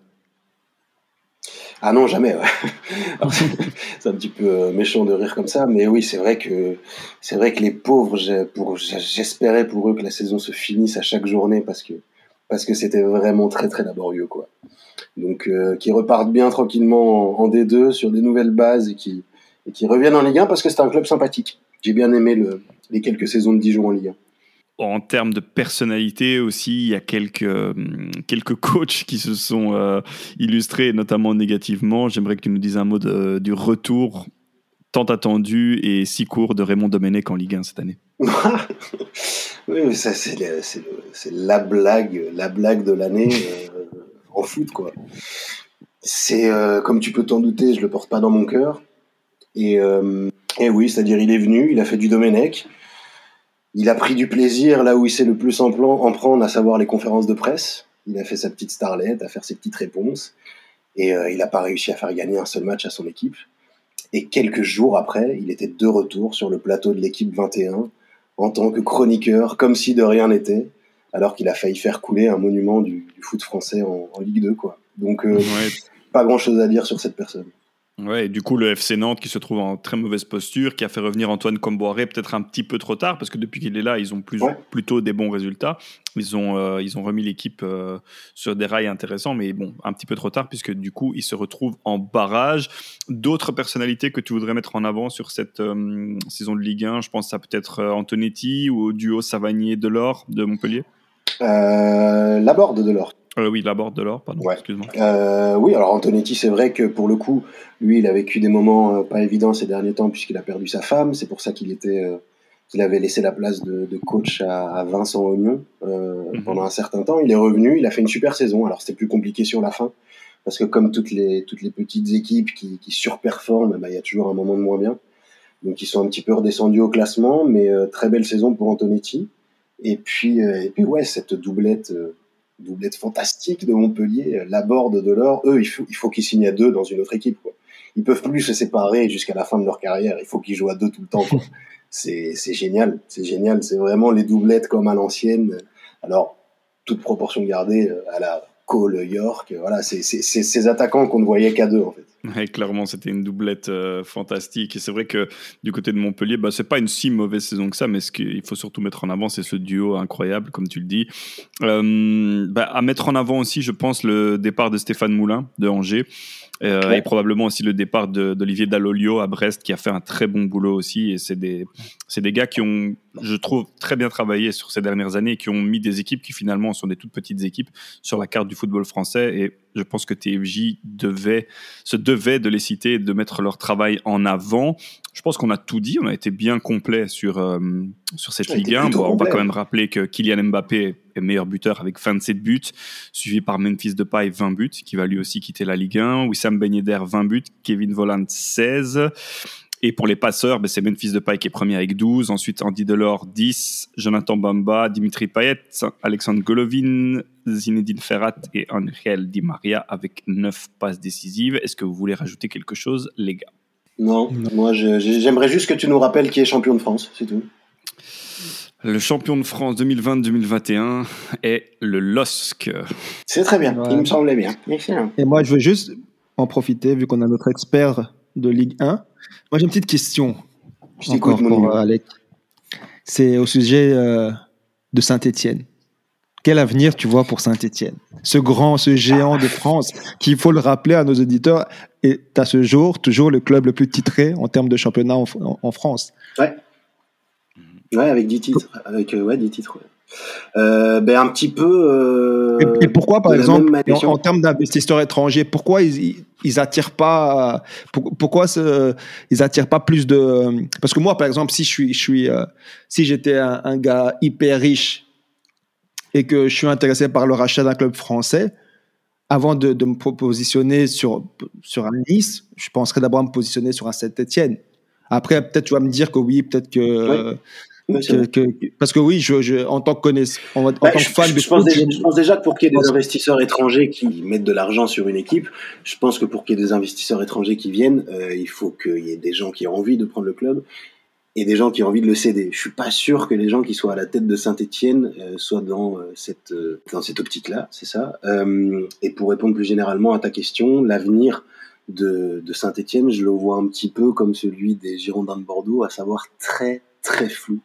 Ah non, jamais. Ouais. Alors, c'est c'est un petit peu euh, méchant de rire comme ça, mais oui, c'est vrai que c'est vrai que les pauvres, j'ai- pour, j'espérais pour eux que la saison se finisse à chaque journée parce que parce que c'était vraiment très très laborieux, quoi. Donc euh, qu'ils repartent bien tranquillement en, en D deux sur des nouvelles bases et qui et qui reviennent en Ligue un parce que c'est un club sympathique. J'ai bien aimé le, les quelques saisons de Dijon en Ligue un. En termes de personnalité aussi, il y a quelques, euh, quelques coachs qui se sont euh, illustrés, notamment négativement. J'aimerais que tu nous dises un mot de- du retour tant attendu et si court de Raymond Domenech en Ligue un cette année. Oui, mais ça c'est le- c'est le- c'est la blague, la blague de l'année euh, en foot, quoi. C'est euh, comme tu peux t'en douter, je le porte pas dans mon cœur. Et, euh, et oui, c'est-à-dire il est venu, il a fait du Domenech, il a pris du plaisir là où il sait le plus en, plan, en prendre, à savoir les conférences de presse. Il a fait sa petite starlette, à faire ses petites réponses, et euh, il n'a pas réussi à faire gagner un seul match à son équipe. Et quelques jours après, il était de retour sur le plateau de l'équipe vingt et un en tant que chroniqueur, comme si de rien n'était, alors qu'il a failli faire couler un monument du, du foot français en, en Ligue deux, quoi. Donc, euh, Ouais. pas grand-chose à dire sur cette personne. Ouais, et du coup, le F C Nantes qui se trouve en très mauvaise posture, qui a fait revenir Antoine Comboiré peut-être un petit peu trop tard, parce que depuis qu'il est là, ils ont plus, Ouais. plutôt des bons résultats. Ils ont, euh, ils ont remis l'équipe euh, sur des rails intéressants, mais bon, un petit peu trop tard, puisque du coup, ils se retrouvent en barrage. D'autres personnalités que tu voudrais mettre en avant sur cette euh, saison de Ligue un, je pense à peut-être euh, Antonetti ou au duo Savanier-Delors de Montpellier. Euh, Laborde de l'or. Euh, oui, Laborde Delors, pardon, Ouais. excuse-moi. Euh, oui, alors Antonetti, c'est vrai que pour le coup, lui, il a vécu des moments euh, pas évidents ces derniers temps puisqu'il a perdu sa femme. C'est pour ça qu'il était, euh, qu'il avait laissé la place de, de coach à, à Vincent Ognon euh, Mhm. pendant un certain temps. Il est revenu, il a fait une super saison. Alors c'était plus compliqué sur la fin parce que comme toutes les toutes les petites équipes qui, qui surperforment, bah, il y a toujours un moment de moins bien. Donc ils sont un petit peu redescendus au classement, mais euh, très belle saison pour Antonetti. Et puis euh, et puis ouais, cette doublette. Euh, doublette fantastique de Montpellier, Laborde, Delors, eux, il faut, il faut qu'ils signent à deux dans une autre équipe, quoi. Ils peuvent plus se séparer jusqu'à la fin de leur carrière. Il faut qu'ils jouent à deux tout le temps, quoi. c'est, c'est génial. C'est génial. C'est vraiment les doublettes comme à l'ancienne. Alors, toute proportion gardée à la Cole, York. Voilà, c'est, c'est, c'est ces attaquants qu'on ne voyait qu'à deux, en fait. Ouais, clairement, c'était une doublette euh, fantastique. Et c'est vrai que du côté de Montpellier, bah, c'est pas une si mauvaise saison que ça, mais ce qu'il faut surtout mettre en avant, c'est ce duo incroyable, comme tu le dis. Euh, bah, à mettre en avant aussi, je pense, le départ de Stéphane Moulin de Angers. Euh, Ouais. Et probablement aussi le départ de, d'Olivier Dallolio à Brest, qui a fait un très bon boulot aussi. Et c'est des, c'est des gars qui ont, je trouve, très bien travaillé sur ces dernières années et qui ont mis des équipes qui finalement sont des toutes petites équipes sur la carte du football français. Et je pense que T F J devait, se devait de les citer et de mettre leur travail en avant. Je pense qu'on a tout dit, on a été bien complet sur, euh, sur cette On a Ligue été un. plutôt Bon, on va complet, quand même ouais. rappeler que Kylian Mbappé est meilleur buteur avec vingt-sept buts, suivi par Memphis Depay vingt buts, qui va lui aussi quitter la Ligue un. Wissam Ben Yedder vingt buts, Kevin Volland seize. Et pour les passeurs, ben c'est Memphis Depay qui est premier avec douze. Ensuite, Andy Delors dix, Jonathan Bamba, Dimitri Payet, Alexandre Golovin, Zinedine Ferrat et Angel Di Maria avec neuf passes décisives. Est-ce que vous voulez rajouter quelque chose, les gars? Non, Non. moi je, je- j'aimerais juste que tu nous rappelles qui est champion de France, c'est tout. Le champion de France deux mille vingt deux mille vingt et un est le L O S C. C'est très bien, Ouais. il me semblait bien. Excellent. Et moi, je veux juste en profiter, vu qu'on a notre expert de Ligue un. Moi, j'ai une petite question Je t'écoute, encore mon pour numéro. euh, Alec. C'est au sujet euh, de Saint-Étienne. Quel avenir tu vois pour Saint-Étienne? Ce grand, ce géant de France, qu'il faut le rappeler à nos auditeurs, est à ce jour toujours le club le plus titré en termes de championnat en, en- en France. Ouais. Ouais, avec dix titres. Avec, euh, ouais, dix titres, ouais. Euh, ben, un petit peu. Euh, Et, et pourquoi, par de la exemple, même en, manière- en termes d'investisseurs étrangers, pourquoi ils, ils, ils attirent pas, pour- pourquoi ce- ils attirent pas plus de, parce que moi, par exemple, si je suis, je suis, euh, si j'étais un, un gars hyper riche et que je suis intéressé par le rachat d'un club français, avant de, de me positionner sur, sur un Nice, je penserais d'abord à me positionner sur un Saint-Étienne. Après, peut-être tu vas me dire que oui, peut-être que, Ouais. Ouais, c'est que, vrai. que- parce que oui, je, je, en tant que connaisseur, en, en Bah, tant je, que fan je- de je pense foot, déjà, je- je pense déjà que pour qu'il y ait des pense- investisseurs étrangers qui mettent de l'argent sur une équipe, je pense que pour qu'il y ait des investisseurs étrangers qui viennent, euh, il faut qu'il y ait des gens qui ont envie de prendre le club et des gens qui ont envie de le céder. Je suis pas sûr que les gens qui soient à la tête de Saint-Étienne euh, soient dans euh, cette euh, dans cette optique-là, c'est ça. Euh, et pour répondre plus généralement à ta question, l'avenir de, de Saint-Étienne, je le vois un petit peu comme celui des Girondins de Bordeaux, à savoir très très flou.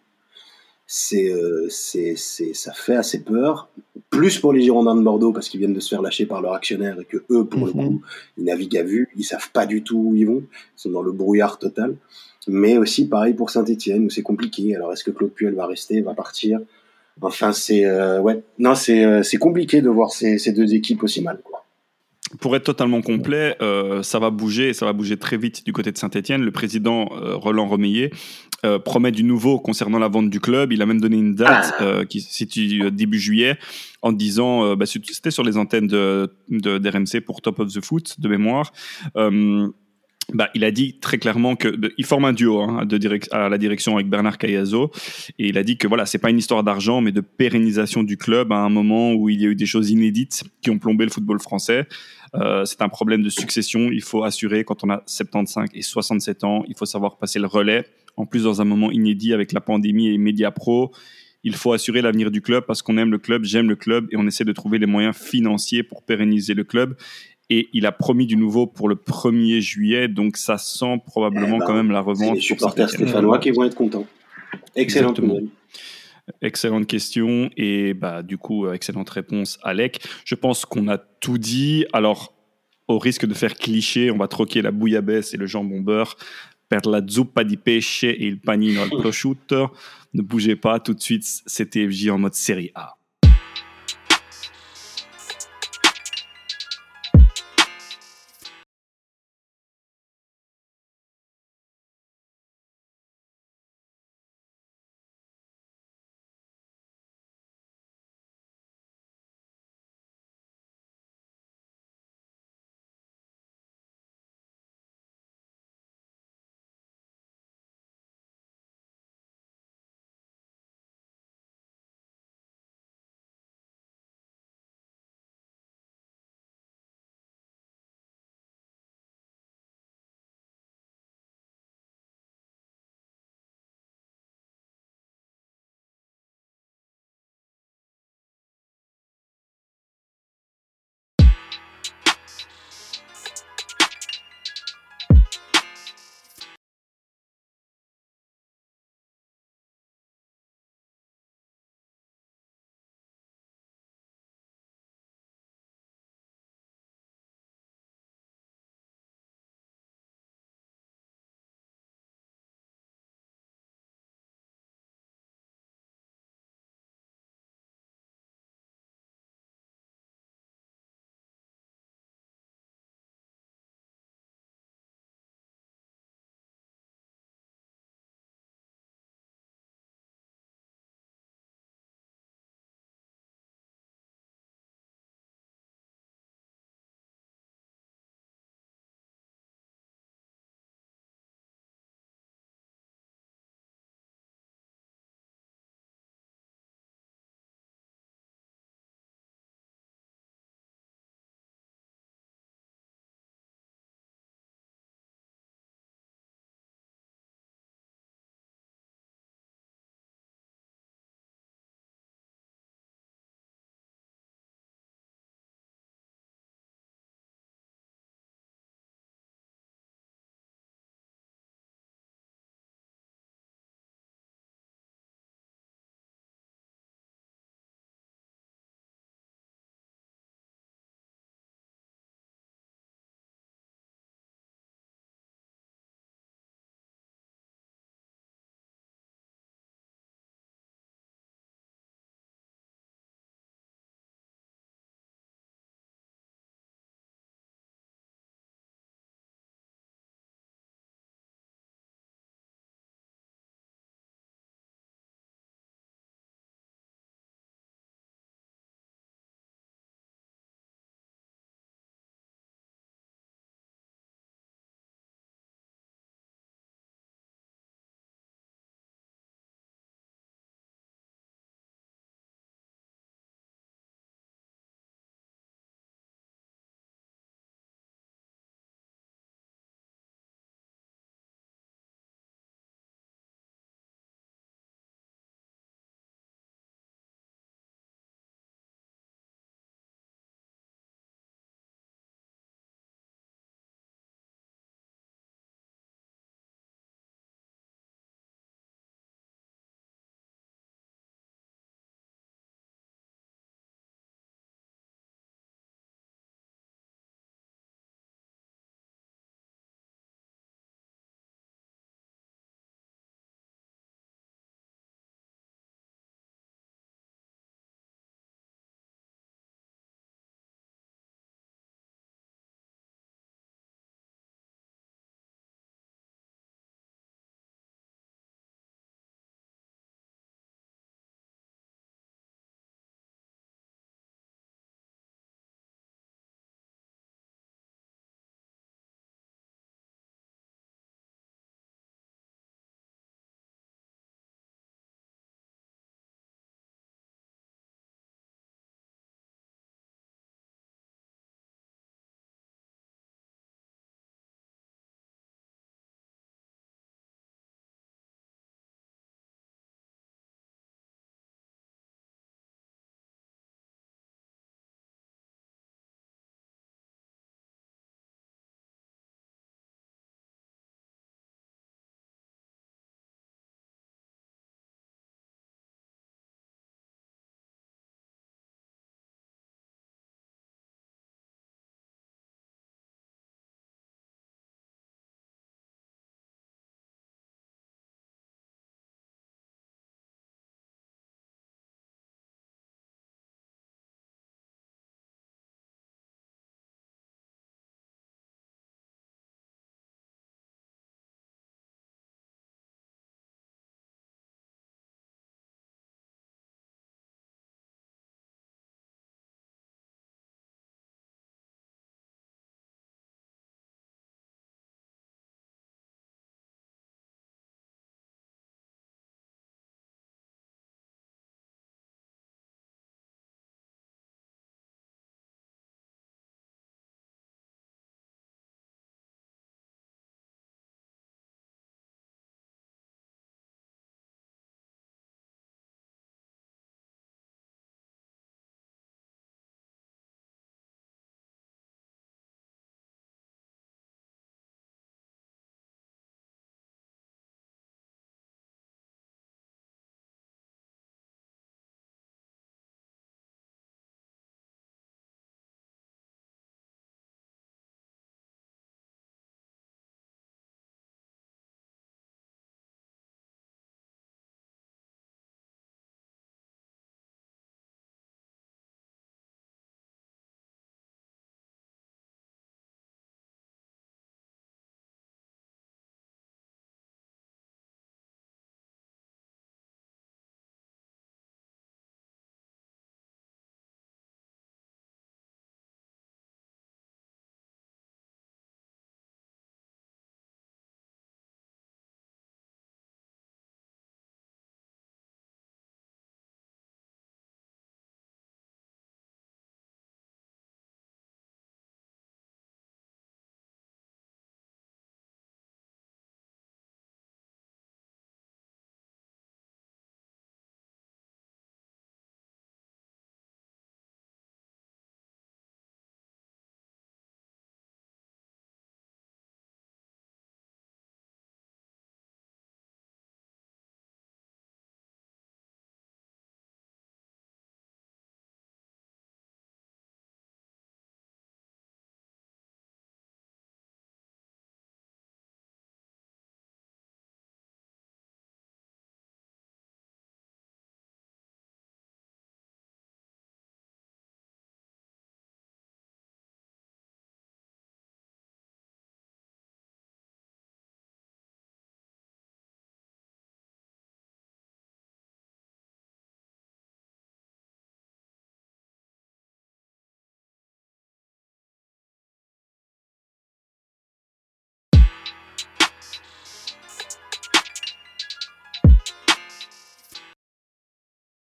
C'est, euh, c'est, c'est, ça fait assez peur. Plus pour les Girondins de Bordeaux parce qu'ils viennent de se faire lâcher par leur actionnaire et que eux, pour le Mhm. coup, ils naviguent à vue, ils savent pas du tout où ils vont, ils sont dans le brouillard total. Mais aussi pareil pour Saint-Étienne où c'est compliqué. Alors est-ce que Claude Puel va rester, va partir? Enfin c'est euh, ouais, non c'est euh, c'est compliqué de voir ces, ces deux équipes aussi mal, quoi. Pour être totalement complet, euh, ça va bouger, et ça va bouger très vite du côté de Saint-Etienne. Le président euh, Roland Remeillet euh, promet du nouveau concernant la vente du club. Il a même donné une date Ah. euh, qui se situe euh, début juillet en disant, euh, bah, c'était sur les antennes de, de, d'R M C pour Top of the Foot de mémoire. Euh, Bah, il a dit très clairement que de, il forme un duo hein, de direct, à la direction avec Bernard Cayazo et il a dit que voilà, c'est pas une histoire d'argent mais de pérennisation du club à un moment où il y a eu des choses inédites qui ont plombé le football français. Euh, c'est un problème de succession. Il faut assurer quand on a soixante-quinze et soixante-sept ans, il faut savoir passer le relais. En plus, dans un moment inédit avec la pandémie et les médias pro, il faut assurer l'avenir du club parce qu'on aime le club, j'aime le club et on essaie de trouver les moyens financiers pour pérenniser le club. Et il a promis du nouveau pour le premier juillet, donc ça sent probablement Eh ben, quand même la C'est revente. les supporters pour Saint-Étienne. stéphanois qui vont être contents. Excellente Exactement. nouvelle. Excellente question et bah du coup euh, excellente réponse Alec. Je pense qu'on a tout dit. Alors au risque de faire cliché, on va troquer la bouillabaisse et le jambon beurre per la zuppa di pesce et il panino al prosciutto. Ne bougez pas tout de suite, c'est T F J en mode série A.